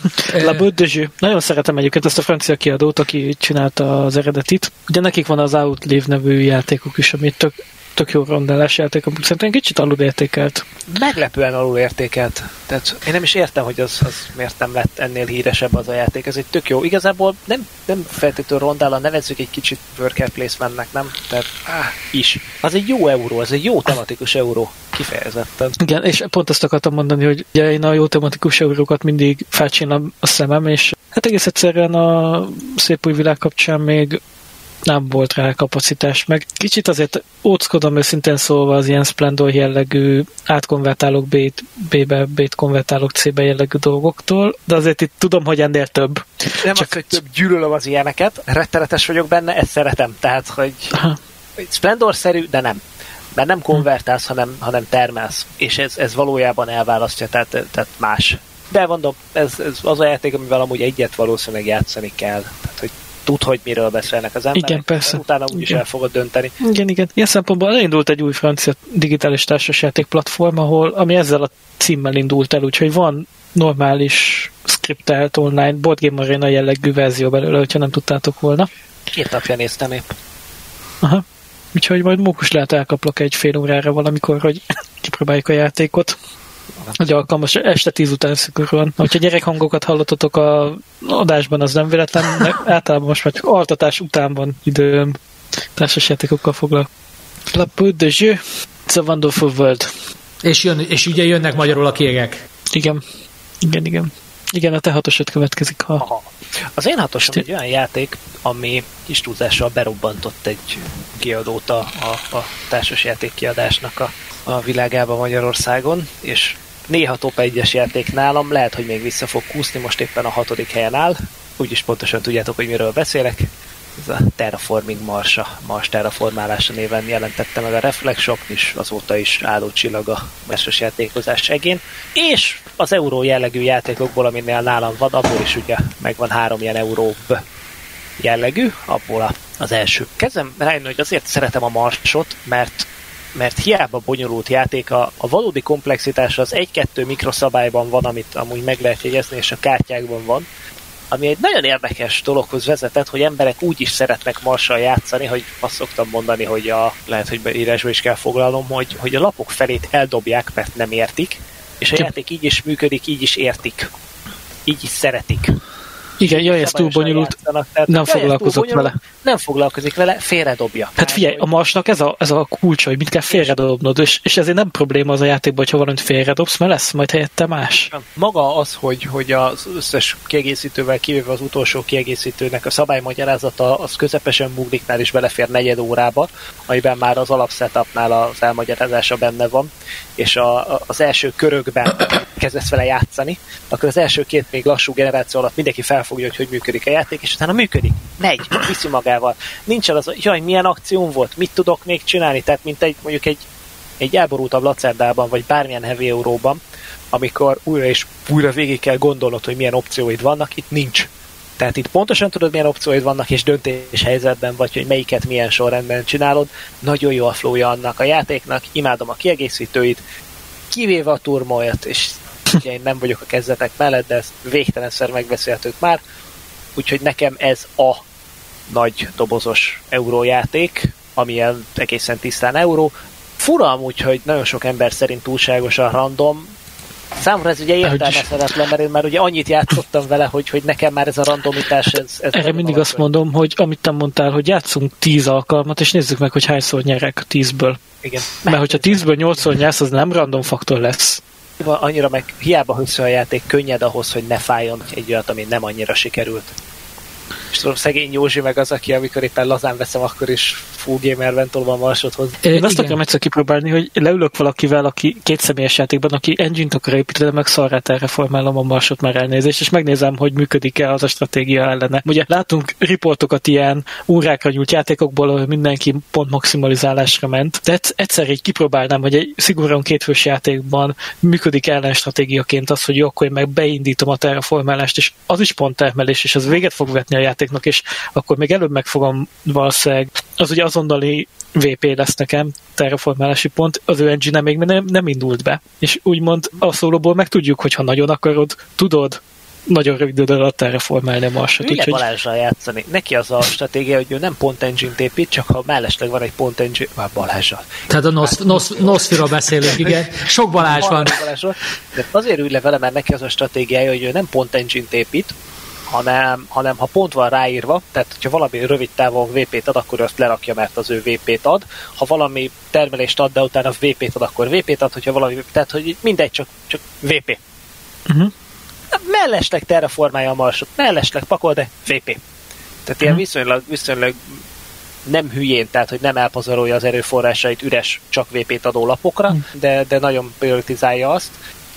La Botte de Jeu. Nagyon szeretem egyébként ezt a francia kiadót, aki csinálta az eredetit. Ugye nekik van az Outlive nevű játékuk is, amit tök, tök jó rondellás játék, amúgy szerintem kicsit alulértékelt. Meglepően alulértékelt. Tehát én nem is értem, hogy az, az miért nem lett ennél híresebb az a játék. Ez egy tök jó. Igazából nem, nem feltétlenül rondállal, nevezzük egy kicsit worker placementnek, nem? Tehát áh, is. Az egy jó euró, az egy jó tematikus euró. Kifejezetten. Igen, és pont azt akartam mondani, hogy ugye én a jó tematikus eurókat mindig felcsinálom a szemem, és hát egész egyszerűen a Szép új világ kapcsán még nem volt rá kapacitás, meg kicsit azért óckodom őszintén szólva az ilyen Splendor jellegű átkonvertálok B-be, B-t konvertálok C-be jellegű dolgoktól, de azért itt tudom, hogy ennél több. Nem csak az, hogy több gyűlölöm az ilyeneket, rettenetes vagyok benne, ezt szeretem, tehát, hogy, hogy Splendor-szerű, de nem. Mert nem konvertálsz, hanem, hanem termelsz, és ez, ez valójában elválasztja, tehát, tehát más. De mondom, ez, ez az a játék, amivel amúgy egyet valószínűleg játszani kell. Tehát, hogy tud, hogy miről beszélnek az emberek. Igen, persze. Utána úgyis el fogod dönteni. Igen, igen. Ilyen szempontból elindult egy új francia digitális társasjáték platform, ahol, ami ezzel a címmel indult el, úgyhogy van normális scriptelt online Board Game Arena jellegű verzió belőle, hogyha nem tudtátok volna. Két napja néztem épp. Aha. Úgyhogy majd mókus lehet elkaplak egy fél órára valamikor, hogy kipróbáljuk a játékot. Hogy alkalmas, este tíz után szükörön. Ha gyerekhangokat hallottatok a adásban, az nem véletlen, általában most már csak altatás után van időm társasjátékokkal foglalkozni. La Botte de Jeu, It's a Wonderful World. És, jön, és ugye jönnek magyarul a kiegek. Igen, igen, igen. Igen, a te hatosod következik. Ha... Aha. Az én hatosom egy olyan játék, ami kis túlzással berobbantott egy kiadót a, a, a társasjáték kiadásnak a, a világában Magyarországon, és néha top egyes játék nálam, lehet, hogy még vissza fog kúszni, most éppen a hatodik helyen áll, úgyis pontosan tudjátok, hogy miről beszélek. Ez a Terraforming Mars, a Mars terraformálása néven jelentette meg a Reflex Shop, és azóta is álló csillag a messzes játékozás egén. És az euró jellegű játékokból, aminél nálam van, abból is ugye megvan három ilyen euróbb jellegű, abból az első. Kezdem rájönni, hogy azért szeretem a Marsot, mert mert hiába bonyolult játék, a, a valódi komplexitása az egy-kettő mikroszabályban van, amit amúgy meg lehet jegyezni, és a kártyákban van, ami egy nagyon érdekes dologhoz vezetett, hogy emberek úgy is szeretnek Marssal játszani, hogy azt szoktam mondani, hogy a, lehet, hogy írásba is kell foglalnom, hogy, hogy a lapok felét eldobják, mert nem értik, és a játék így is működik, így is értik. Így is szeretik. Igen, jaj, ez túl bonyolult, tehát, nem foglalkozott vele. Nem foglalkozik vele, félredobja. Hát figyelj, a Marsnak ez a, ez a kulcsa, hogy mit kell félredobnod, és, és ezért nem probléma az a játékban, hogyha valamit félredobsz, mert lesz majd helyette más. Maga az, hogy, hogy az összes kiegészítővel kivéve az utolsó kiegészítőnek a szabálymagyarázata az közepesen Mugliknál is belefér negyed órába, amiben már az alapsetupnál az elmagyarázása benne van, és a, az első körökben kezdesz vele játszani, akkor az első két még lassú generáció alatt mindenki felfogja, hogy hogy működik a játék, és utána működik. Megy, viszi magával. Nincsen az, jaj, milyen akción volt, mit tudok még csinálni, tehát mint egy, mondjuk egy, egy elborultabb lacerdában, vagy bármilyen heavy euróban, amikor újra és újra végig kell gondolnod, hogy milyen opcióid vannak, itt nincs. Tehát itt pontosan tudod, milyen opcióid vannak, és döntés helyzetben vagy, hogy melyiket milyen sorrendben csinálod. Nagyon jó a flowja annak a játéknak, imádom a kiegészítőit, kivéve a turmoilt, és ugye én nem vagyok a kezdetek mellett, de ezt végtelenszer megbeszéltük már, úgyhogy nekem ez a nagy dobozos eurójáték, amilyen egészen tisztán euró. Fura amúgy, hogy nagyon sok ember szerint túlságosan random. Számomra ez ugye értelmezhetetlen, mert én már ugye annyit játszottam vele, hogy, hogy nekem már ez a randomitás, ez... ez Erre mindig azt mondom, hogy amit te mondtál, hogy játszunk tíz alkalmat, és nézzük meg, hogy hányszor nyerek a tízből. Igen. Mert hogyha tízből nyolcszor nyersz, az nem random faktor lesz. Annyira meg hiába hosszú a játék, könnyed ahhoz, hogy ne fájjon egy olyat, ami nem annyira sikerült. És tudom, szegény Józsi meg az, aki amikor éppen lazán veszem, akkor is full gamerben tolva a marsodhoz. Én azt akarom egyszer kipróbálni, hogy leülök valakivel, aki két személyes játékban, aki engine-t akar építeni, meg szarrát elreformálom a marsot már elnézést, és megnézem, hogy működik-e az a stratégia ellene. Ugye látunk riportokat ilyen órákra nyúlt játékokból, ahol mindenki pont maximalizálásra ment, de egyszer így kipróbálnám, hogy egy szigorúan kétfős játékban működik ellenstratégiaként az, hogy jó, akkor én meg beindítom a terraformálást, és az is pont termelés, és az véget fog vetni a játéknak, és akkor még előbb meg fogom valószínűleg, az ugye azonnali vé pé lesz nekem, terraformálási pont, az ő engine még nem, nem indult be. És úgymond a szólóból meg tudjuk, hogy ha nagyon akarod, tudod nagyon rövid idő alatt terraformálni a marsot. Ülj le Balázsral játszani. Neki az a stratégia, hogy ő nem pont engine-t épít, csak ha mellesleg van egy pont engine, már Balázsral. Tehát a Nosfiról beszélünk, igen. Sok Balázs van. De azért ülj le vele, mert neki az a stratégiája, hogy ő nem pont engine-t épít, hanem, hanem ha pont van ráírva, tehát hogyha valami rövid távon vé pét ad, akkor azt lerakja, mert az ő vé pét ad. Ha valami termelést ad, de utána vé pét ad, akkor vé pét ad, hogyha valami, tehát hogy mindegy, csak, csak vé pé. Uh-huh. Mellesleg terraformálja a marsot, mellesleg pakol, de vé pé. Tehát uh-huh. ilyen viszonylag, viszonylag nem hülyén, tehát hogy nem elpazarolja az erőforrásait üres, csak vé pét adó lapokra, uh-huh. de, de nagyon prioritizálja azt,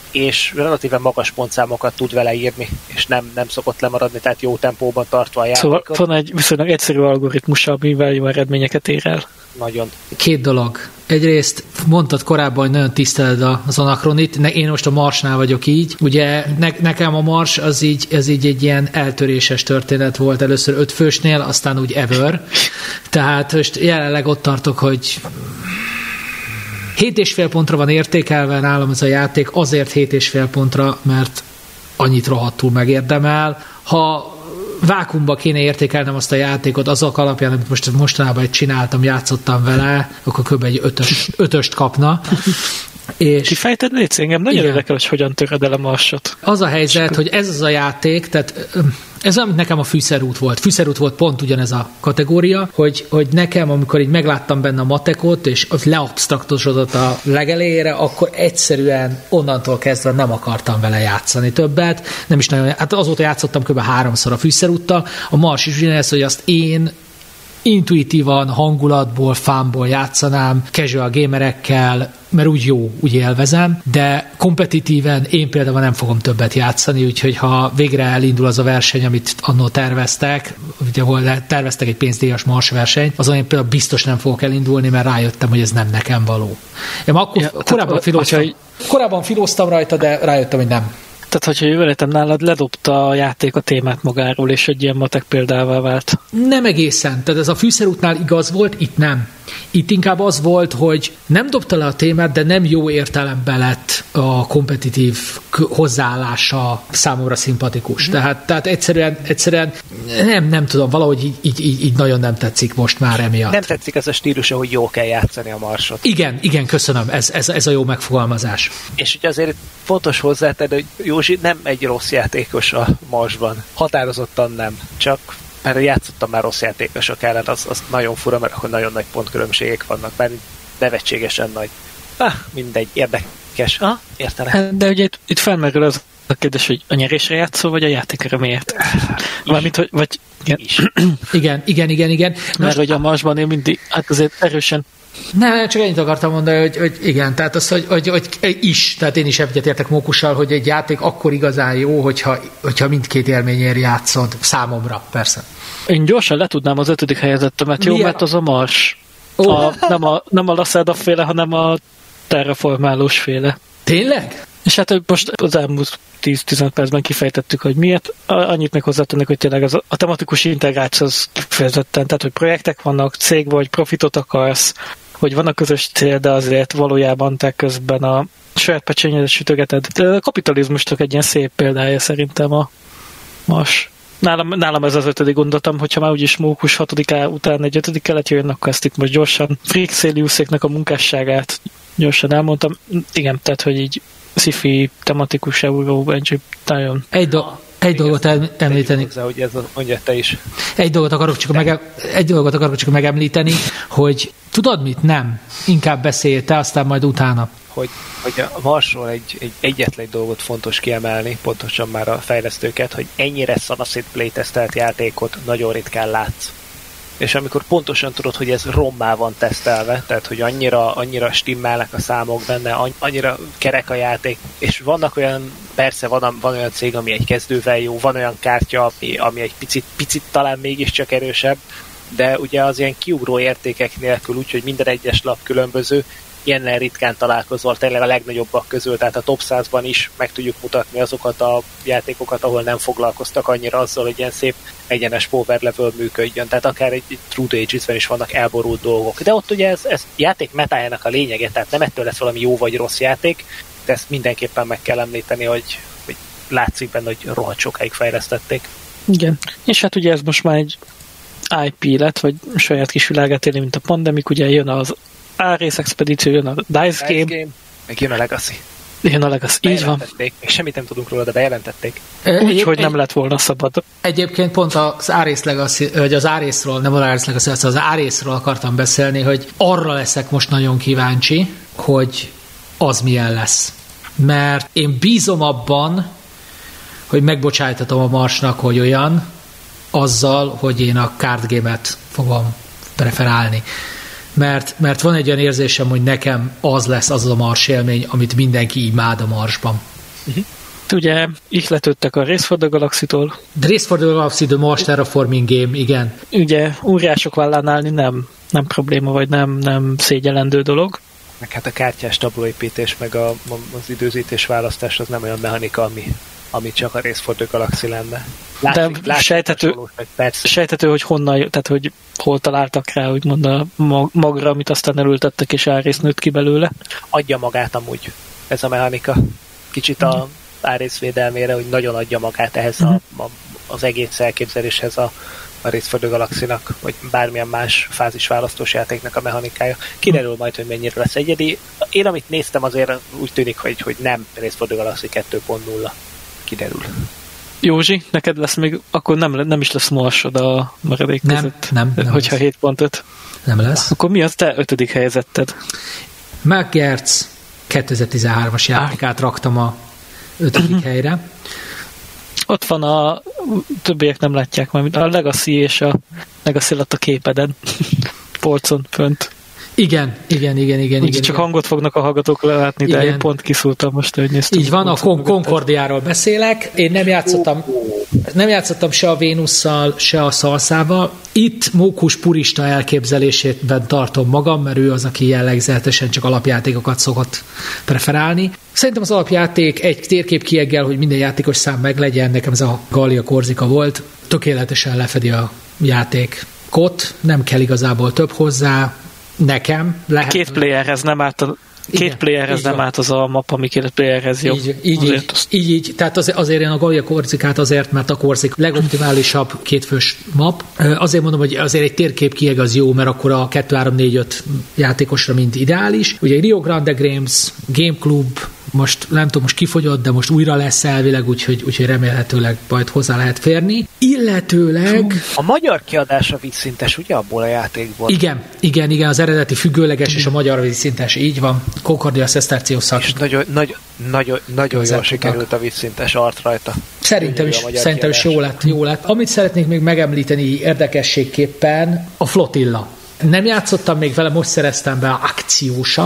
és relatíven magas pontszámokat tud vele írni, és nem, nem szokott lemaradni, tehát jó tempóban tartva a játékot. Szóval van egy viszonylag egyszerű algoritmus, amivel jó eredményeket ér el. Nagyon. Két dolog. Egyrészt mondtad korábban, hogy nagyon tiszteled az Anachronit, én most a Marsnál vagyok így. Ugye ne, nekem a Mars az így, ez így egy ilyen eltöréses történet volt először öt fősnél, aztán úgy ever. Tehát most jelenleg ott tartok, hogy hét és fél pontra van értékelve nálam ez a játék, azért hét és fél pontra, mert annyit rohadtul megérdemel. Ha vákumba kéne értékelnem azt a játékot azok alapján, amit most mostanában csináltam, játszottam vele, akkor kb. Egy ötös, ötöst kapna. És kifejted, légy, engem nagyon érdekel, hogy hogyan töröd el a Marsot. Az a helyzet, hogy ez az a játék, tehát ez amit nekem a fűszerút volt. Fűszerút volt pont ugyanez a kategória, hogy, hogy nekem, amikor így megláttam benne a matekot, és az leabstraktosodott a legelejére, akkor egyszerűen onnantól kezdve nem akartam vele játszani többet. Nem is nagyon, hát azóta játszottam kb. háromszor a fűszerúttal. A Mars is ugyanez, hogy azt én intuitívan, hangulatból, fánból játszanám, casual gamerekkel, mert úgy jó, úgy élvezem, de kompetitíven én például nem fogom többet játszani, úgyhogy ha végre elindul az a verseny, amit annól terveztek, ugye, ahol terveztek egy pénzdíjas Mars versenyt, azon én például biztos nem fogok elindulni, mert rájöttem, hogy ez nem nekem való. Én akkor ja, korábban, filóztam, hogy... korábban filóztam rajta, de rájöttem, hogy nem. Tehát, hogyha jövő héten nálad ledobta a játék a témát magáról, és egy ilyen matek példává vált. Nem egészen. Tehát ez a fűszerútnál igaz volt, itt nem. Itt inkább az volt, hogy nem dobta le a témát, de nem jó értelemben lett a kompetitív hozzáállása számomra szimpatikus. Mm. Tehát, tehát egyszerűen, egyszerűen nem, nem tudom, valahogy így, így, így, így nagyon nem tetszik most már emiatt. Nem tetszik ez a stílusa, hogy jó kell játszani a Marsot. Igen, igen, köszönöm. Ez, ez, ez a jó megfogalmazás. És ugye azért fontos hozzátenni, hogy Józsi nem egy rossz játékos a Marsban. Határozottan nem. Csak mert játszottam már rossz játékosok ellen, az, az nagyon fura, mert akkor nagyon nagy pontkülönbségek vannak, mert nevetségesen nagy. Ah, mindegy, érdekes. Ah, értelem. De ugye itt, itt felmerül az a kérdés, hogy a nyerésre játszol, vagy a játékra miért? Valamint, hogy, vagy... Igen. igen, igen, igen, igen. Mert hogy a Marsban én mindig, hát azért erősen Nem, csak ennyit akartam mondani, hogy, hogy igen, tehát az, hogy, hogy, hogy is, tehát én is egyetértek Mókussal, hogy egy játék akkor igazán jó, hogyha, hogyha mindkét élményért játszod, számomra, persze. Én gyorsan letudnám az ötödik helyezettemet, jó, mert az a Mars. Oh. A, nem a, nem a Lacerda féle, hanem a terraformálós féle. Tényleg? És hát most az elmúlt tíz-tizenöt percben kifejtettük, hogy miért. Annyit meg hozzátennék, hogy tényleg az a tematikus integráció az kifejezetten, tehát hogy projektek vannak, cég vagy, profitot akarsz, hogy van a közös cél, de azért valójában te közben a saját pecsényedet sütögeted. A kapitalizmusnak egy ilyen szép példája szerintem a Mars. Nálam, nálam ez az ötödik gondolatom, hogyha már úgyis Mókus hatodiká után egy ötödik kelet jön, akkor ezt itt most gyorsan Frixeliuszéknek a munkásságát gyorsan elmondtam. Igen, tehát, hogy így sci-fi tematikus Euró Egypt nagyon. Egy, do- egy dolgot el- említeni. Hozzá, hogy ez mondja te is. Egy dolgot akarok csak, mege- egy dolgot akarok csak megemlíteni, hogy tudod mit? Nem. Inkább beszélj te, aztán majd utána. Hogy, hogy a Marsról egy, egy egyetlen dolgot fontos kiemelni, pontosan már a fejlesztőket, hogy ennyire szanaszét playtesztelt játékot nagyon ritkán látsz. És amikor pontosan tudod, hogy ez rommá van tesztelve, tehát hogy annyira, annyira stimmelnek a számok benne, annyira kerek a játék, és vannak olyan, persze van, van olyan cég, ami egy kezdővel jó, van olyan kártya, ami, ami egy picit, picit talán mégiscsak erősebb, de ugye az ilyen kiugró értékek nélkül, úgyhogy minden egyes lap különböző, ilyennel ritkán találkozol, tényleg a legnagyobbak közül, tehát a top százban is meg tudjuk mutatni azokat a játékokat, ahol nem foglalkoztak annyira azzal, hogy ilyen szép egyenes power level működjön, tehát akár egy, egy True to Ages-ben is vannak elborult dolgok. De ott ugye ez, ez játék metájának a lényege, tehát nem ettől lesz valami jó vagy rossz játék, de ezt mindenképpen meg kell említeni, hogy, hogy látszik benne, hogy rohadt sokáig fejlesztették. Igen, és hát ugye ez most már egy i pé lett, vagy saját kis világát élni, mint a Pandemic, ugye jön az Ares Expedíció, jön a Dice, Dice Game, Game, meg jön a Legacy. Jön a Legacy, így van. Még semmit nem tudunk róla, de bejelentették. Úgyhogy nem lett volna szabad. Egyébként pont az Ares Legacy, vagy az Aresról, nem az Ares Legacy, az Aresról akartam beszélni, hogy arra leszek most nagyon kíváncsi, hogy az milyen lesz. Mert én bízom abban, hogy megbocsájtatom a Marsnak, hogy olyan, azzal, hogy én a card game-et fogom preferálni. Mert, mert van egy olyan érzésem, hogy nekem az lesz az a Mars élmény, amit mindenki imád a Marsban. Uh-huh. Ugye ihletődtek a Race for the Galaxy-tól. The Race for the Galaxy, the Mars Terraforming Game, igen. Ugye óriások vállán állni nem, nem probléma, vagy nem, nem szégyellendő dolog. Meg hát a kártyás tablóépítés, meg a, az időzítés választás az nem olyan mechanika, ami, ami csak a Race for the Galaxy lenne. Látszik, de látszik sejtető, sejtető, hogy honnan, tehát hogy hol találtak rá, úgymond a magra, amit aztán elültettek, és Ares nőtt ki belőle. Adja magát amúgy ez a mechanika. Kicsit a Ares védelmére, hogy nagyon adja magát ehhez a, a, az egész elképzeléshez a, a Race for the Galaxy-nak, vagy bármilyen más fázisválasztós játéknak a mechanikája. Kiderül majd, hogy mennyire lesz egyedi. Én, amit néztem, azért úgy tűnik, hogy, hogy nem Race for the Galaxy kettő pont nulla. Kiderül. Józsi, neked lesz még, akkor nem, nem is lesz morsod a maradék nem, között. Nem, nem. Hogyha hét pont öt. Nem lesz. Akkor mi az te ötödik helyezetted? McGertz kétezer-tizenhármas játékát raktam a ötödik helyre. Ott van a többiek nem látják majd, a Legacy és a Legacy lett a képeden. Polcon fönt. Igen, igen, igen, igen. igen csak igen. hangot fognak a hallgatók látni, de igen. Én pont kiszúrtam most, hogy néztem. Így van, a Con- Concordiáról beszélek. Én nem játszottam, nem játszottam se a Vénusszal, se a Szalszával. Itt Mókus purista elképzelésében tartom magam, mert ő az, aki jellegzetesen csak alapjátékokat szokott preferálni. Szerintem az alapjáték egy térkép kieggel, hogy minden játékos szám meglegyen. Nekem ez a Gallia Korsika volt. Tökéletesen lefedi a játékot, nem kell igazából több hozzá. Nekem lehet. Két playerhez nem állt a Két igen, playerhez nem állt az a map, ami két playerhez jobb. Így, így, így, így, így. Tehát az, azért én a Gallia Korzikát azért, mert a Korzik legoptimálisabb kétfős map. Azért mondom, hogy azért egy térkép kieg az jó, mert akkor a kettő három négy öt játékosra mind ideális. Ugye Rio Grande Games, Game Club, most nem tudom, most kifogyott, de most újra lesz elvileg, úgyhogy, úgyhogy remélhetőleg majd hozzá lehet férni. Illetőleg... A magyar kiadása vízszintes, ugye abból a játékból? Igen, igen, igen, az eredeti függőleges igen. És a magyar vízszintes, így van. Concordia Sesterciosszal. És nagyon, nagyon, nagyon, nagyon jól sikerült a vízszintes art rajta. Szerintem is, szerintem is jó lett, jó lett. Amit szeretnék még megemlíteni érdekességképpen, a Flotilla. Nem játszottam még vele, most szereztem be akciósan,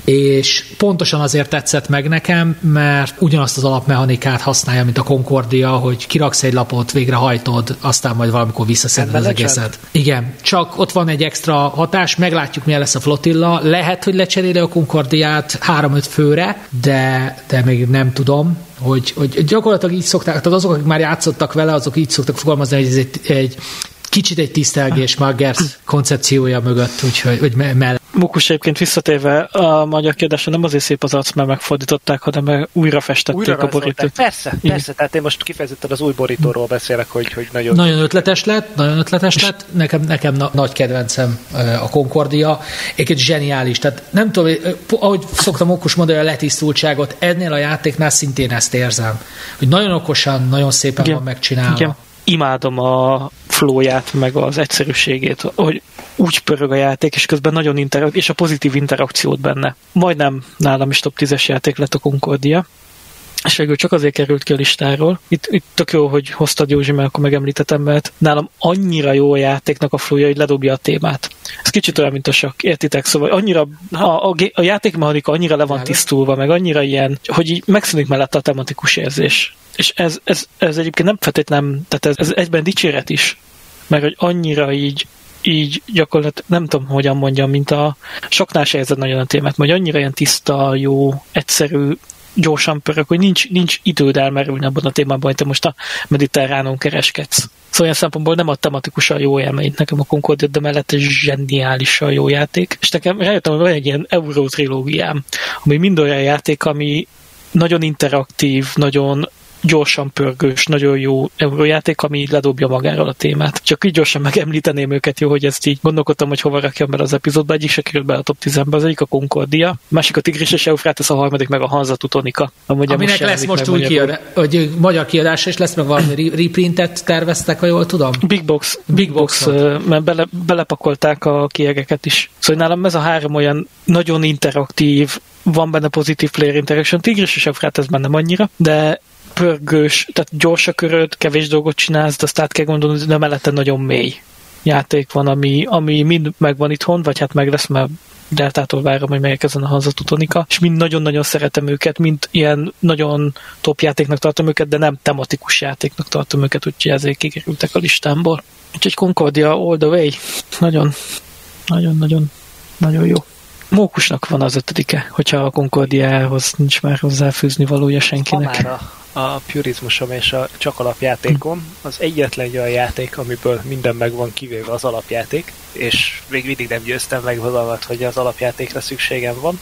és pontosan azért tetszett meg nekem, mert ugyanazt az alapmechanikát használja, mint a Concordia, hogy kiraksz egy lapot, végrehajtod, aztán majd valamikor visszaszeded az egészet. Igen, csak ott van egy extra hatás, meglátjuk, milyen lesz a flotilla. Lehet, hogy lecseréli a Concordiát három-öt főre, de, de még nem tudom, hogy, hogy gyakorlatilag így szokták, tehát azok, akik már játszottak vele, azok így szoktak fogalmazni, hogy ez egy, egy kicsit egy tisztelgés már Gersz koncepciója mögött, úgyhogy hogy mellett. Mókus egyébként visszatérve a magyar kérdésre nem azért szép az arc, mert megfordították, hanem mert újra festették újra a borítót. Persze, Igen. persze, tehát én most kifejezetten az új borítóról beszélek, hogy, hogy nagyon... Nagyon ötletes lett, nagyon ötletes lett. Nekem, nekem na, nagy kedvencem a Concordia. Egyébként zseniális. Tehát nem tudom, ahogy szoktam Mókus mondani, a letisztultságot, ennél a játéknál szintén ezt érzem. Hogy nagyon okosan, nagyon szépen Igen. van megcsinálva. Igen. Imádom a flowját, meg az egyszerűségét, hogy úgy pörög a játék, és közben nagyon interak- és a pozitív interakciót benne. Majdnem nálam is top tízes játék lett a Concordia, és végül csak azért került ki a listáról. Itt, itt tök jó, hogy hoztad, Józsi, mert akkor megemlítettem, mert nálam annyira jó a játéknak a flowja, hogy ledobja a témát. Ez kicsit olyan, mint a sakk, értitek? Szóval annyira, a, a, a játékmechanika annyira le van tisztulva, meg annyira ilyen, hogy így megszűnik mellett a tematikus érzés. És ez, ez, ez egyébként nem feltétlenül, tehát ez, ez egyben dicséret is, mert hogy annyira így, így gyakorlatilag, nem tudom, hogyan mondjam, mint a soknál se érzed nagyon a témát, hogy annyira ilyen tiszta, jó, egyszerű, gyorsan pörög, hogy nincs, nincs időd elmerülni abban a témában, hogy te most a mediterránon kereskedsz. Szóval ilyen szempontból nem a tematikusan jó élményt nekem a Concordia, de mellette zseniálisan jó játék. És nekem rájöttem, hogy van egy ilyen eurotrilógiám, ami mind olyan játék, ami nagyon interaktív, nagyon gyorsan pörgős, nagyon jó eurójáték, ami így ledobja magáról a témát. Csak így gyorsan megemlíteném őket, jó, hogy ezt így gondolkodtam, hogy hova rakjam bele az epizódba. Egyik se került be a top tízbe, az egyik a Concordia, a másik a Tigris és Eufrates, a harmadik meg a Hansa Teutonica. Aminek most lesz most új kiadás, hogy magyar kiadása, és lesz meg valami reprintet terveztek, ha jól tudom? Big Box. Big Box, Box mert bele, belepakolták a kiegeket is. Szóval nálam ez a három olyan nagyon interaktív, van benne pozitív player interaction, Tigris és Eufrates benne annyira, de pörgős, tehát gyors a köröd, kevés dolgot csinálsz, de azt át kell gondolni, de mellette nagyon mély játék van, ami, ami mind megvan itthon, vagy hát meg lesz, mert Deltától várom, hogy megérkezzen a Hansa Teutonica, és mind nagyon-nagyon szeretem őket, mind ilyen nagyon top játéknak tartom őket, de nem tematikus játéknak tartom őket, úgyhogy ezért kikerültek a listámból. Úgyhogy Concordia all the way. Nagyon, nagyon-nagyon nagyon jó. Mókusnak van az ötödike, hogyha a Concordiához nincs már hozzáfűzni valója senkinek. Ha már a, a purizmusom és a csak alapjátékom az egyetlen olyan játék, amiből minden meg van kivéve az alapjáték, és még mindig nem győztem meg magamat, hogy az alapjátékra szükségem van.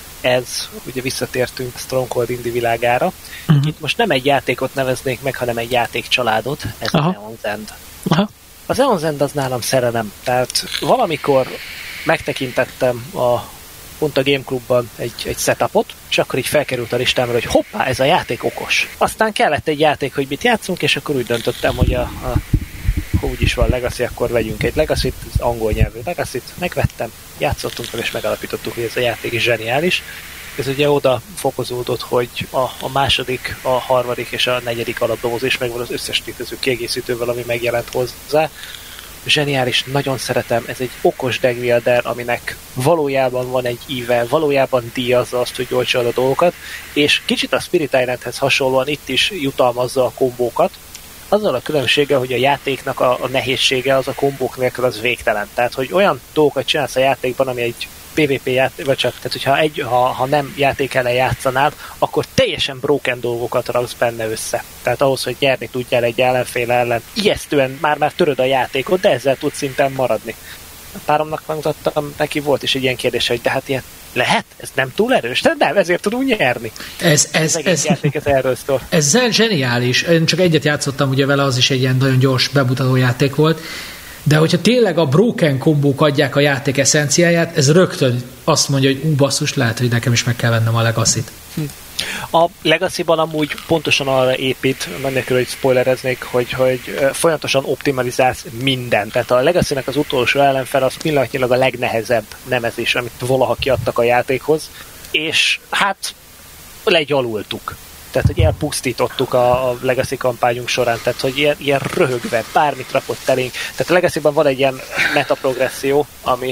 Ez, ugye visszatértünk Stronghold Indie világára. Uh-huh. Itt most nem egy játékot neveznék meg, hanem egy játékcsaládot, ez Aha. a Eon's End. Aha. Az Eon's End az nálam szerelem, tehát valamikor megtekintettem a pont a Game Clubban egy, egy setupot, és akkor így felkerült a listámra, hogy hoppá, ez a játék okos. Aztán kellett egy játék, hogy mit játszunk, és akkor úgy döntöttem, hogy a, a ha úgyis van Legacy, akkor vegyünk egy Legacy-t, az angol nyelvű Legacy-t, megvettem, játszottunk vele, és megalapítottuk, hogy ez a játék is zseniális. Ez ugye oda fokozódott, hogy a, a második, a harmadik és a negyedik alapdoboz is megvan az összes létező kiegészítővel, ami megjelent hozzá. Zseniális, nagyon szeretem, ez egy okos deckbuilder, aminek valójában van egy íve, valójában díjazza azt, hogy jól csinál a dolgokat, és kicsit a Spirit Islandhez hasonlóan itt is jutalmazza a kombókat, azzal a különbséggel, hogy a játéknak a, a nehézsége az a kombók nélkül az végtelen. Tehát, hogy olyan dolgokat csinálsz a játékban, ami egy pé vé pé játék, vagy csak, tehát hogyha egy, ha, ha nem játék ellen játszanál, akkor teljesen broken dolgokat raksz benne össze. Tehát ahhoz, hogy nyerni tudjál egy ellenfél ellen, ijesztően már-már töröd a játékot, de ezzel tudsz szinten maradni. A páromnak megmutattam, neki volt is egy ilyen kérdés, hogy de hát ilyen lehet? Ez nem túl erős? De nem, ezért tudunk nyerni. Ez, ez, ez, ez, ez, erről szól. Ez zseniális. Én csak egyet játszottam ugye vele, az is egy ilyen nagyon gyors bemutató játék volt. De hogyha tényleg a broken kombók adják a játék eszenciáját, ez rögtön azt mondja, hogy ú, basszus, lehet, hogy nekem is meg kell vennem a Legacy-t. Hm. A Legacy-ban amúgy pontosan arra épít, mennék hogy spoilereznék, hogy, hogy folyamatosan optimalizálsz mindent. Tehát a Legacy-nek az utolsó ellenfel az pillanatnyilag a legnehezebb nemezés, amit valaha kiadtak a játékhoz, és hát legyalultuk. Tehát, hogy elpusztítottuk a, a Legacy kampányunk során, tehát, hogy ilyen, ilyen röhögve, bármit rakott elénk. Tehát a Legacy-ban van egy ilyen metaprogresszió, ami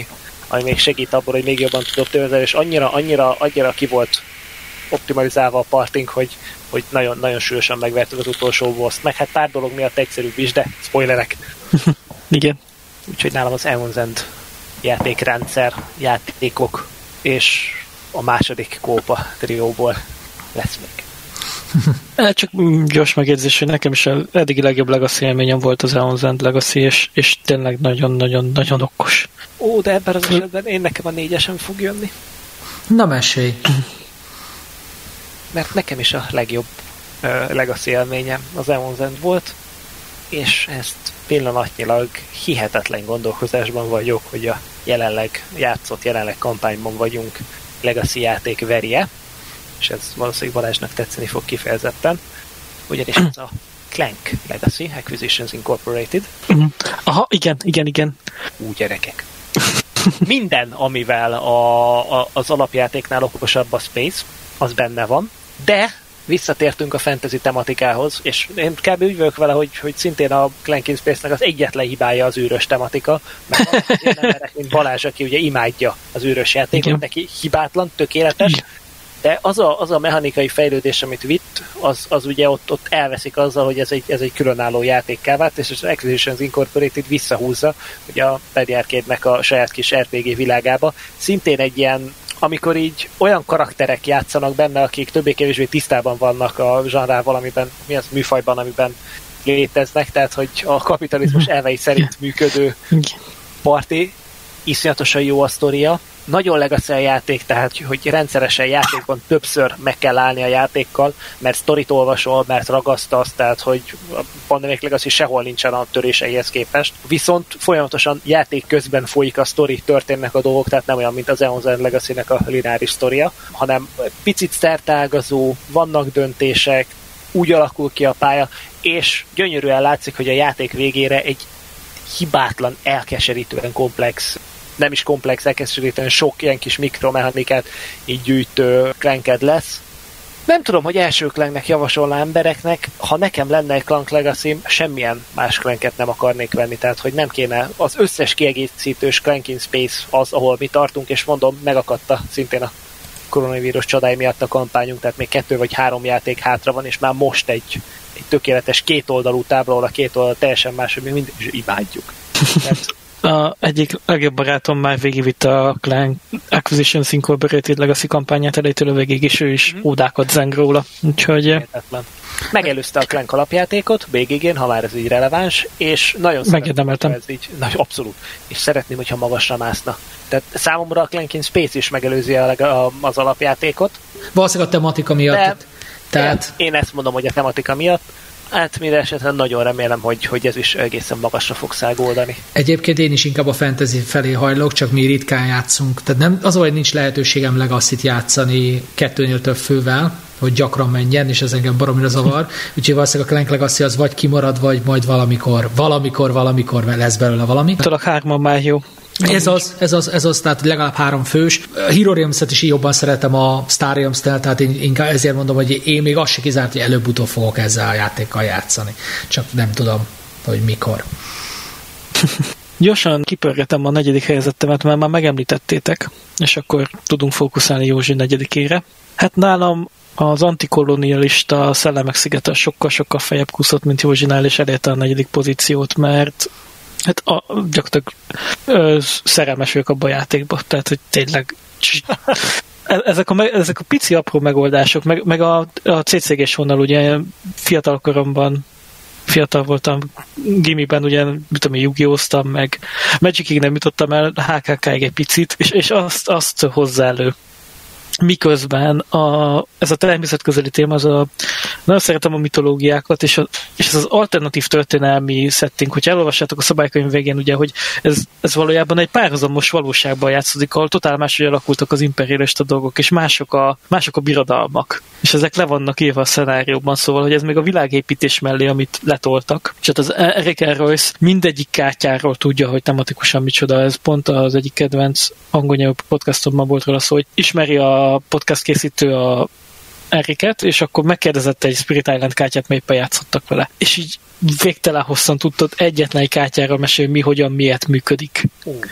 ami még segít abban, hogy még jobban tud optimalizálni, és annyira, annyira, annyira ki volt optimalizálva a partink, hogy, hogy nagyon, nagyon súlyosan megvertük az utolsó boss-t, meg hát pár dolog miatt egyszerűbb is, de spoilerek. Igen. Úgyhogy nálam az Eon's End játékrendszer, játékok és a második kópa trióból lesz még. Csak gyors megjegyzés, hogy nekem is az eddigi legjobb Legacy élményem volt az Eon's End Legacy, és, és tényleg nagyon-nagyon-nagyon okos. Ó, de ebben az esetben én nekem a négyesen fog jönni. Na mesélj! Mert nekem is a legjobb uh, Legacy élményem az Eon's End volt, és ezt pillanatnyilag hihetetlen gondolkozásban vagyok, hogy a jelenleg játszott, jelenleg kampányban vagyunk Legacy játék verje, és ez valószínűleg Balázsnak tetszeni fog kifejezetten, ugyanis ez a Clank Legacy Acquisitions Incorporated. Aha, igen, igen, igen. Ú, gyerekek. Minden, amivel a, a, az alapjátéknál okosabb a Space, az benne van, de visszatértünk a fantasy tematikához, és én kb. Úgy vagyok vele, hogy, hogy szintén a Clank in Space-nek az egyetlen hibája az űrös tematika, mert van az emberek, mint Balázs, aki ugye imádja az űrös játékot, igen. Neki hibátlan, tökéletes, igen. De az a, az a mechanikai fejlődés, amit vitt, az, az ugye ott, ott elveszik azzal, hogy ez egy, ez egy különálló játékká vált, és az Acquisitions Incorporated visszahúzza ugye a Paddy Arcade-nek a saját kis er pé gé világába. Szintén egy ilyen, amikor így olyan karakterek játszanak benne, akik többé-kevésbé tisztában vannak a zsanrával, amiben, mi az műfajban, amiben léteznek, tehát hogy a kapitalizmus elvei szerint működő parti, iszonyatosan jó a sztoria, nagyon legacy a játék, tehát hogy rendszeresen játékban többször meg kell állni a játékkal, mert sztorit olvasol, mert ragasztasz, tehát hogy a Pandemic Legacy sehol nincsen a töréseihez képest. Viszont folyamatosan játék közben folyik a sztori, történnek a dolgok, tehát nem olyan, mint az Eon's End Legacy-nek a lineáris sztoria, hanem picit szerteágazó, vannak döntések, úgy alakul ki a pálya, és gyönyörűen látszik, hogy a játék végére egy hibátlan, elkeserítően komplex, nem is komplex, elkeserítően sok ilyen kis mikromechanikát így gyűjtő Clanked lesz. Nem tudom, hogy első Clanknek javasolná embereknek, ha nekem lenne egy Clank Legacy, semmilyen más Clanket nem akarnék venni, tehát hogy nem kéne az összes kiegészítős Clank in Space az, ahol mi tartunk, és mondom, megakadta szintén a koronavírus csodái miatt a kampányunk, tehát még kettő vagy három játék hátra van, és már most egy, egy tökéletes kétoldalú tábla, ahol a két oldal teljesen más, hogy mi mindig is imádjuk. Tehát a egyik legjobb barátom már végigvitte a Clank Acquisitions Incorporated Legacy kampányát elejétől a végig, és ő is mm-hmm. ódákat zeng róla. Úgyhogy... Értetlen. Megelőzte a Clank alapjátékot, bé gé gén, ha már ez így releváns, és nagyon szeretném, ez így, na, abszolút, és szeretném, hogyha magasra mászna. Tehát számomra a Clank in Space is megelőzi a, a, az alapjátékot. Valószínűleg a tematika miatt. De, tehát... Én ezt mondom, hogy a tematika miatt. Hát minden esetben nagyon remélem, hogy, hogy ez is egészen magasra fog szágoldani. Egyébként én is inkább a fantasy felé hajlok, csak mi ritkán játszunk. Tehát nem, az, hogy nincs lehetőségem Legacy-t játszani kettőnél több fővel, hogy gyakran menjen, és ez engem baromira zavar. Úgyhogy valószínűleg a Clank Legacy az vagy kimarad, vagy majd valamikor, valamikor, valamikor lesz belőle valami. Tudok hárman már jó. Ez az, ez az, ez az, tehát legalább három fős. Hero Realms-et is jobban szeretem a Star Realms-tel, tehát én inkább ezért mondom, hogy én még azt se kizárt, hogy előbb-utóbb fogok ezzel a játékkal játszani. Csak nem tudom, hogy mikor. Gyorsan kipörgetem a negyedik helyezettemet, mert már megemlítettétek, és akkor tudunk fókuszálni Józsi negyedikére. Hát nálam az antikolonialista Szellemek szigete sokkal-sokkal fejebb kúszott, mint Józsinál, és elérte a negyedik pozíciót, mert hát a, gyakorlatilag ö, szerelmes vagyok abban a játékban, tehát hogy tényleg ezek a, ezek a pici apró megoldások, meg, meg a, a cé cé gés vonal, ugye fiatal koromban fiatal voltam, gimiben ugye, mit tudom én, Yu-Gi-Oh-ztam, meg Magicig nem jutottam el, há ká ká-ig egy picit, és, és azt, azt hozzá elő. Miközben a, ez a természetközeli téma, az a, nagyon szeretem a mitológiákat, és, a, és ez az alternatív történelmi setting, hogyha elolvassátok a szabálykönyv végén, ugye, hogy ez, ez valójában egy párhuzamos valóságban játszódik, ahol totál máshogy alakultak az imperialista dolgok, és mások a, mások a birodalmak. És ezek le vannak írva a szenárióban, szóval, hogy ez még a világépítés mellé, amit letoltak. És hát az Eric R. Royce mindegyik kártyáról tudja, hogy tematikusan micsoda. Ez pont az egyik kedvenc angol nyelvű podcastomban volt róla szó, hogy ismeri a podcast készítő a Eriket, és akkor megkérdezett egy Spirit Island kártyát, melyikben játszottak vele. És így végtelen hosszan tudtad egyetlen egy kártyára mesélni, mi, hogyan, miért működik. Uh-huh.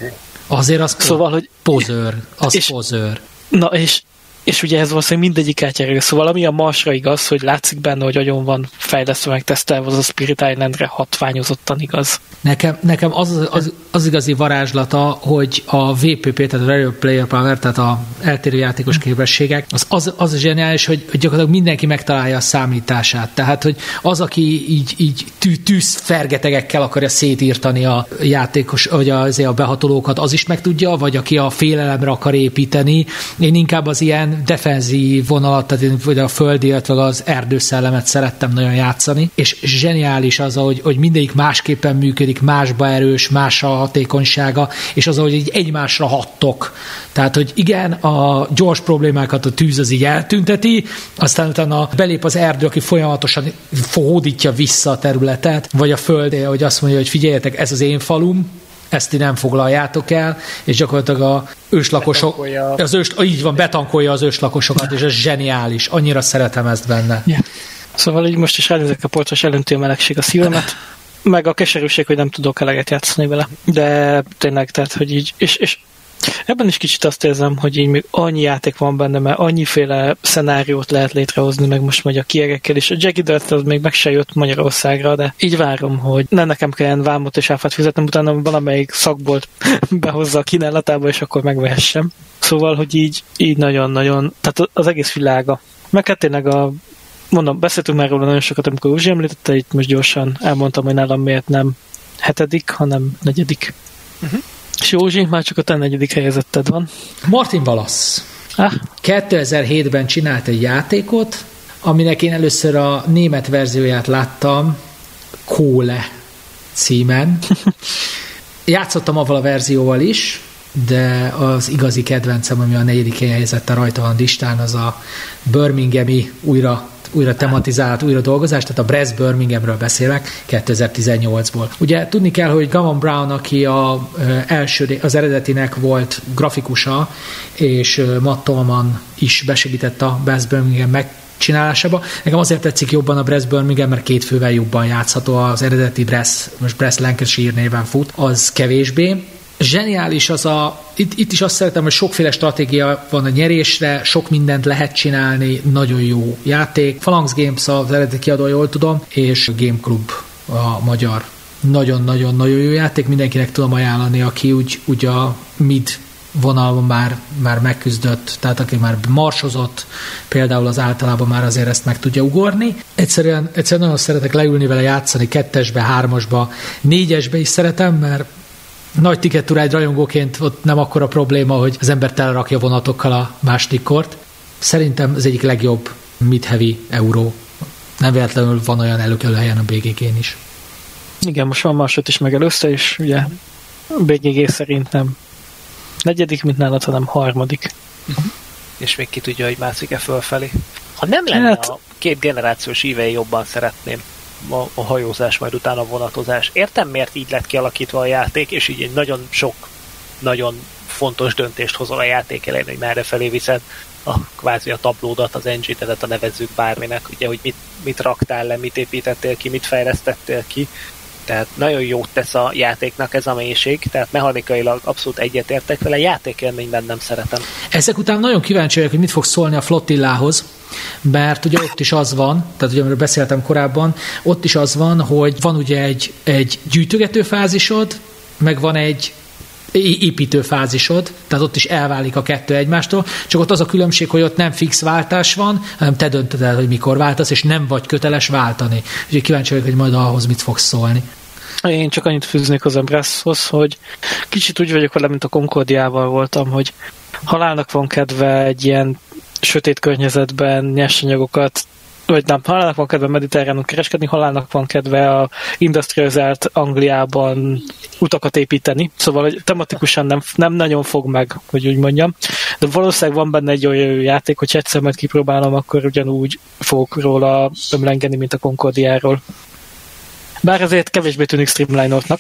Azért az szóval, hogy pozőr, az és, pozőr. Na, és És ugye ez valószínűleg mindegyik átjára. Szóval ami a Marsra igaz, hogy látszik benne, hogy agyon van fejlesztve, meg tesztelve, az a Spirit Islandre hatványozottan igaz. Nekem, nekem az, az, az igazi varázslata, hogy a vé pé pé, tehát a Real Player Power, tehát a eltérő játékos képességek, az, az, az zseniális, hogy, hogy gyakorlatilag mindenki megtalálja a számítását. Tehát, hogy az, aki így, így tű, tűzfergetegekkel akarja szétírtani a játékos, vagy az, a behatolókat, az is meg tudja, vagy aki a félelemre akar építeni. Én inkább az ilyen defenzív vonalat, tehát én vagy a földi, illetve az erdőszellemet szerettem nagyon játszani, és zseniális az, hogy, hogy mindegyik másképpen működik, másba erős, más a hatékonysága, és az, hogy így egymásra hattok. Tehát, hogy igen, a gyors problémákat a tűz az így eltünteti, aztán utána belép az erdő, aki folyamatosan hódítja vissza a területet, vagy a föld, hogy azt mondja, hogy figyeljetek, ez az én falum, ezt ti nem foglaljátok el, és gyakorlatilag a őslakosok, az ős, így van, betankolja az őslakosokat, és ez zseniális. Annyira szeretem ezt benne. Yeah. Szóval így most is ránézek a portra, és elönti a melegség a szívemet, meg a keserűség, hogy nem tudok eleget játszani vele. De tényleg, tehát, hogy így, és, és ebben is kicsit azt érzem, hogy így még annyi játék van benne, mert annyiféle szenáriót lehet létrehozni, meg most megy a kiegekkel, és a Jackie Dirt az még meg se jött Magyarországra, de így várom, hogy ne nekem kelljen vámot és áfát fizetnem, utána valamelyik szakbolt behozza a kínálatába, és akkor megvehessem. Szóval, hogy így, így nagyon-nagyon, tehát az egész világa. Meg hát tényleg a, mondom, beszéltünk már róla nagyon sokat, amikor Uzsi említette, itt most gyorsan elmondtam, hogy nálam miért nem hetedik, hanem negyedik. Uh-huh. És Józsi, már csak a te negyedik helyezetted van. Martin Wallace. Ah. kétezer-hétben csinált egy játékot, aminek én először a német verzióját láttam, Kóle címen. Játszottam avval a verzióval is, de az igazi kedvencem, ami a negyedik helyezette rajta van listán, az a birminghami újra újra tematizált, újra dolgozás, tehát a Brest Birminghamről beszélek, kétezer-tizennyolcból. Ugye tudni kell, hogy Gavin Brown, aki a, első, az eredetinek volt grafikusa, és Matt Tolman is besegített a Brest Birmingham megcsinálásába. Nekem azért tetszik jobban a Brest Birmingham, mert két fővel jobban játszható, az eredeti Brest, most Brest Lancashire néven fut, az kevésbé. Zseniális az a, itt, itt is azt szeretem, hogy sokféle stratégia van a nyerésre, sok mindent lehet csinálni, nagyon jó játék. Phalanx Games az eredeti kiadó, jól tudom, és Game Club a magyar. Nagyon-nagyon-nagyon jó játék, mindenkinek tudom ajánlani, aki úgy, úgy a mid vonalban már, már megküzdött, tehát aki már marsozott, például az általában már azért ezt meg tudja ugorni. Egyszerűen, egyszerűen nagyon szeretek leülni vele játszani, kettesbe, hármasba, négyesbe is szeretem, mert nagy Ticket to Ride rajongóként ott nem akkora probléma, hogy az ember telerakja vonatokkal a második kort. Szerintem az egyik legjobb mid-heavy euró. Nem véletlenül van olyan előkelő helyen a bé gé gén is. Igen, most van másod is megelőzte, és ugye bé gé gé szerint nem negyedik, mint nálad, hanem harmadik. Uh-huh. És még ki tudja, hogy mászik-e fölfelé. Ha nem lenne hát, a két generációs ívei jobban szeretném a, a hajózás, majd utána a vonatozás. Értem, miért így lett kialakítva a játék, és így egy nagyon sok, nagyon fontos döntést hozol a játék elején, hogy merre felé viszed a, kvázi a tablódat, az engine-edet, a nevezzük bárminek, ugye, hogy mit, mit raktál le, mit építettél ki, mit fejlesztettél ki. Tehát nagyon jót tesz a játéknak ez a mélység, tehát mechanikailag abszolút egyetértek vele, játékélményben nem szeretem. Ezek után nagyon kíváncsi vagyok, hogy mit fog szólni a flottillához, mert ugye ott is az van, tehát ugye amiről beszéltem korábban, ott is az van, hogy van ugye egy, egy gyűjtögető fázisod, meg van egy építő fázisod, tehát ott is elválik a kettő egymástól, csak ott az a különbség, hogy ott nem fix váltás van, hanem te döntöd el, hogy mikor váltasz, és nem vagy köteles váltani. Úgyhogy kíváncsi vagyok, hogy majd ahhoz mit fogsz szólni. Én csak annyit fűznék az Embracehoz, hogy kicsit úgy vagyok vele, mint a Concordiával voltam, hogy halálnak van kedve egy ilyen sötét környezetben nyersanyagokat, vagy nem, halálnak van kedve mediterránul kereskedni, halálnak van kedve a industrializált Angliában utakat építeni, szóval hogy tematikusan nem, nem nagyon fog meg, hogy úgy mondjam, de valószínűleg van benne egy olyan játék, hogy egyszer majd kipróbálom, akkor ugyanúgy fogok róla ömlengeni, mint a Concordiáról. Bár azért kevésbé tűnik streamline-oltnak.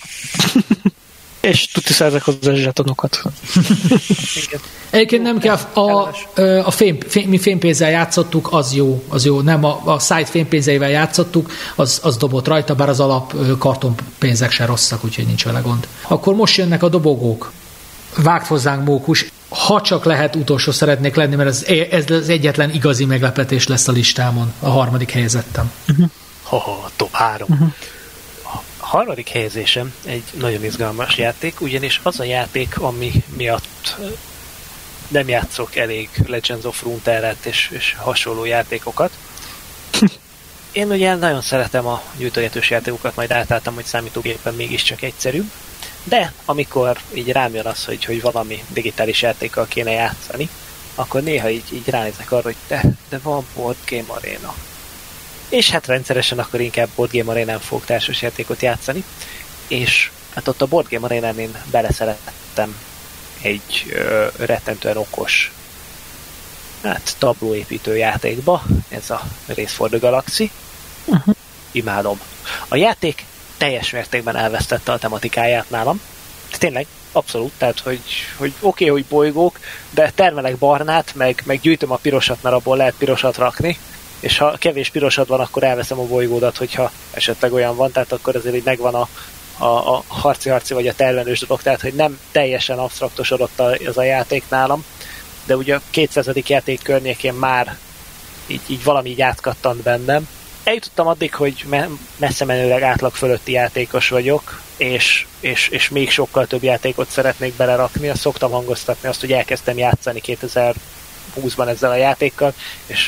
És tudti szerzek hozzá zsetonokat. Egyébként nem kell, a, a fém, fém, mi fémpénzzel játszottuk, az jó, az jó. Nem, a, a site fémpénzeivel játszottuk, az, az dobott rajta, bár az alap kartonpénzek se rosszak, úgyhogy nincs vele gond. Akkor most jönnek a dobogók. vágd hozzánk mókus. Ha csak lehet, utolsó szeretnék lenni, mert ez, ez az egyetlen igazi meglepetés lesz a listámon, a harmadik helyezettem. Uh-huh. Ha-ha, top három. Uh-huh. A harmadik helyezésem egy nagyon izgalmas játék, ugyanis az a játék, ami miatt nem játszok elég Legends of Runeterra-t és, és hasonló játékokat. Én ugye nagyon szeretem a gyűjtögetős játékokat, majd átálltam, hogy számítógépen mégiscsak egyszerű, de amikor így rám jön az, hogy, hogy valami digitális játékkal kéne játszani, akkor néha így, így ránézek arra, hogy de, de van Board Game Arena. És hát rendszeresen akkor inkább Board Game Arenán fogok társasjátékot játszani, és hát ott a Board Game Arenán én beleszerettem egy ö, rettentően okos hát tablóépítő játékba, ez a Race for the Galaxy. Uh-huh. Imádom. A játék teljes mértékben elvesztette a tematikáját nálam. Tényleg, abszolút, tehát hogy, hogy oké, okay, hogy bolygók, de termelek barnát, meg, meg gyűjtöm a pirosat, mert abból lehet pirosat rakni, és ha kevés pirosat van, akkor elveszem a bolygódat, hogyha esetleg olyan van, tehát akkor azért így megvan a, a, a harci-harci vagy a termelős dolog, tehát hogy nem teljesen absztraktosodott az a játék nálam, de ugye a kétszázadik játék környékén már így, így valami így átkattant bennem. Eljutottam addig, hogy me- messze menőleg átlag fölötti játékos vagyok, és, és, és még sokkal több játékot szeretnék belerakni. Azt szoktam hangoztatni azt, hogy elkezdtem játszani kétezer-húszban ezzel a játékkal, és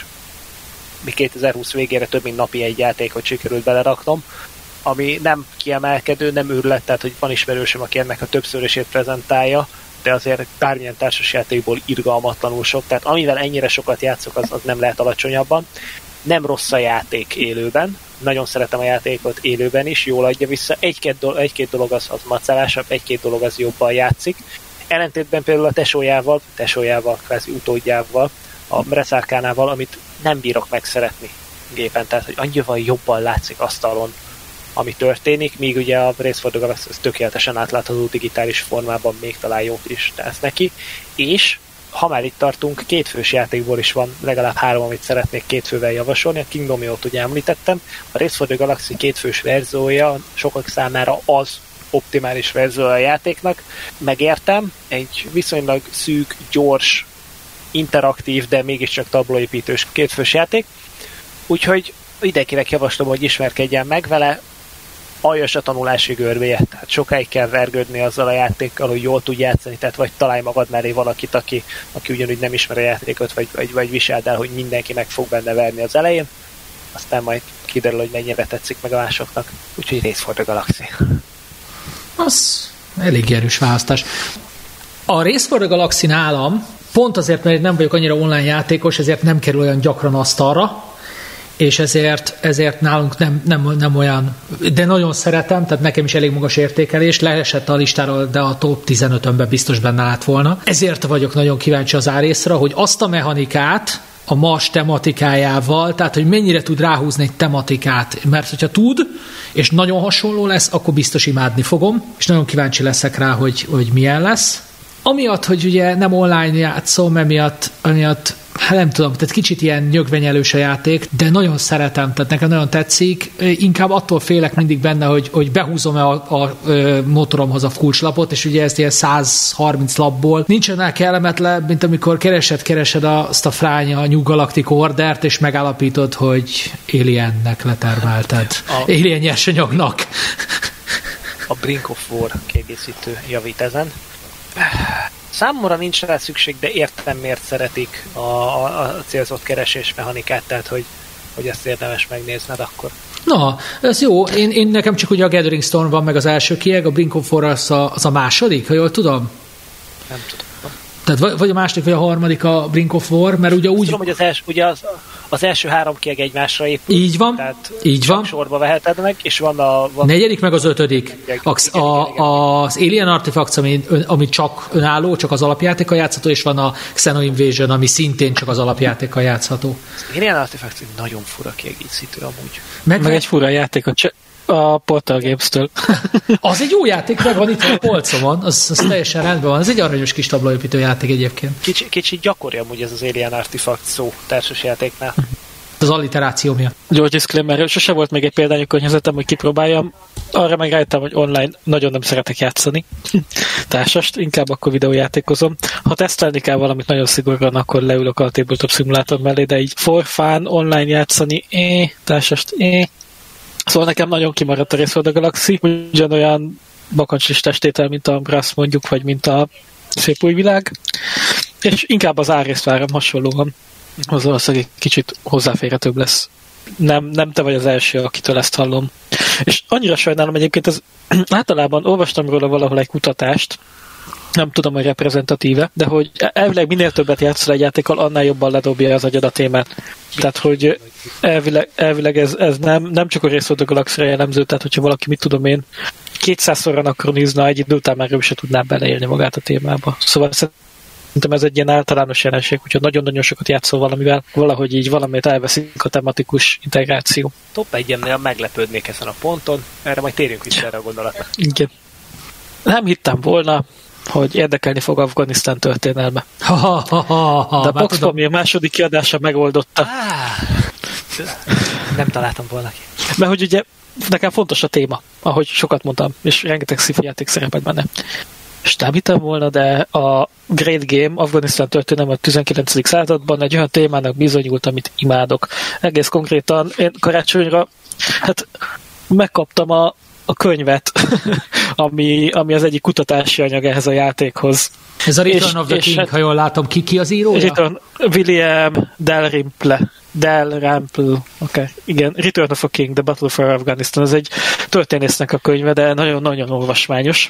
mi kétezer-húsz végére több mint napi egy játékot sikerült beleraknom, ami nem kiemelkedő, nem őrület, tehát hogy van ismerősöm, aki ennek a többszörösét prezentálja, de azért bármilyen társasjátékból irgalmatlanul sok, tehát amivel ennyire sokat játszok, az, az nem lehet alacsonyabban. Nem rossz a játék élőben, nagyon szeretem a játékot élőben is, jól adja vissza, egy-két, do- egy-két dolog az, az macerásabb, egy-két dolog az jobban játszik. Ellentétben például a tesójával, tesójával, kvázi utódjával, a Reszárkánával, amit nem bírok megszeretni gépen, tehát hogy annyival jobban látszik asztalon, ami történik, míg ugye a Race for the Galaxy tökéletesen átlátható digitális formában még talán jót is tesz neki, és ha már itt tartunk, kétfős játékból is van legalább három, amit szeretnék kétfővel javasolni. A Kingdomiót ugye említettem, a Race for the Galaxy kétfős verziója sokak számára az optimális verzió a játéknak. Megértem, egy viszonylag szűk, gyors, interaktív, de mégiscsak tablóépítős kétfős játék, úgyhogy mindenkinek javaslom, hogy ismerkedjen meg vele, aljas a tanulási görbéje, tehát sokáig kell vergődni azzal a játékkal, hogy jól tud játszani, tehát vagy találj magad mellé valakit, aki, aki ugyanúgy nem ismer a játékot, vagy, vagy, vagy viselt el, hogy mindenki meg fog benne verni az elején, aztán majd kiderül, hogy mennyire tetszik meg a másoknak. Úgyhogy Race for the Galaxy. Az elég erős választás. A Race for the Galaxy nálam, pont azért, mert nem vagyok annyira online játékos, ezért nem kerül olyan gyakran asztalra, és ezért, ezért nálunk nem, nem, nem olyan, de nagyon szeretem, tehát nekem is elég magas értékelés, leesett a listáról, de a top tizenötönben biztos benne állt volna. Ezért vagyok nagyon kíváncsi az árészra, hogy azt a mechanikát a Mars tematikájával, tehát hogy mennyire tud ráhúzni egy tematikát, mert hogyha tud, és nagyon hasonló lesz, akkor biztos imádni fogom, és nagyon kíváncsi leszek rá, hogy, hogy milyen lesz. Amiatt, hogy ugye nem online játszom, emiatt, emiatt hát nem tudom, tehát kicsit ilyen nyögvenyelős a játék, de nagyon szeretem, tehát nekem nagyon tetszik. Inkább attól félek mindig benne, hogy, hogy behúzom-e a, a, a motoromhoz a kulcslapot, és ugye ezt ilyen száz harminc lapból nincsen el kellemetlen, mint amikor keresed, keresed azt a fránya New Galactic Ordert, és megállapítod, hogy Aliennek letermelted. A, Alien nyersanyagnak. A Brink of War kiegészítő javít ezen. Számomra nincs rá szükség, de értem, miért szeretik a, a, a célzott keresés mechanikát, tehát hogy, hogy ezt érdemes megnézned akkor. Na, ez jó. Én, én nekem csak ugye a Gathering Storm van meg az első kieg, a Brink of War az a, az a második, ha jól tudom? Nem tudom. Tehát vagy a második, vagy a harmadik a Brink of War, mert ugye úgy... Tudom, hogy az első, ugye az, az első három kieg egymásra épül. Így van, tehát így van. sorba veheted meg, és van a... Van negyedik meg az ötödik. A, a, az Alien Artifacts, ami, ami csak önálló, csak az alapjátékkal játszható, és van a Xeno Invasion, ami szintén csak az alapjátékkal játszható. Az Alien Artifacts egy nagyon fura kiegészítő amúgy. Meg, meg egy fura játék a, cs- a Portal Games-től. Az egy jó játék, meg van itt a polcomon, az, az teljesen rendben van. Ez egy aranyos kis tablaépítő játék egyébként. Kicsi, kicsi gyakori amúgy ez az Alien Artifact szó társasjátéknál. Az alliteráció miatt. Gyors disclaimer, sose volt még egy példányú környezetem, hogy kipróbáljam. Arra meg rájöttem, hogy online nagyon nem szeretek játszani. Társast, inkább akkor videójátékozom. Ha tesztelni kell valamit nagyon szigorúan, akkor leülök a tabletop szimulátor mellé, de így for fun, online játszani, eh, társast, eh. Szóval nekem nagyon kimaradt a Race Galaxy, ugyanolyan bakancsis testétel, mint a Brass mondjuk, vagy mint a Szép új világ. És inkább az árrészt várom hasonlóan. Az valószínűleg egy kicsit hozzáférhetőbb lesz. Nem, nem te vagy az első, akitől ezt hallom. És annyira sajnálom egyébként, ez, általában olvastam róla valahol egy kutatást, nem tudom, hogy reprezentatíve, de hogy elvileg minél többet játszol egy játékkal, annál jobban ledobja az agyad a témát. Tehát, hogy elvileg, elvileg ez, ez nem, nem csak a Race of the Galaxy-ra jellemző, tehát hogyha valaki, mit tudom én, kétszázszor anakronizna, egy idő után már ő se tudná beleélni magát a témába. Szóval szerintem ez egy ilyen általános jelenség, úgyhogy nagyon-nagyon sokat játszol valamivel, valahogy így valamit elveszik a tematikus integráció. Top egyemnél meglepődnék ezen a ponton, erre majd térjünk vissza erre a gondolatra. Igen. Nem hittem volna, hogy érdekelni fog Afganisztán történelme. Ha, ha, ha, ha, ha, de a Box Pamir második kiadása megoldotta. Ah, nem találtam volna ki. Mert hogy ugye nekem fontos a téma, ahogy sokat mondtam, és rengeteg sci-fi játék szerepet benne. És nem hittem volna, de a Great Game, Afganisztán történelme a tizenkilencedik században egy olyan témának bizonyult, amit imádok. Egész konkrétan én karácsonyra hát megkaptam a, a könyvet, ami, ami az egyik kutatási anyag ehhez a játékhoz. Ez a Return és, of the King, ha jól látom, ki, ki az írója? Return, William Dalrymple. Dalrymple, oké, okay. Igen, Return of the King, The Battle for Afghanistan, ez egy történésznek a könyve, de nagyon-nagyon olvasmányos.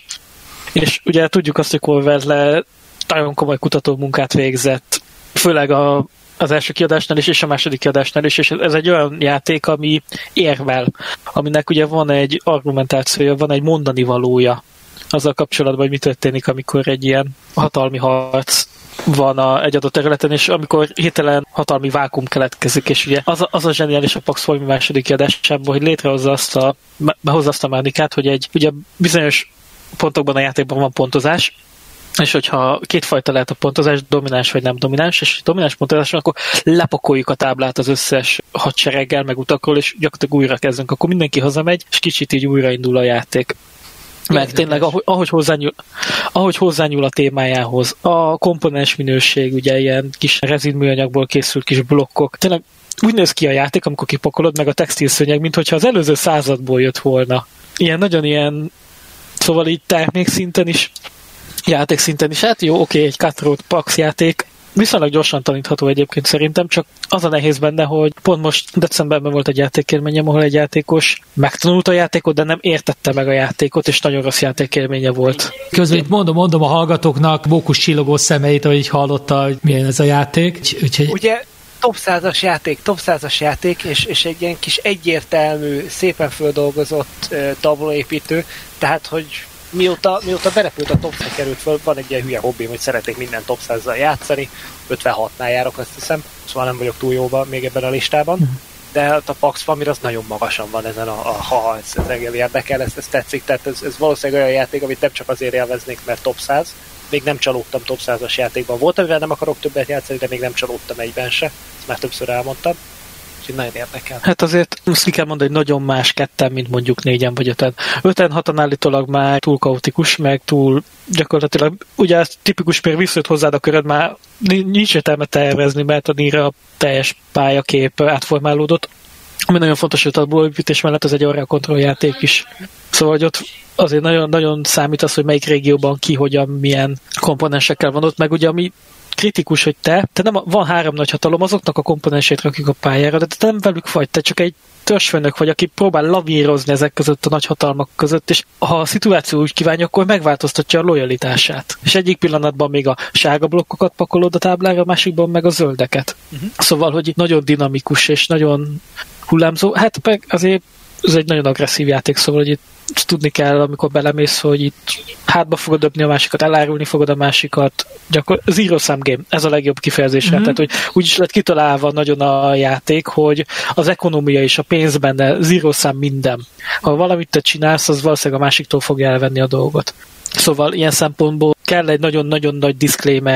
És ugye tudjuk azt, hogy Orwell nagyon komoly kutatómunkát végzett, főleg a, az első kiadásnál is, és a második kiadásnál is, és ez egy olyan játék, ami érvel, aminek ugye van egy argumentációja, van egy mondani valója azzal kapcsolatban, hogy mi történik, amikor egy ilyen hatalmi harc van a, egy adott területen, és amikor hirtelen hatalmi vákum keletkezik, és ugye az a, az a zseniális a Pax Pamir második kiadásában, hogy létrehozza azt a, behozza azt a mechanikát, hogy egy ugye bizonyos pontokban a játékban van pontozás, és hogyha kétfajta lehet a pontozás, domináns vagy nem domináns, és domináns pontozás, akkor lepakoljuk a táblát az összes hadsereggel, meg utakról, és gyakorlatilag újra kezdünk. Akkor mindenki hazamegy, és kicsit így újraindul a játék. Meg tényleg, ahogy, ahogy, hozzányúl, ahogy hozzányúl a témájához, a komponens minőség, ugye ilyen kis rezinműanyagból készült kis blokkok, tényleg úgy néz ki a játék, amikor kipakolod, meg a textilszőnyeg, mint hogyha az előző századból jött volna. Ilyen nagyon ilyen, szóval így termék szinten is, játék szinten is, hát jó, oké, egy Cutthroat Pax játék, viszonylag gyorsan tanítható egyébként szerintem, csak az a nehéz benne, hogy pont most decemberben volt egy játékélményem, ahol egy játékos megtanult a játékot, de nem értette meg a játékot, és nagyon rossz játékélménye volt. Közben itt mondom, mondom a hallgatóknak mókus csillogó szemeit, hogy így hallotta, hogy milyen ez a játék. Úgyhogy... Ugye top százas játék, top százas játék, és, és egy ilyen kis egyértelmű, szépen földolgozott uh, tablóépítő, tehát, hogy Mióta, mióta berepült a top száz került föl, van egy ilyen hülye hobbim, hogy szeretnék minden top százzal játszani, ötvenhatnál járok, azt hiszem, szóval nem vagyok túl jóban még ebben a listában, de a Pax Pamir az nagyon magasan van ezen, a, a ha ez, ez engem érdekel, ez, ez tetszik, tehát ez, ez valószínűleg olyan játék, amit nem csak azért élveznék, mert top száz, még nem csalódtam top százas játékban. Volt, amivel nem akarok többet játszani, de még nem csalódtam egyben se, ezt már többször elmondtam. Nagyon érdekel. Hát azért azt ki kell mondani, hogy nagyon más ketten, mint mondjuk négyen vagy öten. Öten, hatan állítólag már túl kaotikus, meg túl gyakorlatilag, ugye ez tipikus, mert visszajött hozzád a köröd, már nincs értelme tervezni, mert annyira a teljes pályakép átformálódott. Ami nagyon fontos, hogy a tabulóépítés mellett ez egy area control játék is. Szóval, hogy ott azért nagyon, nagyon számít az, hogy melyik régióban ki, hogyan, milyen komponensekkel van ott, meg ugye ami kritikus, hogy te, te nem, van három nagy hatalom, azoknak a komponensét rakjuk a pályára, de te nem velük vagy, te csak egy törzsfőnök vagy, aki próbál lavírozni ezek között a nagy hatalmak között, és ha a szituáció úgy kívánja, akkor megváltoztatja a lojalitását. És egyik pillanatban még a sárga blokkokat pakolod a táblára, a másikban meg a zöldeket. Uh-huh. Szóval, hogy nagyon dinamikus és nagyon hullámzó. Hát meg azért ez egy nagyon agresszív játék, szóval, hogy itt tudni kell, amikor belemész, hogy itt hátba fogod dobni a másikat, elárulni fogod a másikat. Gyakor- zero sum game, ez a legjobb kifejezésre. Mm-hmm. Tehát, hogy úgy is lett kitalálva nagyon a játék, hogy az ekonomia és a pénz benne zero sum minden. Ha valamit te csinálsz, az valószínűleg a másiktól fogja elvenni a dolgot. Szóval ilyen szempontból kell egy nagyon-nagyon nagy disclaimer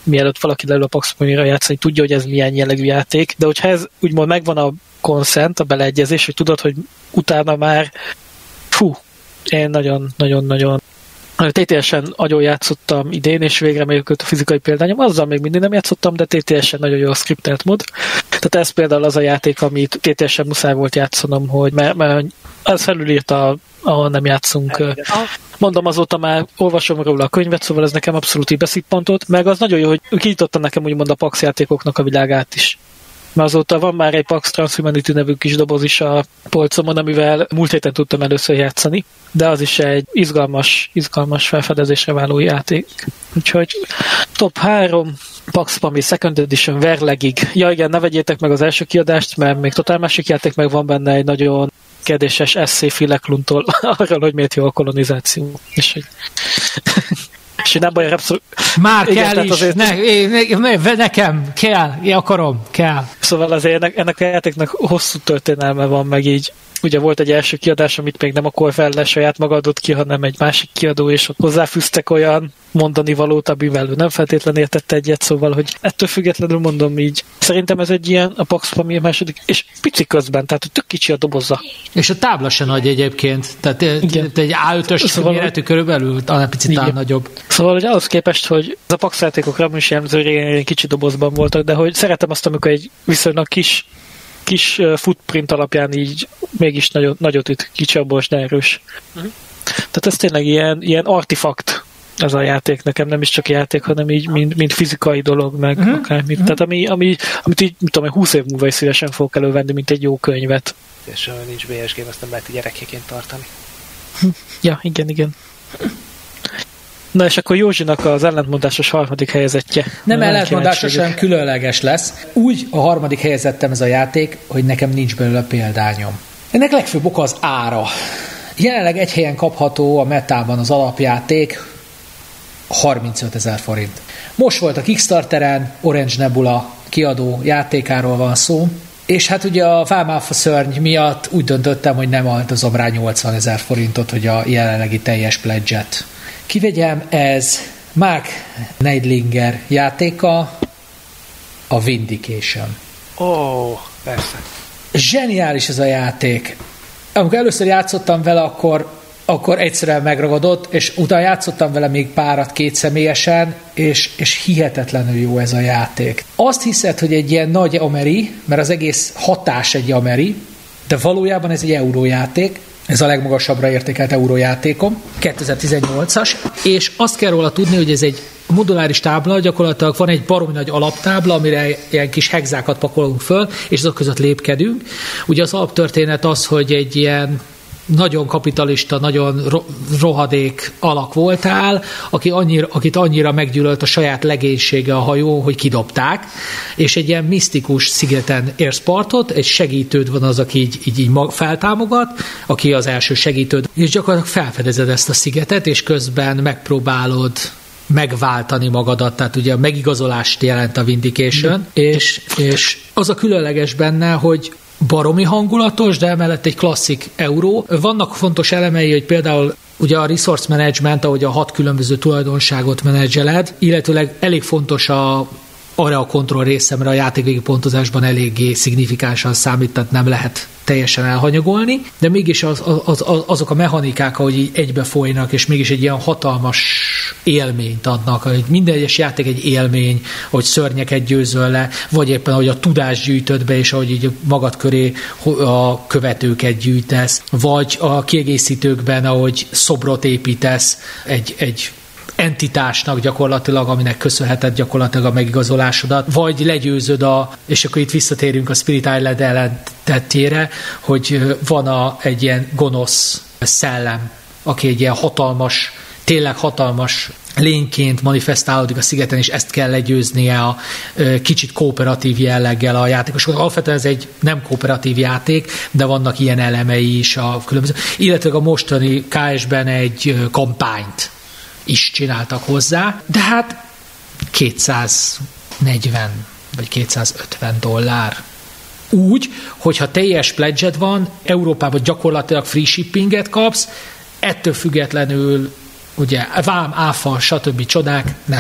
mielőtt valaki leül a Pax Pamira játszani, tudja, hogy ez milyen jellegű játék, de hogyha ez úgymond megvan a konszent, a beleegyezés, hogy tudod, hogy utána már fú, én nagyon-nagyon-nagyon té té es-en agyon játszottam idén, és végre megjökött a fizikai példányom. Azzal még mindig nem játszottam, de té té es-en nagyon jó a skriptelt mod. Tehát ez például az a játék, amit té té es-en muszáj volt játszanom, hogy mert, mert az felülírta, ahol nem játszunk. Mondom, azóta már olvasom róla a könyvet, szóval ez nekem abszolút így beszippantott, meg az nagyon jó, hogy kinyitotta nekem úgymond a Pax játékoknak a világát is. Mert azóta van már egy Pax Transhumanity nevű kis doboz is a polcomon, amivel múlt héten tudtam először játszani, de az is egy izgalmas, izgalmas felfedezésre váló játék. Úgyhogy top három, Pax Pami Second Edition Verlegig. Ja igen, ne vegyétek meg az első kiadást, mert még totál másik játék, meg van benne egy nagyon kérdéses esszé Filekluntól arról, hogy miért jó a kolonizáció. És hogy... és nem baj, repszor... Már igen, kell is, azért... ne, ne, ne, nekem kell, én akarom, kell. Szóval azért ennek, ennek a játéknak hosszú történelme van, meg így ugye volt egy első kiadás, amit még nem a Corvelle saját maga adott ki, hanem egy másik kiadó, és ott hozzáfűztek olyan mondani valót, amivel ő nem feltétlenül értette egyet, szóval, hogy ettől függetlenül mondom így, szerintem ez egy ilyen, a Pax Pamir második, és pici közben, tehát tök kicsi a doboza. És a tábla se nagy egyébként, tehát egy á ötös szóval, méretű körülbelül, talán picit talán nagyobb. Szóval, hogy ahhoz képest, hogy ez a Pax játékokra is jellemző, régen kicsi dobozban voltak, de hogy szeretem azt, amikor egy viszonylag kis kis footprint alapján így mégis nagyot, nagyot üt, kicsabos, de erős. Uh-huh. Tehát ez tényleg ilyen, ilyen artifakt ez a játék nekem, nem is csak játék, hanem így mind, mind fizikai dolog, meg uh-huh. akármit. Uh-huh. Tehát ami, ami, amit így, mit tudom, húsz év múlva is szívesen fogok elővenni, mint egy jó könyvet. És nincs bé es gé, azt nem lehet így gyerekeként tartani. Ja, igen, igen. Na és akkor Józsinak az ellentmondásos harmadik helyezettje. Nem ellentmondásos, hanem különleges lesz. Úgy a harmadik helyezettem ez a játék, hogy nekem nincs belőle példányom. Ennek legfőbb oka az ára. Jelenleg egy helyen kapható a Metában az alapjáték harmincöt ezer forint. Most volt a Kickstarteren, Orange Nebula kiadó játékáról van szó, és hát ugye a Vámáfa szörny miatt úgy döntöttem, hogy nem adozom rá nyolcvan ezer forintot, hogy a jelenlegi teljes pledge-et kivegyem. Ez Mark Neidlinger játéka, a Vindication. Ó, oh, persze. Zseniális ez a játék. Amikor először játszottam vele, akkor, akkor egyszerűen megragadott, és utána játszottam vele még párat két személyesen, és, és hihetetlenül jó ez a játék. Azt hiszed, hogy egy ilyen nagy ameri, mert az egész hatás egy ameri, de valójában ez egy eurójáték, ez a legmagasabbra értékelt eurójátékom, kétezer-tizennyolcas, és azt kell róla tudni, hogy ez egy moduláris tábla, gyakorlatilag van egy baromi nagy alaptábla, amire ilyen kis hexákat pakolunk föl, és azok között lépkedünk. Ugye az alaptörténet az, hogy egy ilyen nagyon kapitalista, nagyon rohadék alak voltál, aki annyira, akit annyira meggyűlölt a saját legénysége a hajó, hogy kidobták, és egy ilyen misztikus szigeten érsz partot, egy segítőd van az, aki így, így, így feltámogat, aki az első segítőd, és gyakorlatilag felfedezed ezt a szigetet, és közben megpróbálod megváltani magadat, tehát ugye a megigazolást jelent a Vindication, és, és az a különleges benne, hogy baromi hangulatos, de emellett egy klasszik euró. Vannak fontos elemei, hogy például ugye a resource management, ahogy a hat különböző tulajdonságot menedzseled, illetőleg elég fontos a area control része, mert a játékvégi pontozásban eléggé szignifikánsan számít, tehát nem lehet teljesen elhanyagolni, de mégis az, az, az, azok a mechanikák, ahogy így egybe folynak, és mégis egy ilyen hatalmas élményt adnak, hogy minden egyes játék egy élmény, hogy szörnyeket győzöl le, vagy éppen, ahogy a tudást gyűjtöd be, és ahogy így magad köré a követőket gyűjtesz, vagy a kiegészítőkben, ahogy szobrot építesz egy, egy entitásnak gyakorlatilag, aminek köszönheted gyakorlatilag a megigazolásodat, vagy legyőzöd a, és akkor itt visszatérünk a Spirit Island ellentetjére, hogy van a, egy ilyen gonosz szellem, aki egy ilyen hatalmas, tényleg hatalmas lényként manifestálódik a szigeten, és ezt kell legyőznie a kicsit kooperatív jelleggel a játékosok. Alapvetően ez egy nem kooperatív játék, de vannak ilyen elemei is a különböző. Illetve a mostani ká es-ben egy kampányt is csináltak hozzá, de hát kétszáznegyven vagy kétszázötven dollár. Úgy, hogyha teljes pledge-ed van, Európában gyakorlatilag free shippinget kapsz, ettől függetlenül ugye vám, áfa, stb. Csodák, nem.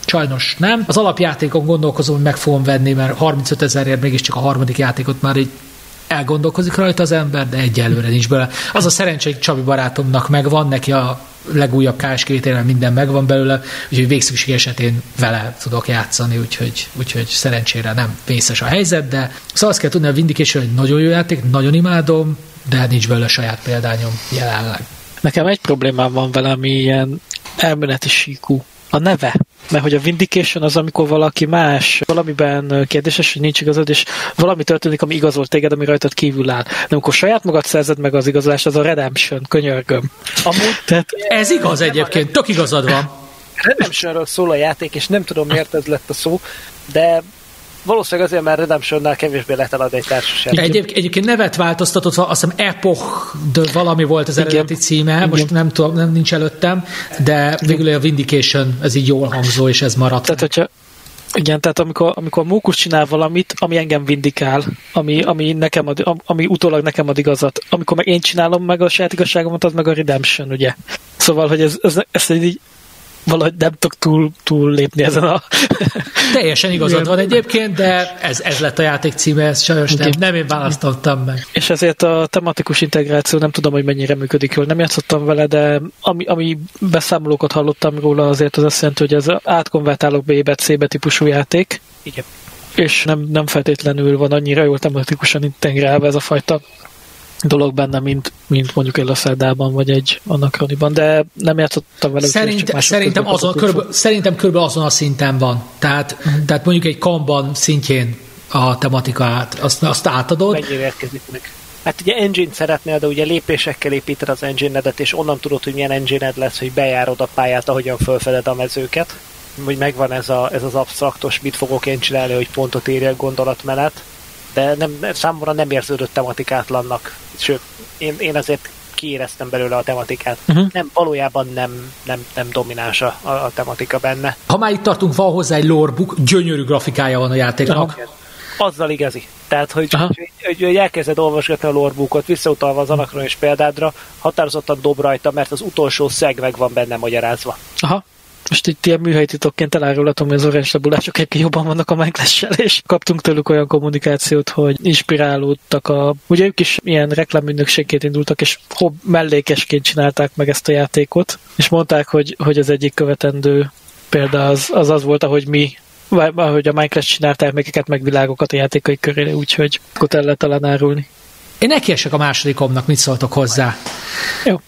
Sajnos nem. Az alapjátékon gondolkozom, hogy meg fogom venni, mert harmincöt ezerért mégiscsak a harmadik játékot már így elgondolkozik rajta az ember, de egyelőre nincs bele. Az a szerencsé, hogy Csabi barátomnak megvan, neki a legújabb ká es kettő minden megvan belőle, úgyhogy végszükség esetén vele tudok játszani, úgyhogy, úgyhogy szerencsére nem vészes a helyzet, de szóval azt kell tudni, a Vindication egy nagyon jó játék, nagyon imádom, de nincs belőle saját példányom jelenleg. Nekem egy problémám van vele, ami ilyen elméleti síkú. A neve. Mert hogy a Vindication az, amikor valaki más valamiben kérdéses, hogy nincs igazad, és valami történik, ami igazol téged, ami rajtad kívül áll. De amikor saját magad szerzed meg az igazolást, az a Redemption, könyörgöm. Amúgy tehát ez igaz egyébként, tök igazad van. Redemptionről szól a játék, és nem tudom, miért ez lett a szó, de valószínűleg azért, mert Redemptionnál kevésbé lehet eladni egy társaság. Egyéb, egyébként nevet változtatott, azt hiszem Epoch, de valami volt az eredeti címe, igen. Most nem tudom, nem nincs előttem, de végül a Vindication, ez így jól hangzó, és ez maradt. Tehát, hogyha, igen, tehát amikor, amikor Mókus csinál valamit, ami engem vindikál, ami, ami, nekem ad, ami utólag nekem ad igazat, amikor meg én csinálom meg a saját igazságomat, az meg a Redemption, ugye? Szóval, hogy ez, ez, ez így valahogy nem tudok túl, túl lépni ezen a... Teljesen igazad van egyébként, de ez, ez lett a játék címe, ez sajnos nem, nem én választottam meg. És ezért a tematikus integráció nem tudom, hogy mennyire működik jól. Nem játszottam vele, de ami, ami beszámolókat hallottam róla, azért az azt jelenti, hogy ez átkonvertálok B-be, C-be típusú játék. Igen. És nem, nem feltétlenül van annyira jól tematikusan integrálva ez a fajta dolog benne, mint, mint mondjuk egy Lasserdában, vagy egy Anakroniban, de nem játszottam vele. Szerint, szerintem, azon, körülbelül, szerintem körülbelül azon a szinten van. Tehát, uh-huh. tehát mondjuk egy Kanban szintjén a tematikát, azt, azt átadod. Mennyire érkezik meg? Hát ugye engine szeretnél, de ugye lépésekkel építed az engine-edet, és onnan tudod, hogy milyen engine-ed lesz, hogy bejárod a pályát, ahogyan fölfeded a mezőket. Hogy megvan ez, a, ez az absztraktos, mit fogok én csinálni, hogy pontot érjek gondolatmenet. De nem, számomra nem érződött tematikátlannak. Sőt, én, én azért kiéreztem belőle a tematikát. Uh-huh. Nem, valójában nem, nem, nem domináns a, a tematika benne. Ha már itt tartunk, van hozzá egy lorebook, gyönyörű grafikája van a játéknak. Uh-huh. Azzal igazi. Tehát, hogy, uh-huh. hogy, hogy, hogy elkezded olvasgatni a lorebookot, visszautalva az anakronis példádra, határozottan dob rajta, mert az utolsó szeg meg van benne magyarázva. Aha. Most itt ilyen műhelyi titokként elárulhatom, hogy az orange labulások egyébként jobban vannak a Minecraft-sel, és kaptunk tőlük olyan kommunikációt, hogy inspirálódtak a... Ugye ők is ilyen reklámügynökségként indultak, és hobb mellékesként csinálták meg ezt a játékot, és mondták, hogy, hogy az egyik követendő példa az az, az volt, ahogy mi, ahogy a Minecraft csinált termékeket, meg világokat a játékai köré, úgyhogy ott el lehet talán árulni. Én nekiesek a másodikomnak, mit szóltok hozzá? Jó.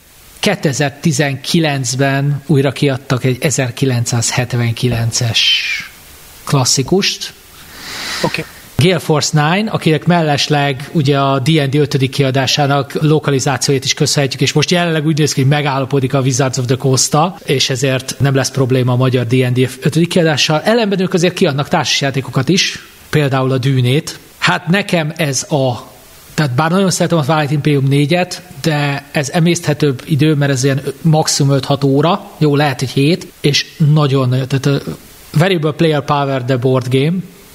kétezer-tizenkilencben újra kiadtak egy ezerkilencszázhetvenkilences klasszikust. Oké. Okay. Gale Force kilenc, akinek mellesleg ugye a dé és dé ötödik kiadásának lokalizációját is köszönhetjük, és most jelenleg úgy néz ki, hogy megállapodik a Wizards of the Coast-tal, és ezért nem lesz probléma a magyar dé és dé ötödik kiadással. Ellenben ők azért kiadnak társasjátékokat is, például a Dűnét. Hát nekem ez a Tehát bár nagyon szeretem a Twilight Imperium négyet, de ez emészthetőbb idő, mert ez ilyen maximum öt-hat óra, jó, lehet, hogy hét, és nagyon, tehát a Variable Player Power the Board Game.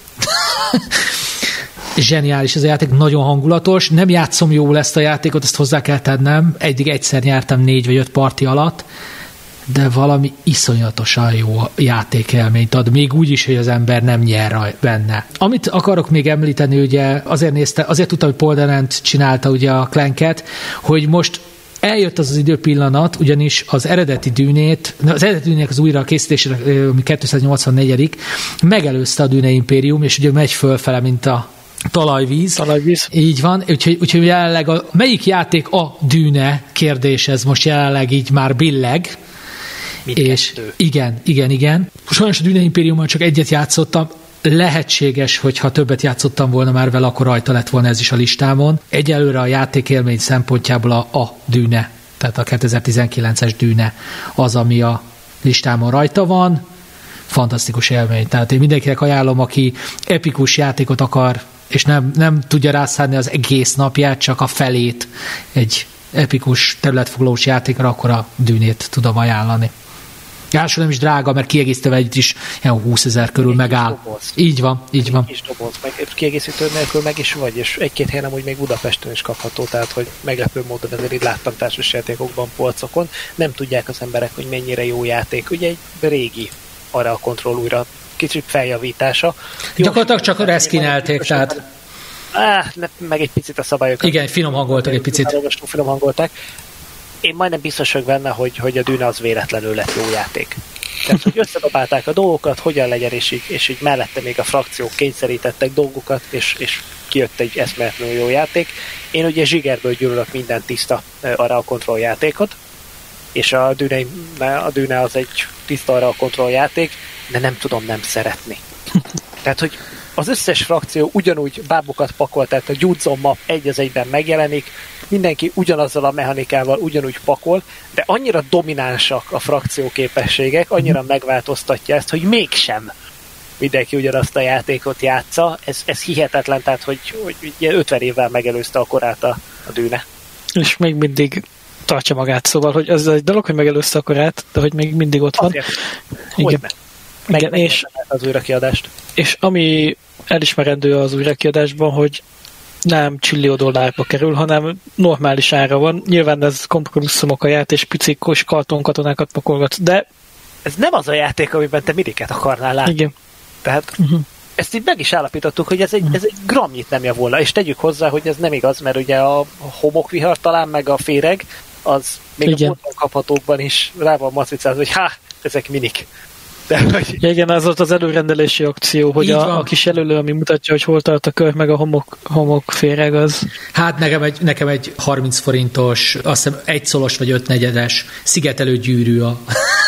Zseniális ez a játék, nagyon hangulatos. Nem játszom jól ezt a játékot, ezt hozzá kell tennem. Eddig egyszer nyertem négy vagy öt parti alatt, de valami iszonyatosan jó játékelményt ad, még úgy is, hogy az ember nem nyer benne. Amit akarok még említeni, ugye azért nézte, azért tudtam, hogy Paul Dennett csinálta ugye a Clanket, hogy most eljött az az időpillanat, ugyanis az eredeti Dűnét, az eredeti Dűnének az újra készítésére, ami kétszáznyolcvannegyedik megelőzte a Dűne Impérium, és ugye megy fölfele, mint a talajvíz. Talajvíz. Így van, úgyhogy, úgyhogy jelenleg a, melyik játék a Dűne kérdés, ez most jelenleg így már billeg. És igen, igen, igen. Sajnos a Dűne Impériumban csak egyet játszottam. Lehetséges, hogy ha többet játszottam volna már vele, akkor rajta lett volna ez is a listámon. Egyelőre a játékélmény szempontjából a, a Dűne, tehát a kétezer-tizenkilences Dűne az, ami a listámon rajta van. Fantasztikus élmény. Tehát én mindenkinek ajánlom, aki epikus játékot akar, és nem, nem tudja rászánni az egész napját, csak a felét egy epikus területfoglalós játékra, akkor a Dűnét tudom ajánlani. Első nem is drága, mert kiegészítővel együtt is ilyen húszezer körül egy megáll. Így van, így van. Kis doboz, meg kiegészítő nélkül meg is vagy, és egy-két helyen amúgy még Budapesten is kapható, tehát hogy meglepő módon ezért így láttam társasjátékokban, polcokon. Nem tudják az emberek, hogy mennyire jó játék. Ugye egy régi arra a kontroll újra kicsit feljavítása. Gyakorlatilag csak reszkinelték, tehát... Á, meg egy picit a szabályokat. Igen, finom hangoltak egy picit. Finom hangolták. Én majdnem biztos vagyok benne, hogy, hogy a Dune az véletlenül lett jó játék. Tehát, hogy összedobálták a dolgokat, hogyan legyen, és így, és így mellette még a frakciók kényszerítettek dolgokat, és, és kijött egy eszméletlenül jó játék. Én ugye zsigerből gyűlölök minden tiszta arra a kontroll játékot, és a Dune, a Dune az egy tiszta arra a kontroll játék, de nem tudom nem szeretni. Tehát, hogy az összes frakció ugyanúgy bábokat pakol, tehát a Gyudzon map egy az egyben megjelenik, mindenki ugyanazzal a mechanikával ugyanúgy pakol, de annyira dominánsak a frakció képességek, annyira megváltoztatja ezt, hogy mégsem mindenki ugyanazt a játékot játsza. Ez, ez hihetetlen, tehát hogy, hogy ötven évvel megelőzte a korát a, a Dune. És még mindig tartja magát, szóval, hogy az egy dolog, hogy megelőzte a korát, de hogy még mindig ott van. Azért. Igen. Meg, Igen, és az újrakiadást. És ami elismerendő az újrakiadásban, hogy nem csillió dollárba kerül, hanem normális ára van. Nyilván ez kompromisszumokat és picikos kartonkatonákat pakolgat, de... Ez nem az a játék, amiben te miriket akarnál látni. Igen. Tehát uh-huh. ezt így meg is állapítottuk, hogy ez egy, ez egy gramnyit nem javulna, és tegyük hozzá, hogy ez nem igaz, mert ugye a homokvihar talán, meg a féreg, az még Igen. a módon kaphatókban is rá van matricázva, hogy há, ezek minik. De, hogy... ja, igen, az volt az előrendelési akció, hogy a, a kis jelölő, ami mutatja, hogy hol tart a kör, meg a homok, homok féreg az. Hát nekem egy, nekem egy harminc forintos, azt hiszem egy szolos vagy öt negyedes szigetelő gyűrű a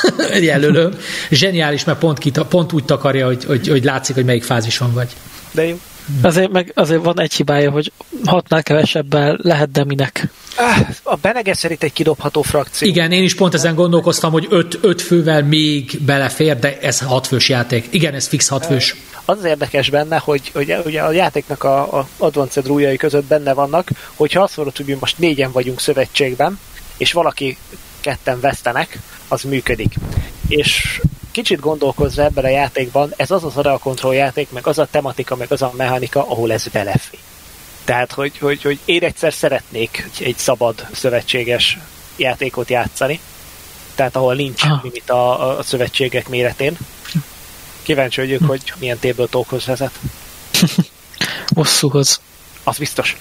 jelölő. Zseniális, mert pont, kita, pont úgy takarja, hogy, hogy, hogy látszik, hogy melyik fázison vagy. De jó. Azért, meg, azért van egy hibája, hogy hatnál kevesebbel lehet, de minek. A Bene Gesserit egy kidobható frakció. Igen, én is pont ezen gondolkoztam, hogy öt, öt fővel még belefér, de ez hat fős játék. Igen, ez fix hat fős. Az az érdekes benne, hogy, hogy ugye a játéknak a, a advanced rúljai között benne vannak, hogyha azt mondod, hogy most négyen vagyunk szövetségben, és valaki ketten vesztenek, az működik. És kicsit gondolkozva ebben a játékban, ez az az Area Control játék, meg az a tematika, meg az a mechanika, ahol ez belefér. Tehát, hogy, hogy, hogy én egyszer szeretnék egy szabad szövetséges játékot játszani, tehát ahol nincs ah. limit a, a szövetségek méretén. Kíváncsi vagyok, hm. hogy milyen tabletophoz vezet. Hosszúhoz. Az biztos.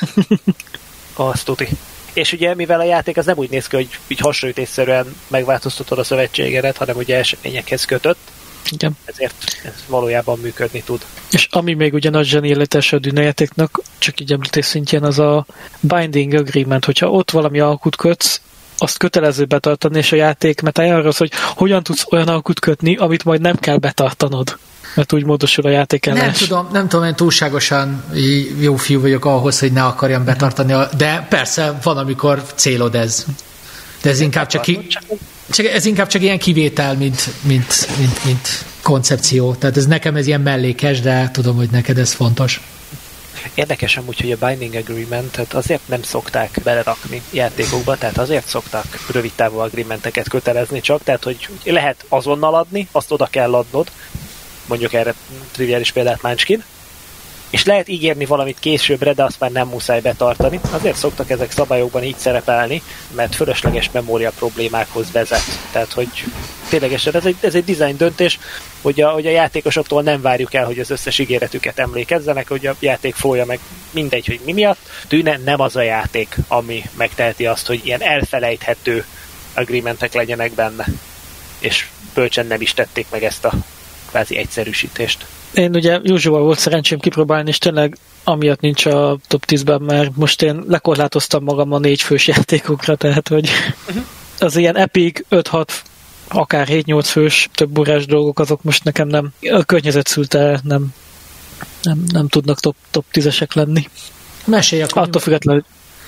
Azt tuti. És ugye, mivel a játék az nem úgy néz ki, hogy így hasonlítésszerűen megváltoztatod a szövetségedet, hanem ugye eseményekhez kötött, igen. Ezért ez valójában működni tud. És ami még ugye nagy zsenialitás a Dune játéknak, csak így említés szintjén, az a Binding Agreement, hogyha ott valami alkut kötsz, azt kötelező betartani, és a játék metája arra az, hogy hogyan tudsz olyan alkut kötni, amit majd nem kell betartanod, mert úgy módosul a játékelés. Nem tudom, nem tudom, én túlságosan jó fiú vagyok ahhoz, hogy ne akarjam betartani, de persze van, amikor célod ez. De ez inkább csak, ki, csak, ez inkább csak ilyen kivétel, mint, mint, mint, mint koncepció. Tehát ez nekem ez ilyen mellékes, de tudom, hogy neked ez fontos. Érdekes amúgy, hogy a Binding Agreement-et azért nem szokták belerakni játékokba, tehát azért szoktak rövidtávú agreementeket kötelezni csak, tehát hogy lehet azonnal adni, azt oda kell adnod, mondjuk erre triviális példát Munchkin, és lehet ígérni valamit későbbre, de azt már nem muszáj betartani. Azért szoktak ezek szabályokban így szerepelni, mert fölösleges memória problémákhoz vezet. Tehát, hogy ténylegesen ez egy, ez egy design döntés, hogy a, hogy a játékosoktól nem várjuk el, hogy az összes ígéretüket emlékezzenek, hogy a játék folyja meg mindegy, hogy mi miatt. Dune nem az a játék, ami megteheti azt, hogy ilyen elfelejthető agreementek legyenek benne. És bölcsen nem is tették meg ezt a kvázi egyszerűsítést. Én ugye Józsuval volt szerencsém kipróbálni, és tényleg amiatt nincs a top tízben, mert most én lekorlátoztam magam a négy fős játékokra, tehát hogy uh-huh. az ilyen epic öt-hat, akár hét-nyolc fős több órás dolgok, azok most nekem nem, a környezet szülte nem, nem, nem tudnak top, top tízesek lenni. Mesélj akkor. Attól függetlenül,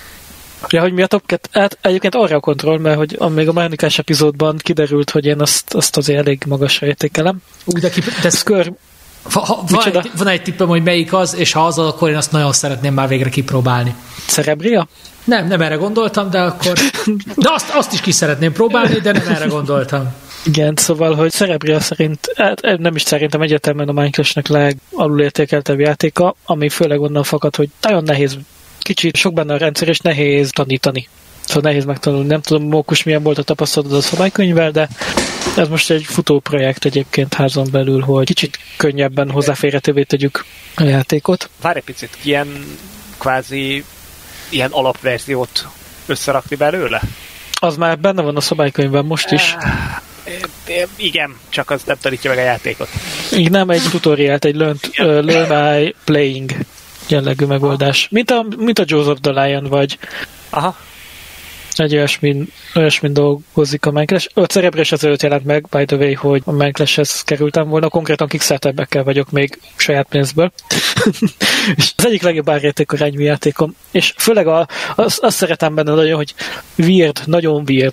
ja, hogy mi a top kettő? Hát egyébként arra a kontroll, mert hogy még a mechanikás epizódban kiderült, hogy én azt, azt azért elég magasra értékelem. Úgy, de ki, de Skör, ha, ha, van, egy, van egy tippem, hogy melyik az, és ha az, akkor én azt nagyon szeretném már végre kipróbálni. Cerebria? Nem, nem erre gondoltam, de akkor... De azt, azt is ki szeretném próbálni, de nem erre gondoltam. Igen, szóval, hogy Cerebria szerint, hát nem is szerintem egyértelműen a Minecraftnek legalulértékeltebb játéka, ami főleg onnan fakad, hogy nagyon nehéz, kicsit sok benne a rendszer, és nehéz tanítani. Szóval nehéz megtanulni. Nem tudom, Mókus milyen volt a tapasztalatod a szabálykönyvvel, de Ez most egy futó projekt egyébként házon belül, hogy kicsit könnyebben hozzáférhetővé tegyük a játékot. Várj egy picit, ilyen kvázi ilyen alapverziót összerakni belőle? Az már benne van a szabálykönyvben most is. Igen, csak az nem tanítja meg a játékot. Így nem egy tutoriált, egy learn, uh, learn by playing jellegű megoldás. Mint a, mint a Jaws of the Lion, vagy aha. egy olyasmin, olyasmin dolgozik a Minecraft. A Cerebres ezelőtt jelent meg, by the way, hogy a Minecrafthez kerültem volna. Konkrétan Kickstarterbekkel vagyok még saját pénzből. És az egyik legjobb árjáték a Ránymi játékom. És főleg a, azt, azt szeretem benne nagyon, hogy weird, nagyon weird.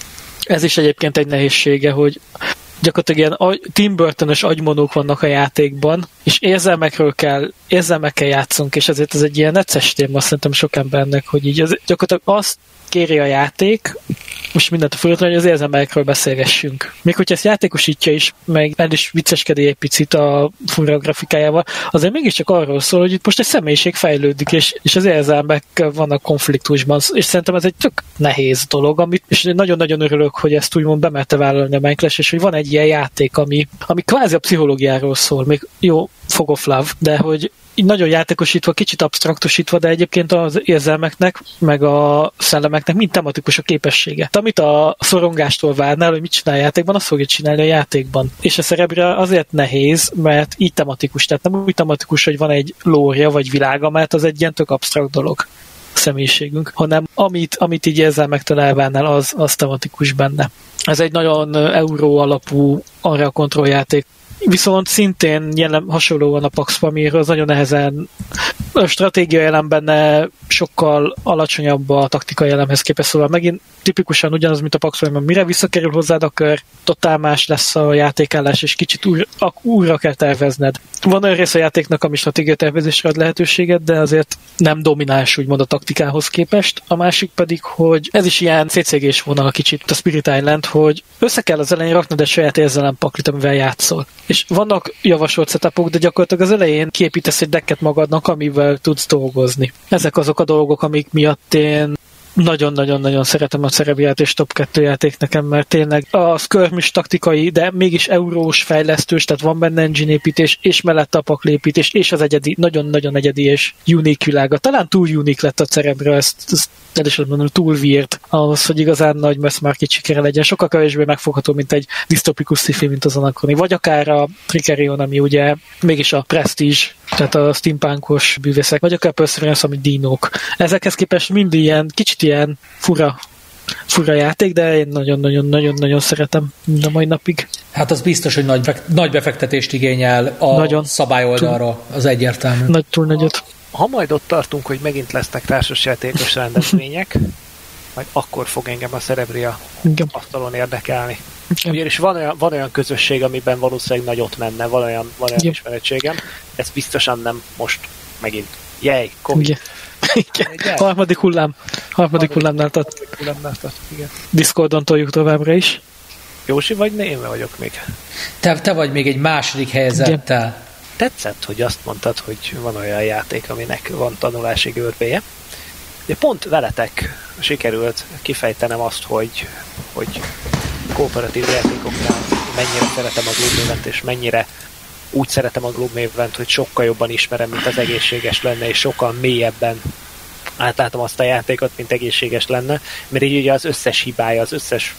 Ez is egyébként egy nehézsége, hogy gyakorlatilag ilyen agy, Tim Burton-ös agymonók vannak a játékban, és érzelmekről kell, érzelmekkel játszunk, és ezért ez egy ilyen necces téma, azt szerintem sok embernek, hogy így az, gyakorlatilag azt kéri a játék, most mindent a fölötlen, hogy az érzelmekről beszélgessünk. Még hogyha ezt játékosítja is, meg el is vicceskedi egy picit a fura grafikájával, azért mégiscsak arról szól, hogy itt most egy személyiség fejlődik, és, és az érzelmek vannak konfliktusban, és szerintem ez egy tök nehéz dolog, amit, és nagyon-nagyon örülök, hogy ezt úgymond bemerte vállalni a Minecraft, és hogy van egy ilyen játék, ami, ami kvázi a pszichológiáról szól, még jó, Fog of Love, de hogy így nagyon játékosítva, kicsit absztraktosítva, de egyébként az érzelmeknek, meg a szellemeknek mind tematikus a képessége. Amit a szorongástól várnál, hogy mit csinál a játékban, azt fogja csinálni a játékban. És a Cerebra azért nehéz, mert így tematikus. Tehát nem úgy tematikus, hogy van egy lória vagy világa, mert az egy ilyen tök absztrakt dolog a személyiségünk, hanem amit, amit így érzelmektől elvárnál, az, az tematikus benne. Ez egy nagyon euró alapú arra a kontrolljáték. Viszont szintén jelen, hasonlóan a Pax Pamir, az nagyon nehezen a stratégia elem benne sokkal alacsonyabb a taktikai elemhez képest, szóval megint tipikusan ugyanaz, mint a Pax Pamir, mire visszakerül hozzád a kör, totál más lesz a játékállás, és kicsit újra, újra kell tervezned. Van olyan rész a játéknak, ami stratégia tervezésre ad lehetőséget, de azért nem domináns úgymond a taktikához képest. A másik pedig, hogy ez is ilyen cé cé gés vonal kicsit a Spirit Island, hogy össze kell az elején raknod egy saját érzelempaklit, amivel játszol. És vannak javasolt setupok, de gyakorlatilag az elején kiépítesz egy decket magadnak, amivel tudsz dolgozni. Ezek azok a dolgok, amik miatt én nagyon-nagyon-nagyon szeretem a Cerebriát és top kettő játék nekem, mert tényleg a skirmish taktikai, de mégis eurós fejlesztős, tehát van benne engine építés, és mellette a paklépítés, és az egyedi, nagyon-nagyon egyedi és unique világa. Talán túl unique lett a Cerebra, ezt, ezt el is mondom, túl weird ahhoz, hogy igazán nagy mass market sikere legyen. Sokkal kevésbé megfogható, mint egy disztopikus sci-fi, mint az Anachrony. Vagy akár a Tricerion, ami ugye mégis a Prestige, tehát a steampunkos bűvészek, vagy akár Perseverance, ami dinók. Ezekhez képest mind ilyen, kicsit ilyen fura, fura játék, de én nagyon-nagyon-nagyon-nagyon szeretem mind a mai napig. Hát az biztos, hogy nagy, nagy befektetést igényel a nagyon szabályoldalra, az egyértelmű. Nagy, túl nagyot. Ha majd ott tartunk, hogy megint lesznek társasjátékos rendezvények, majd akkor fog engem a Cerebria asztalon érdekelni. Ugyanis van olyan, van olyan közösség, amiben valószínűleg nagyot menne, van olyan, van olyan ismerettségem. Ez biztosan nem most megint. Jej, Covid. Igen. Igen. Harmadik hullám. Harmadik hullámnál tart. Hullámnál tart, igen. Discordon toljuk továbbra is. Jósi vagy én vagyok még? Te, te vagy még egy második helyzettel. Igen. Tetszett, hogy azt mondtad, hogy van olyan játék, aminek van tanulási görbéje. De pont veletek sikerült kifejtenem azt, hogy, hogy kooperatív játékoknál mennyire szeretem a Gloomhaven-t, és mennyire úgy szeretem a Gloomhaven-t, hogy sokkal jobban ismerem, mint az egészséges lenne, és sokkal mélyebben átlátom azt a játékot, mint egészséges lenne, mert így ugye az összes hibája, az összes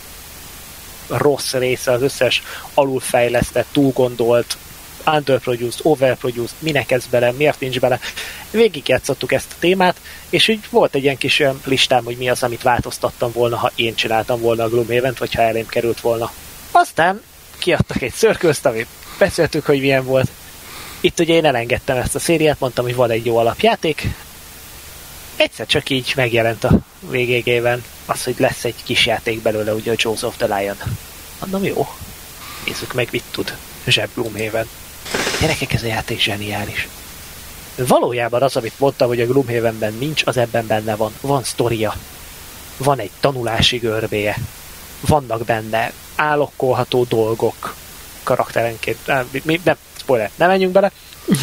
rossz része, az összes alulfejlesztett, túlgondolt, underproduced, overproduced, minek ez bele, miért nincs bele. Végigjátszottuk ezt a témát, és így volt egy ilyen kis olyan listám, hogy mi az, amit változtattam volna, ha én csináltam volna a Gloomhaven-t, vagy ha elém került volna. Aztán kiadtak egy szörközt, amit beszéltük, hogy milyen volt. Itt ugye én elengedtem ezt a szériát, mondtam, hogy van egy jó alapjáték. Egyszer csak így megjelent a vé gé gében az, hogy lesz egy kis játék belőle, ugye a Jaws of the Lion. Mondom, jó, nézzük meg, mit tud Zseb Gloomhaven. Gyerekek, ez a játék zseniális. Valójában az, amit mondtam, hogy a Gloomhavenben nincs, az ebben benne van. Van sztoria. Van egy tanulási görbéje. Vannak benne állokkolható dolgok karakterenként. Mi, nem, spoiler, nem menjünk bele.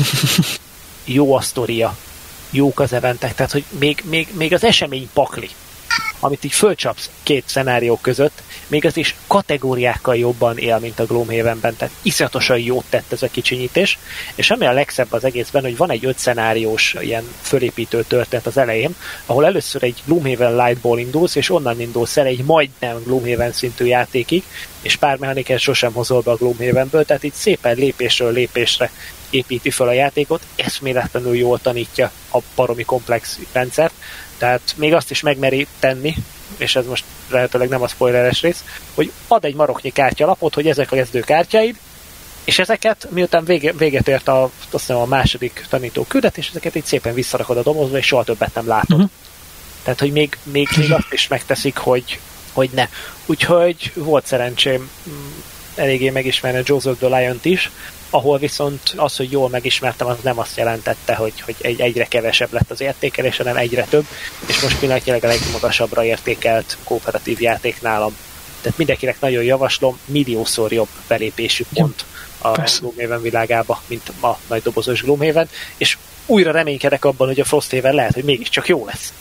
Jó a sztoria. Jók az eventek, tehát hogy még, még, még az esemény pakli, amit így fölcsapsz, két szenárió között, még az is kategóriákkal jobban él, mint a Gloomhavenben, tehát iszonyatosan jót tett ez a kicsinyítés, és ami a legszebb az egészben, hogy van egy öt szenáriós ilyen fölépítő történet az elején, ahol először egy Gloomhaven Lightból indulsz, és onnan indulsz el egy majdnem Gloomhaven szintű játékig, és pár mechanikát sosem hozol be a Gloomhavenből, tehát így szépen lépésről lépésre építi fel a játékot, eszméletlenül jól tanítja a baromi komplex rendszert, tehát még azt is megmeri tenni, és ez most lehetőleg nem a spoileres rész, hogy ad egy maroknyi kártyalapot, hogy ezek a kezdőkártyáid, és ezeket, miután vége, véget ért a, azt hiszem, a második tanító küldetés, ezeket így szépen visszarakod a dobozba, és soha többet nem látod. Uh-huh. Tehát, hogy még, még, még azt is megteszik, hogy, hogy ne. Úgyhogy volt szerencsém eléggé megismerni Joseph the Lion-t is, ahol viszont az, hogy jól megismertem, az nem azt jelentette, hogy, hogy egy, egyre kevesebb lett az értékelés, hanem egyre több, és most pillanatnyilag a legmagasabbra értékelt kooperatív játék nálam. Tehát mindenkinek nagyon javaslom, milliószor jobb belépésű pont a Gloomhaven világába, mint a nagy dobozos Gloomhaven, és újra reménykedek abban, hogy a Frosthaven lehet, hogy mégiscsak jó lesz.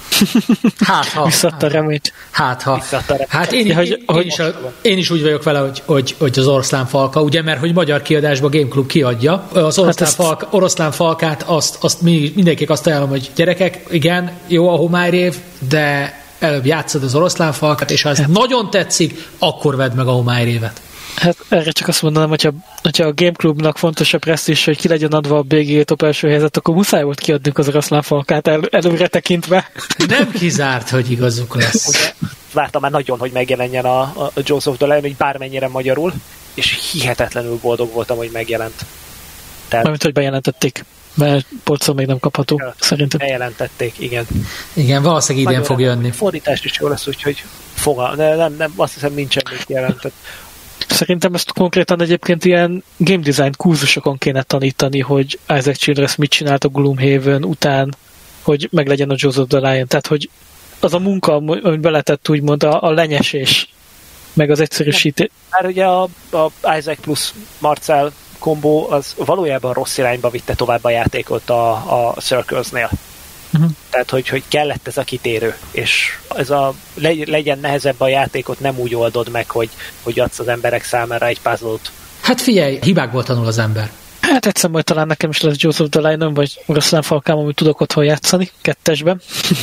Hát ha. Visszadta a reményt. Hát ha. Hát én, én, én, hogy, én, hogy is a, én is úgy vagyok vele, hogy, hogy, hogy az oroszlán falka, ugye, mert hogy magyar kiadásban Game Club kiadja. Az oroszlán, hát falka, oroszlán falkát, azt, azt mindenkinek azt ajánlom, hogy gyerekek, igen, jó a homályrév, de előbb játszod az oroszlán falkát, és ha ez hát. nagyon tetszik, akkor vedd meg a homályrévet. Hát erre csak azt mondanám, hogyha, hogyha a Game Clubnak fontos a presztízs, hogy ki legyen adva a bé gé top első helyzet, akkor muszáj volt kiadnunk az oroszlán falkát el, előre tekintve. Nem kizárt, hogy igazuk lesz. Ugye, vártam már nagyon, hogy megjelenjen a, a Joseph the Lion, hogy bármennyire magyarul, és hihetetlenül boldog voltam, hogy megjelent. Tehát... Mármint, hogy bejelentették, mert polcon még nem kapható, ja, szerintem. Bejelentették, igen. Igen, valószínűleg idén fog jönni. Fordítást is jó lesz, úgyhogy fogal, de nem, nem, azt hiszem nincsen még jelentett. Szerintem ezt konkrétan egyébként ilyen game design kurzusokon kéne tanítani, hogy Isaac Childress mit csinált a Gloomhaven után, hogy meglegyen a Joseph the Lion. Tehát, hogy az a munka, amit beletett úgymond a, a lenyesés, meg az egyszerűsítés. Már ugye a, a Isaac plusz Marcel kombó az valójában rossz irányba vitte tovább a játékot a, a Circles-nél. Uh-huh. Tehát, hogy, hogy kellett ez a kitérő, és ez a legyen nehezebb a játékot, nem úgy oldod meg, hogy, hogy adsz az emberek számára egy puzzle-t. Hát figyelj, hibákból tanul az ember. Hát egyszer majd talán nekem is lesz Joseph the Lion, vagy oroszlán falkám, amit tudok otthon játszani, kettesben.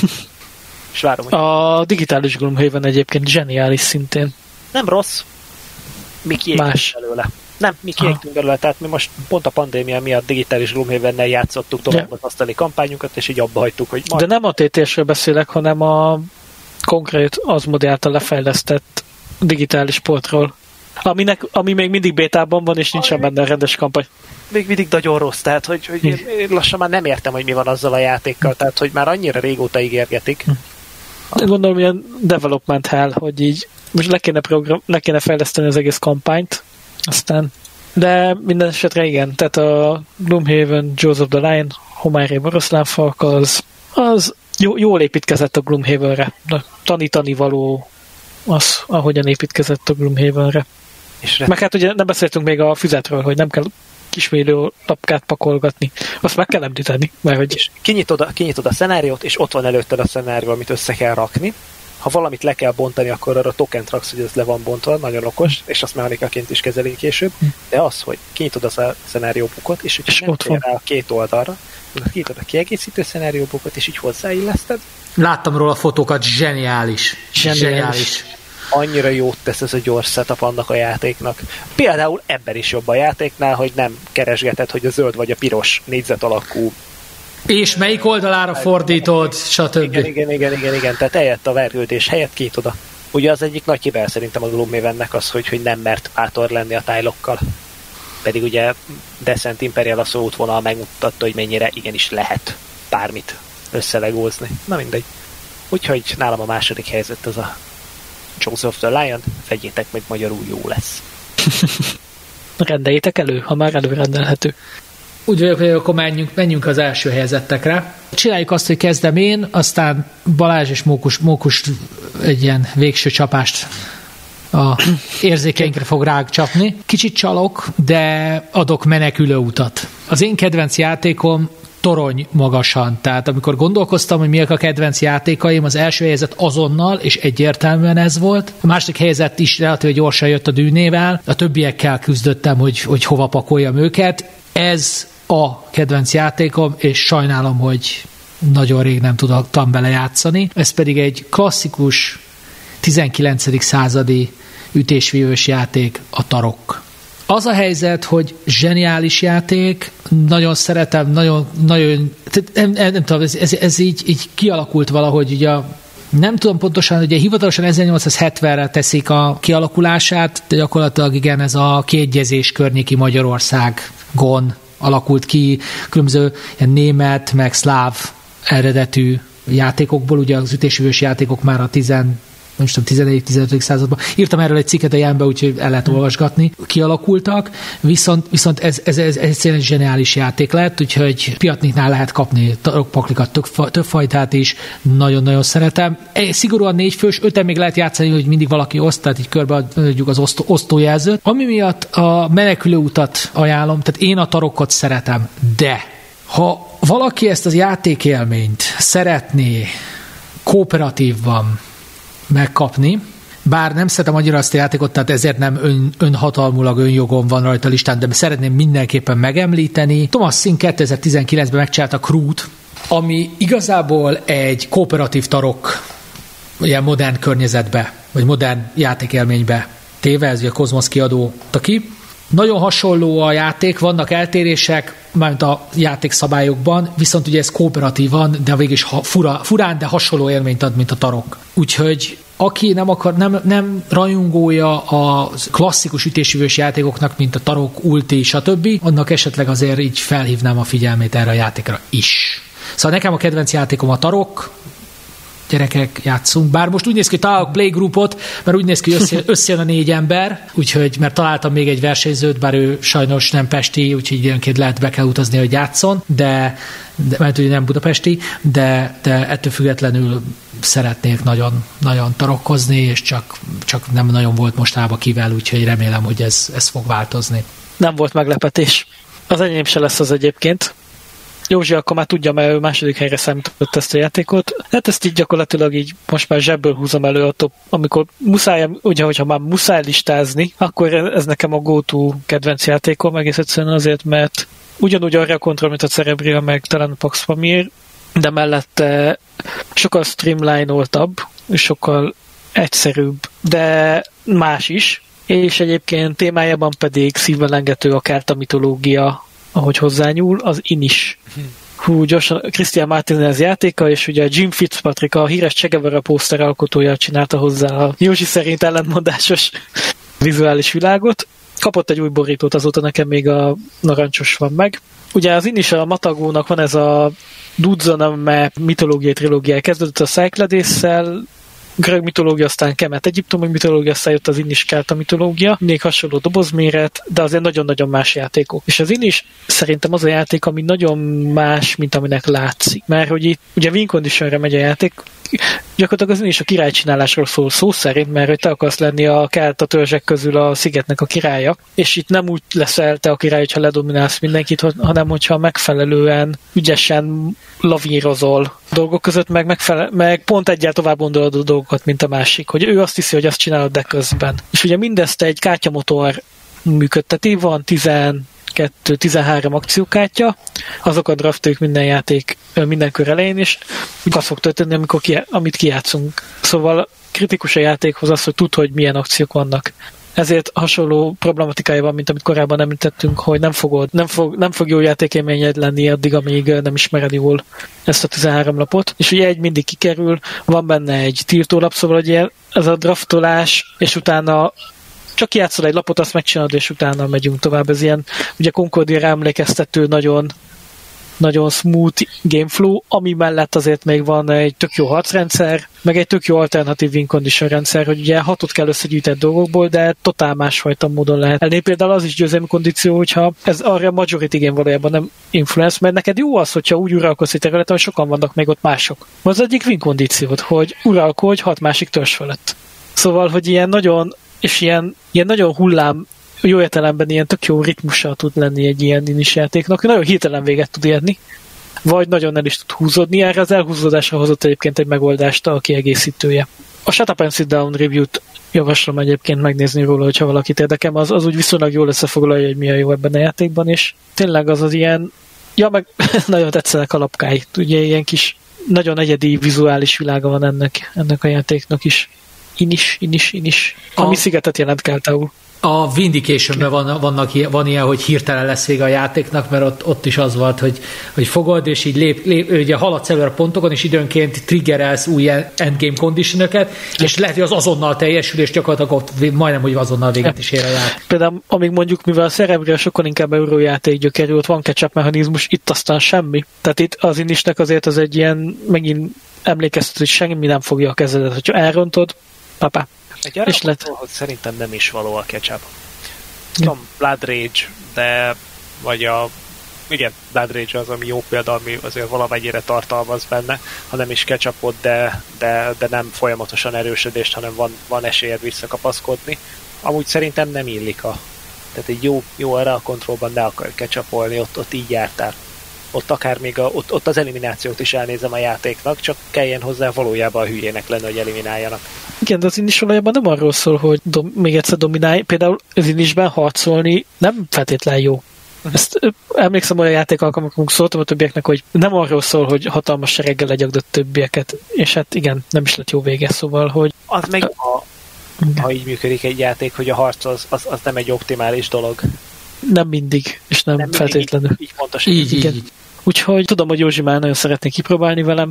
És várom, hogy... A digitális Gloomhaven egyébként zseniális szintén. Nem rossz. Mi kiégtünk belőle. Nem, mi kiégtünk belőle, tehát mi most pont a pandémia miatt digitális Gloomhavennel játszottuk tovább az asztali kampányunkat, és így abba hagytuk, hogy majd... De nem a té té-sről beszélek, hanem a konkrét Asmodee által lefejlesztett digitális portról, aminek, ami még mindig bétában van, és nincsen benne rendes kampány. Még mindig nagyon rossz, tehát hogy, hogy én, én lassan már nem értem, hogy mi van azzal a játékkal, tehát hogy már annyira régóta ígérgetik. De gondolom, ilyen development hell, hogy így most le kéne, program, le kéne fejleszteni az egész kampányt, aztán, de minden esetre igen, tehát a Gloomhaven, Joseph the Lion, homályrév oroszlánfalk, az, az jó, jól építkezett a Gloomhavenre, tanítani való az, ahogyan építkezett a Gloomhavenre. Meg hát ugye nem beszéltünk még a füzetről, hogy nem kell kismérő lapkát pakolgatni. Azt meg kell említeni, mert hogy... Kinyitod a, kinyitod a szenáriót, és ott van előtted a szenárió, amit össze kell rakni. Ha valamit le kell bontani, akkor arra tokent raksz, hogy ez le van bontva, nagyon okos, és azt mechanikaként is kezeli később. De az, hogy kinyitod a szenárióbukot, és hogyha és nem tér rá a két oldalra, akkor kinyitod a kiegészítő szenárióbukot, és így hozzáilleszted. Láttam róla fotókat, zseniális. Zseniális. zseniális. Annyira jót tesz ez a gyors setup annak a játéknak. Például ebben is jobb a játéknál, hogy nem keresgeted, hogy a zöld vagy a piros négyzet alakú. És melyik oldalára fordítod, stb. Igen, igen, igen, igen, igen. Tehát eljött a vergődés helyett két oda. Ugye az egyik nagy hibája szerintem a Gloomhavennek az, hogy, hogy nem mert bátor lenni a tájlokkal. Pedig ugye Descent Imperial a szóútvonal megmutatta, hogy mennyire igenis lehet bármit összelegózni. Na mindegy. Úgyhogy nálam a második helyzet az a Joseph the Lion, vegyétek meg, magyarul jó lesz. Rendeljétek elő, ha már előrendelhető. Úgy vagyok, hogy akkor menjünk, menjünk az első helyzetekre. Csináljuk azt, hogy kezdem én, aztán Balázs és Mókus, Mókus egy ilyen végső csapást a érzékeinkre fog ránk csapni. Kicsit csalok, de adok menekülő utat. Az én kedvenc játékom torony magasan. Tehát amikor gondolkoztam, hogy miek a kedvenc játékaim, az első helyzet azonnal, és egyértelműen ez volt. A második helyzet is relatíve gyorsan jött a Dűnével. A többiekkel küzdöttem, hogy, hogy hova pakoljam őket. Ez a kedvenc játékom, és sajnálom, hogy nagyon rég nem tudtam bele játszani. Ez pedig egy klasszikus tizenkilencedik századi ütésvívős játék, a Tarok. Az a helyzet, hogy zseniális játék, nagyon szeretem, nagyon, nagyon nem, nem, nem tudom, ez, ez, ez így, így kialakult valahogy, ugye a, nem tudom pontosan, ugye hivatalosan ezernyolcszázhetvenre teszik a kialakulását, de gyakorlatilag igen, ez a kiegyezés környéki Magyarországon alakult ki, különböző ilyen német, meg szláv eredetű játékokból, ugye az ütésvívős játékok már a tizen nem tudom, tizenegyedik-tizenötödik században. Írtam erről egy cikket a Jánbe, úgyhogy el lehet olvasgatni. Kialakultak, viszont, viszont ez, ez, ez, ez egy zseniális játék lett, úgyhogy Piatniknál lehet kapni tarokpaklikat, több, több fajtát is. Nagyon-nagyon szeretem. Szigorúan négy fős, öten még lehet játszani, hogy mindig valaki oszt, tehát így körbeadjuk az osztó, osztójelzőt. Ami miatt a menekülő utat ajánlom, tehát én a tarokkot szeretem, de ha valaki ezt az játékélményt szeretné kooperatívban megkapni, bár nem szeretem annyira azt a játékot, tehát ezért nem ön, önhatalmulag, önjogon van rajta a listán, de szeretném mindenképpen megemlíteni. Thomas Sink kétezer-tizenkilencben megcsinálta Krút, ami igazából egy kooperatív tarok ilyen modern környezetbe, vagy modern játékélménybe téve, ez ugye a Kozmosz kiadó ki. Nagyon hasonló a játék, vannak eltérések, mármint a játékszabályokban, viszont ugye ez kooperatívan, de végig is fura, furán, de hasonló élményt ad, mint a tarok. Úgyhogy aki nem akar, nem, nem rajongója a klasszikus ütésvívős játékoknak, mint a tarok, ulti, stb., annak esetleg azért így felhívnám a figyelmét erre a játékra is. Szóval nekem a kedvenc játékom a tarok, gyerekek, játszunk. Bár most úgy néz ki, hogy találok playgroupot, mert úgy néz ki, hogy összejön, összejön a négy ember, úgyhogy, mert találtam még egy versenyzőt, bár ő sajnos nem pesti, úgyhogy időnként lehet be kell utazni, hogy játszon, de, de mert ugye nem budapesti, de, de ettől függetlenül szeretnék nagyon, nagyon tarokkozni, és csak, csak nem nagyon volt mostában kivel, úgyhogy remélem, hogy ez, ez fog változni. Nem volt meglepetés. Az enyém se lesz az egyébként. Józsi akkor már tudja, mert ő második helyre számított ezt a játékot. Hát ezt így gyakorlatilag így most már zsebből húzom elő, attól, amikor muszáj, ugye, hogyha már muszáj listázni, akkor ez nekem a go-to kedvenc játékom, egész egyszerűen azért, mert ugyanúgy arra a kontroll, mint a Cerebria, meg talán a Pax Pamir, de mellette sokkal streamline-oltabb, és sokkal egyszerűbb, de más is, és egyébként témájában pedig szívvel lengető a kárta mitológia, ahogy hozzányúl, az Inis. Hú, gyorsan Christian Martinez játéka, és ugye Jim Fitzpatrick, a híres Che Guevara pószter alkotója csinálta hozzá a Józsi szerint ellentmondásos vizuális világot. Kapott egy új borítót, azóta nekem még a narancsos van meg. Ugye az Inis a Matagónak van ez a Dudzoname mitológiai trilógiája, kezdődött a Cycladésszel, görög mitológia, aztán Kemet egyiptomi mitológia, aztán jött az Inis kelta mitológia, még hasonló dobozméret, de azért nagyon-nagyon más játékok. És az Inis szerintem az a játék, ami nagyon más, mint aminek látszik. Mert hogy itt ugye win conditionre megy a játék, gyakorlatilag az Inis a királycsinálásról szól szó szerint, mert hogy te akarsz lenni a kelta törzsek közül a szigetnek a királya, és itt nem úgy leszel te a király, hogyha ledominálsz mindenkit, hanem hogyha megfelelően ügyesen lavírozol dolgok között, meg, megfele- meg pont egyáltalán tovább gondolod a dolgokat, mint a másik, hogy ő azt hiszi, hogy azt csinálod, de közben. És ugye mindezt egy kártyamotor működteti, van tizenkettő tizenhárom akciókártya, azokat draftoljuk minden játék, minden kör elején, és azt fog történni, amikor ki, amit kijátszunk. Szóval kritikus a játékhoz az, hogy tud, hogy milyen akciók vannak. Ezért hasonló problematikája van, mint amit korábban említettünk, hogy nem, fogod, nem, fog, nem fog jó játékélményed lenni addig, amíg nem ismered jól ezt a tizenhárom lapot. És ugye egy mindig kikerül, van benne egy tiltólap, szóval hogy ez a draftolás, és utána csak kijátszol egy lapot, azt megcsinálod, és utána megyünk tovább. Ez ilyen, ugye Concordia-ra emlékeztető, nagyon nagyon smooth gameflow, ami mellett azért még van egy tök jó harcrendszer, meg egy tök jó alternatív win condition rendszer, hogy ugye hatot kell összegyűjteni dolgokból, de totál másfajta módon lehet elni. Például az is győzelmi kondíció, hogyha ez arra a majority game valójában nem influence, mert neked jó az, hogyha úgy uralkodsz egy területen, hogy sokan vannak még ott mások. Az egyik win kondíciót, hogy uralkodj hat másik törzs felett. Szóval, hogy ilyen nagyon, és ilyen, ilyen nagyon hullám, jó értelemben ilyen tök jó ritmussal tud lenni egy ilyen Inis játéknak, nagyon hirtelen véget tud érni. vagy nagyon el is tud húzódni. Erre az elhúzódásra hozott egyébként egy megoldást a kiegészítője. A Shut Up and Sit Down review-t javaslom egyébként megnézni róla, hogyha valakit érdekel, az, az úgy viszonylag jól összefoglalja, hogy mi a jó ebben a játékban, és tényleg az az ilyen, ja, meg nagyon tetszenek a lapkái. Ugye ilyen kis, nagyon egyedi vizuális világa van ennek, ennek a játéknak is. Inis, inis, inis. Ami a... szigetet jelent Keltául. A Vindication-ben van, vannak, van ilyen, hogy hirtelen lesz vége a játéknak, mert ott, ott is az volt, hogy, hogy fogod, és így lép, lép, ugye haladsz előre a pontokon, és időnként triggerelsz új endgame condition-öket, és lehet, hogy az azonnal teljesül, és gyakorlatilag ott majdnem, hogy azonnal véget is ér a játék. Például, amíg mondjuk, mivel a Cerebral sokkal inkább eurójáték gyökerű, ott van catch-up mechanizmus, itt aztán semmi. Tehát itt az Inisnek azért az egy ilyen, megint emlékeztet, hogy semmi nem fogja a kezedet, hogyha elrontod, papá. Egy arra gondol, hogy szerintem nem is való a ketchup. Tudom, Blood Rage, de vagy a igen, Blood Rage az, ami jó példa, ami azért valamennyire tartalmaz benne, ha nem is ketchupot, de, de, de nem folyamatosan erősödést, hanem van, van esélyed visszakapaszkodni. Amúgy szerintem nem illik a... Tehát egy jó, jó arra a kontrollban ne akar ketchupolni, ott, ott így jártál. Ott akár még a, ott, ott az eliminációt is elnézem a játéknak, csak kelljen hozzá valójában a hülyének lenni, hogy elimináljanak. Igen, de az Inis valójában nem arról szól, hogy dom, még egyszer dominálj. Például az Inisben harcolni nem feltétlen jó. Ezt emlékszem, olyan játékalkalmakunk szóltam a többieknek, hogy nem arról szól, hogy hatalmas sereggel legyagd a többieket, és hát igen, nem is lett jó vége, szóval, hogy... Az meg, ha, ha így működik egy játék, hogy a harc az, az, az nem egy optimális dolog. Nem mindig, és nem, nem feltétlenül. Így, így pontosan. Így, így, így. Úgyhogy tudom, hogy Józsi már nagyon szeretné kipróbálni velem.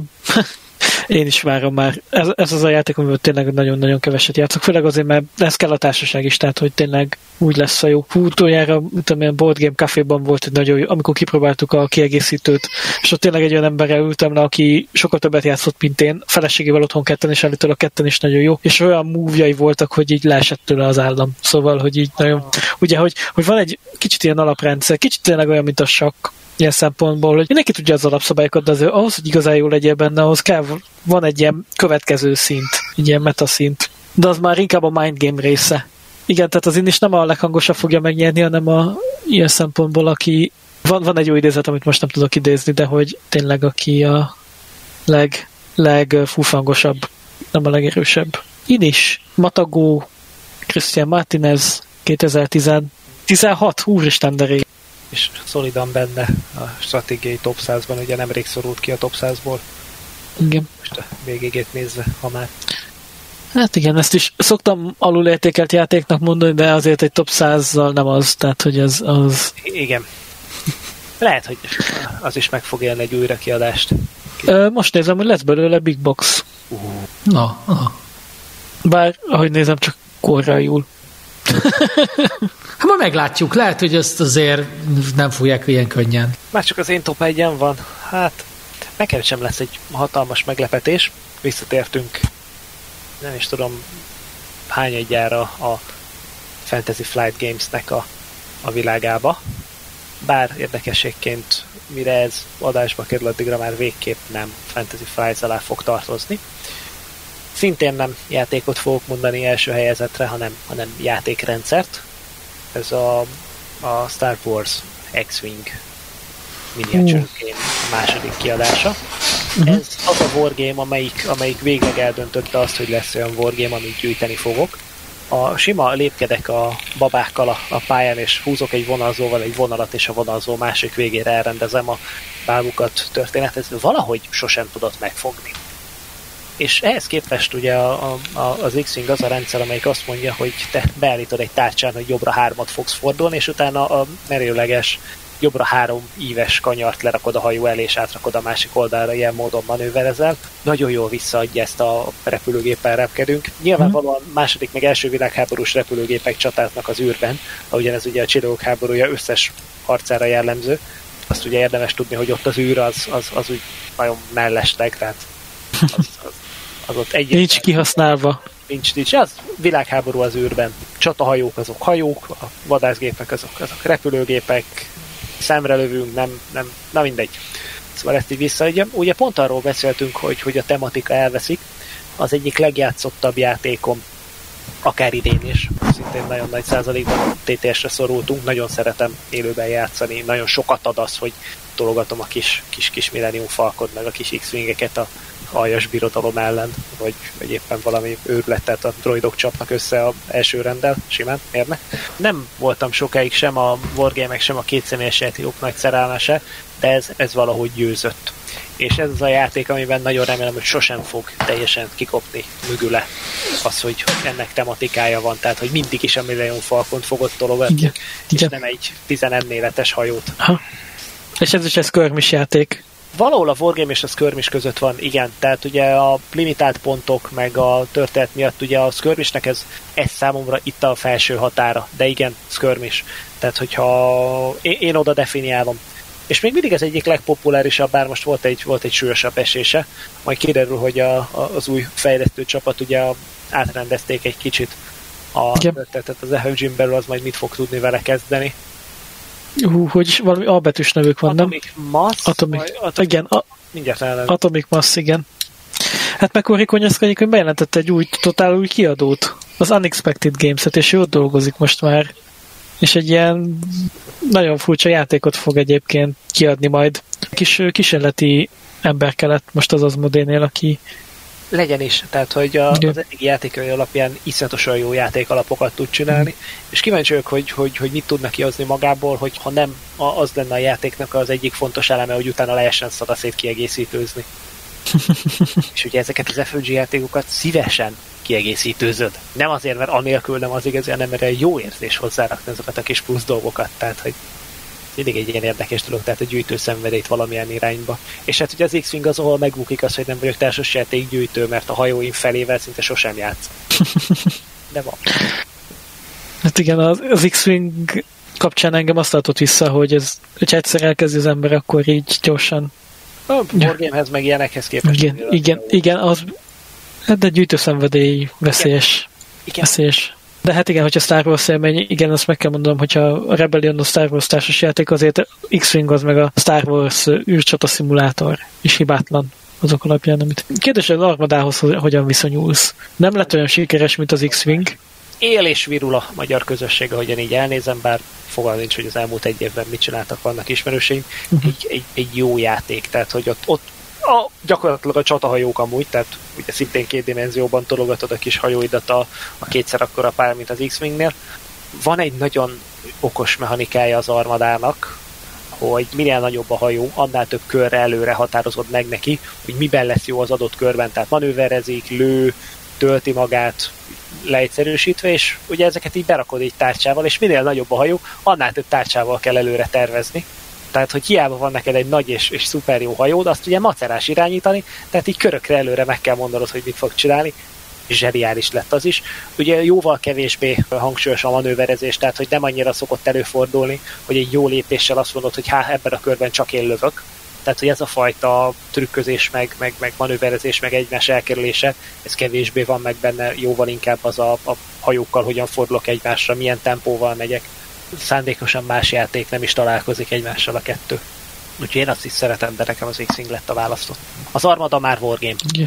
Én is várom már. Ez, ez az a játék, amivel tényleg nagyon-nagyon keveset játszok. Főleg azért, mert ez kell a társaság is, tehát hogy tényleg úgy lesz a jó. Hú, utoljára, tudom, ilyen Board Game Caféban volt egy nagyon jó, amikor kipróbáltuk a kiegészítőt, és ott tényleg egy olyan emberrel ültem le, aki sokkal többet játszott, mint én. A feleségével otthon ketten, és állítólag ketten is nagyon jó. És olyan múvjai voltak, hogy így leesett tőle az állam. Szóval, hogy így nagyon... Ugye, hogy, hogy van egy kicsit ilyen alaprendszer, kicsit tényleg olyan, mint a sakk, ilyen szempontból, hogy mindenki tudja az alapszabályokat, de azért ahhoz, hogy igazán jól legyél benne, ahhoz kell, van egy ilyen következő szint, egy ilyen metaszint. De az már inkább a mind game része. Igen, tehát az Inis nem a leghangosabb fogja megnyerni, hanem a ilyen szempontból, aki... Van, van egy jó idézet, amit most nem tudok idézni, de hogy tényleg aki a leg, legfúfangosabb, nem a legerősebb. Inis, Matagó, Christian Martinez, kétezer-tizenhat, úristen, de rég. És szolidan benne a stratégiai top százban, ugye nemrég szorult ki a top százból. Igen. Most a végigét nézve, ha már. Hát igen, ezt is szoktam alulértékelt játéknak mondani, de azért egy top százzal nem az, tehát hogy ez az... Igen. Lehet, hogy az is meg fog élni egy újra kiadást. Most nézem, hogy lesz belőle Big Box. Uh. Na, na. Bár, ahogy nézem, csak korrájul. Hát ma meglátjuk, lehet, hogy ezt azért nem fogják ilyen könnyen. Már csak az én top egyen van, hát nekem sem lesz egy hatalmas meglepetés. Visszatértünk, nem is tudom hány egyára a Fantasy Flight Games-nek a, a világába. Bár érdekességként, mire ez adásba kerül, addigra már végképp nem Fantasy Flights alá fog tartozni. Szintén nem játékot fogok mondani első helyezetre, hanem, hanem játékrendszert. Ez a, a Star Wars X-Wing Miniature uh. Game második kiadása. Uh-huh. Ez az a wargame, amelyik, amelyik végleg eldöntötte azt, hogy lesz olyan wargame, amit gyűjteni fogok. A sima lépkedek a babákkal a, a pályán, és húzok egy vonalzóval egy vonalat, és a vonalzó másik végére elrendezem a bábukat történet. Ez valahogy sosem tudott megfogni. És ehhez képest ugye a, a, az X-Wing az a rendszer, amelyik azt mondja, hogy te beállítod egy tárcsán, hogy jobbra hármat fogsz fordulni, és utána a merőleges jobbra három íves kanyart lerakod a hajó elé, és átrakod a másik oldalra, ilyen módon manőverezel. Nagyon jól visszaadja ezt a repülőgéppel repkedünk. Nyilvánvalóan második, meg első világháborús repülőgépek csatáznak az űrben, ahogyan ez ugye a Csillagok háborúja összes harcára jellemző. Azt ugye érdemes tudni, hogy ott az űr az, az, az úgy nagyon mellesleg, tehát az, az, az ott egyébként... Nincs kihasználva. Nincs, nincs. Az világháború az űrben. Csatahajók azok hajók, a vadászgépek azok, azok repülőgépek, szemre lövünk, nem, nem, na mindegy. Szóval ezt így visszaadja. Ugye pont arról beszéltünk, hogy, hogy a tematika elveszik. Az egyik legjátszottabb játékom akár idén is, szintén nagyon nagy százalékban té té es-re szorultunk, nagyon szeretem élőben játszani, nagyon sokat ad az, hogy tologatom a kis, kis, kis Millennium Falcon, meg a kis X-Wingeket a aljas birodalom ellen, vagy, vagy éppen valami őrületet a droidok csapnak össze az első renddel, simán érnek. Nem voltam sokáig sem a Wargame-ek, sem a kétszemélyes játékok nagy szerelmese, de ez, ez valahogy győzött. És ez az a játék, amiben nagyon remélem, hogy sosem fog teljesen kikopni mögüle az, hogy ennek tematikája van, tehát hogy mindig is a Millennium Falcont fogod tologatni, igen, és igen. nem egy tizennéletes hajót. Ha. És ez is ez körmis játék. Valahol a Wargame és a Skirmish között van, igen, tehát ugye a limitált pontok meg a történet miatt ugye a Skirmishnek ez, ez számomra itt a felső határa, de igen, Skirmish. Tehát hogyha én, én oda definiálom. És még mindig ez egyik legpopulárisabb, bár most volt egy, volt egy súlyosabb esése, majd kiderül, hogy a, a, az új fejlesztő csapat ugye átrendezték egy kicsit a történetet az ef ef gé-n belül, az majd mit fog tudni vele kezdeni. Hú, hogy is valami albetűs nevük van, Atomic nem? Mass? Atomic Mass. Atomic... Igen, a... mindjárt ellen. Atomic Mass, igen. Hát meg Corey hogy bejelentette egy új, totál új kiadót, az Unexpected Games-et, és ő ott dolgozik most már. És egy ilyen nagyon furcsa játékot fog egyébként kiadni majd. Kis kísérleti ember kellett most az Asmodénél, aki... Legyen is, tehát hogy a, az eddigi játékai alapján iszonyatosan jó játék alapokat tud csinálni, mm. és kíváncsi vagyok, hogy, hogy, hogy mit tudnak kihozni magából, hogy ha nem az lenne a játéknak az egyik fontos eleme, hogy utána lehessen szadaszét kiegészítőzni. És ugye ezeket az ef ef gé játékokat szívesen kiegészítőzöd. Nem azért, mert anélkül nem az igazi, hanem mert jó érzés hozzárakni azokat a kis plusz dolgokat, tehát hogy mindig egy ilyen érdekes dolog, tehát a gyűjtő szenvedélyt valamilyen irányba. És hát ugye az X-Wing az, ahol megbukik az, hogy nem vagyok társasjáték gyűjtő, mert a hajóim felével szinte sosem játsz. De van. Hát igen, az, az X-Wing kapcsán engem azt tartott vissza, hogy ez, hogyha egyszer elkezdi az ember, akkor így gyorsan... A Wargamehez meg ilyenekhez képest. Igen, igen, igen, az... De gyűjtő szenvedély veszélyes. Igen. Veszélyes. De hát igen, hogyha Star Wars élmény, igen, azt meg kell mondanom, hogyha a Rebellion a Star Wars társas játék, azért X-Wing az meg a Star Wars űrcsata szimulátor is hibátlan azok alapján, amit... Kérdés, az Armadához hogyan viszonyulsz? Nem lett olyan sikeres, mint az X-Wing? Él és virul a magyar közösség, ahogyan így elnézem, bár fogalmam nincs, hogy az elmúlt egy évben mit csináltak, vannak ismerőseim. Uh-huh. Egy, egy, egy jó játék, tehát hogy ott, ott a, gyakorlatilag a csatahajók amúgy, tehát ugye szintén két dimenzióban tologatod a kis hajóidat a, a kétszer akkora pár, mint az X-Wingnél. Van egy nagyon okos mechanikája az Armadának, hogy minél nagyobb a hajó, annál több körre előre határozod meg neki, hogy miben lesz jó az adott körben, tehát manőverezik, lő, tölti magát, leegyszerűsítve, és ugye ezeket így berakod egy tárcsával, és minél nagyobb a hajó, annál több tárcsával kell előre tervezni. Tehát, hogy hiába van neked egy nagy és, és szuper jó hajód, azt ugye macerás irányítani, tehát így körökre előre meg kell mondanod, hogy mit fog csinálni. Zseniális lett az is. Ugye jóval kevésbé hangsúlyos a manőverezés, tehát, hogy nem annyira szokott előfordulni, hogy egy jó lépéssel azt mondod, hogy há, ebben a körben csak én lövök. Tehát, hogy ez a fajta trükközés, meg, meg, meg manőverezés, meg egymás elkerülése, ez kevésbé van meg benne, jóval inkább az a, a hajókkal, hogyan fordulok egymásra, milyen tempóval megyek. Szándékosan más játék, nem is találkozik egymással a kettő. Úgyhogy én azt is szeretem, de nekem az X-Wing lett a választott. Az Armada már Wargame. Yeah.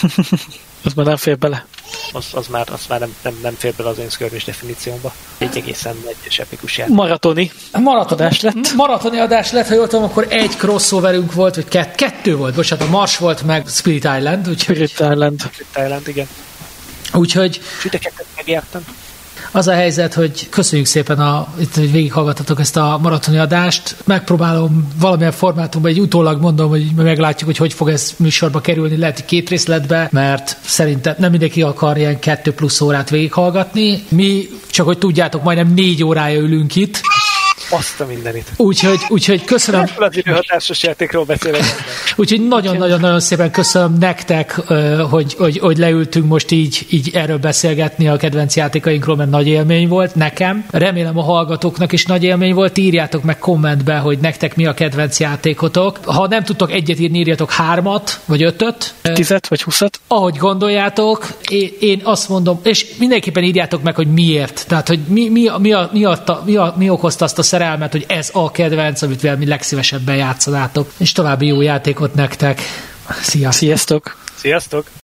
Az már nem fér bele. Az, az már, az már nem, nem, nem fér bele az én Skirmish definíciómba. Egy egészen nagy és epikus játék. Maratoni. Maraton, adás lett. Maratoni adás lett, ha jól tudom, akkor egy crossoverünk volt, vagy kett, kettő volt, bocsánat, a Mars volt, meg Spirit Island. Úgyhogy... Spirit Island. Spirit Island, igen. Úgyhogy... Süteket megértem. Az a helyzet, hogy köszönjük szépen, a, itt, hogy végighallgattatok ezt a maratoni adást. Megpróbálom valamilyen formátumban, egy utólag mondom, hogy meglátjuk, hogy hogy fog ez műsorba kerülni, lehet, hogy két részletbe, mert szerintem nem mindenki akar ilyen kettő plusz órát végighallgatni. Mi, csak hogy tudjátok, majdnem négy órája ülünk itt. Azt a mindenit. Úgyhogy, úgyhogy köszönöm. Az időhatásos játékról beszélek. Úgyhogy nagyon-nagyon-nagyon szépen köszönöm nektek, hogy, hogy, hogy leültünk most így, így erről beszélgetni a kedvenc játékainkról, mert nagy élmény volt nekem. Remélem a hallgatóknak is nagy élmény volt. Írjátok meg kommentbe, hogy nektek mi a kedvenc játékotok. Ha nem tudtok egyet írni, írjatok hármat, vagy ötöt. Tizet, vagy huszat. Ahogy gondoljátok. Én, én azt mondom, és mindenképpen írjátok meg, hogy miért. Tehát, hogy mi, mi, mi, a, mi, a, mi, a, mi okozta azt a szerelmet, hogy ez a kedvenc, amit mi legszívesebben játszanátok. És további jó játékot nektek. Szia! Sziasztok! Sziasztok!